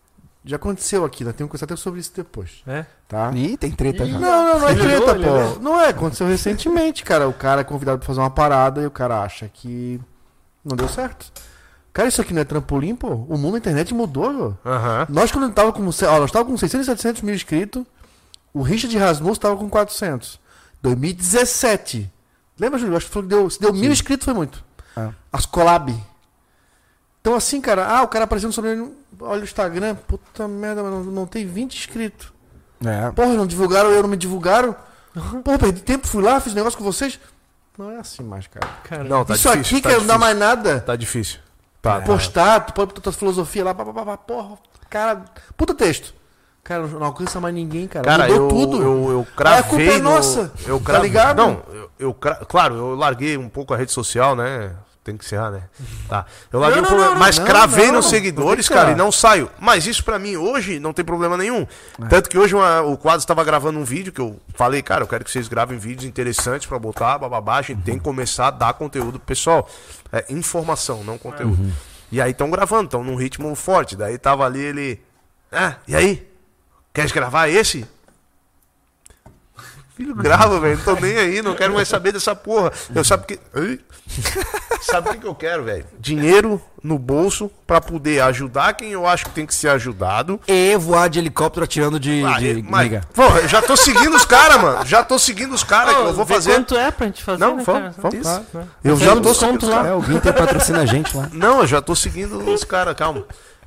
Já aconteceu aqui, nós temos que conversar até sobre isso depois. É? Tá? Ih, tem treta já. Não é treta, Ele pô. Não é, aconteceu recentemente, cara. O cara é convidado pra fazer uma parada e o cara acha que não deu certo. Cara, isso aqui não é trampolim, pô. O mundo da internet mudou, pô. Nós, quando tava com... Ó, nós tava com 600, 700 mil inscritos. O Richard Rasmussen tava com 400. 2017. Lembra, Júlio? Acho que falou que deu, se deu 1000 inscritos foi muito. As collab. Então assim, cara, o cara aparecendo sobre ele, olha o Instagram, puta merda, mano, não tem 20 inscritos. Porra, não divulgaram, não me divulgaram. Porra, perdi tempo, fui lá, fiz negócio com vocês. Não é assim mais, cara. Não, tá isso difícil, aqui, cara, não dá mais nada. Tá difícil. Postar, tu pode botar tua filosofia lá, porra, cara, puta texto. Cara, não alcança mais ninguém, cara. Cara, mudou tudo. Eu cravei. A culpa é nossa. Tá ligado? Não, claro, eu larguei um pouco a rede social, né? Tem que encerrar, né? Tá. Eu larguei mas cravei nos seguidores, cara, e não saio. Mas isso pra mim hoje não tem problema nenhum. Tanto que hoje o Quadros estava gravando um vídeo que eu falei, cara, eu quero que vocês gravem vídeos interessantes pra botar, bababá, a gente tem que começar a dar conteúdo pro pessoal. É informação, não conteúdo. E aí estão gravando, estão num ritmo forte. Daí tava ali ele... e aí? Queres gravar esse? Filho, grava, velho. Não tô nem aí, não quero mais saber dessa porra. Eu sabe que. Sabe o que eu quero, velho? Dinheiro no bolso pra poder ajudar quem eu acho que tem que ser ajudado. E voar de helicóptero atirando de porra, eu já tô seguindo os caras, mano. Já tô seguindo os caras que eu vou fazer. Quanto é pra gente fazer? Não, né, vamos. Eu já tô seguindo lá. O Guinter patrocina a gente lá. Não, eu já tô seguindo os caras, calma.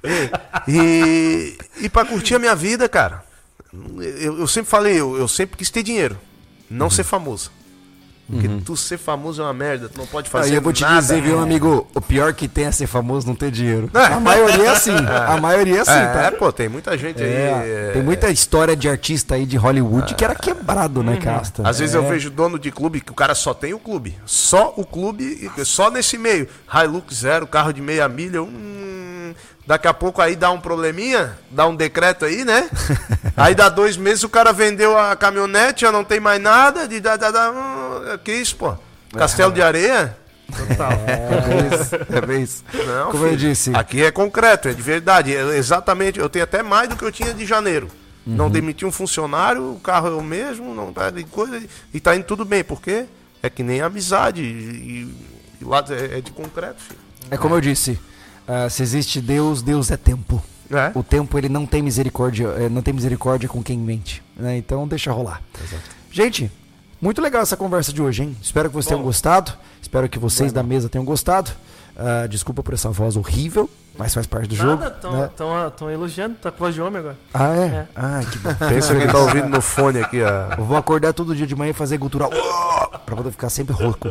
E pra curtir a minha vida, cara. Eu sempre falei, eu sempre quis ter dinheiro. Não ser famoso. Porque tu ser famoso é uma merda, tu não pode fazer nada. Eu vou te dizer, viu, amigo, o pior que tem é ser famoso não ter dinheiro. A maioria é assim, tá? Pô, tem muita gente aí... Tem muita história de artista aí de Hollywood que era quebrado, né, Casta? Às vezes eu vejo dono de clube que o cara só tem o clube. Só o clube, só nesse meio. Hilux 0, carro de meia milha, daqui a pouco aí dá um probleminha, dá um decreto aí, né? Aí dá 2 meses o cara vendeu a caminhonete, já não tem mais nada. Que isso, pô? Castelo de areia? Total. É bem isso. Não, como filho, eu disse. Aqui é concreto, é de verdade. Exatamente, eu tenho até mais do que eu tinha de janeiro. Não demiti um funcionário, o carro é o mesmo, não tá de coisa, e tá indo tudo bem. Por quê? É que nem amizade. E lá é de concreto, filho. É como eu disse. Se existe Deus, Deus é tempo. O tempo ele não tem misericórdia, com quem mente, né? Então deixa rolar. Exato. Gente, muito legal essa conversa de hoje, hein? Espero que vocês tenham gostado. Espero que vocês da mesa tenham gostado. Desculpa por essa voz horrível, mas faz parte do jogo. Estão elogiando, tá com voz de homem agora. Que bom. Pensa quem tá ouvindo no fone aqui. Eu vou acordar todo dia de manhã e fazer gutural pra poder ficar sempre rouco.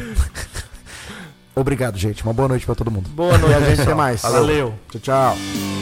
Obrigado, gente. Uma boa noite pra todo mundo. Boa noite, gente. Até mais. Valeu. Tchau.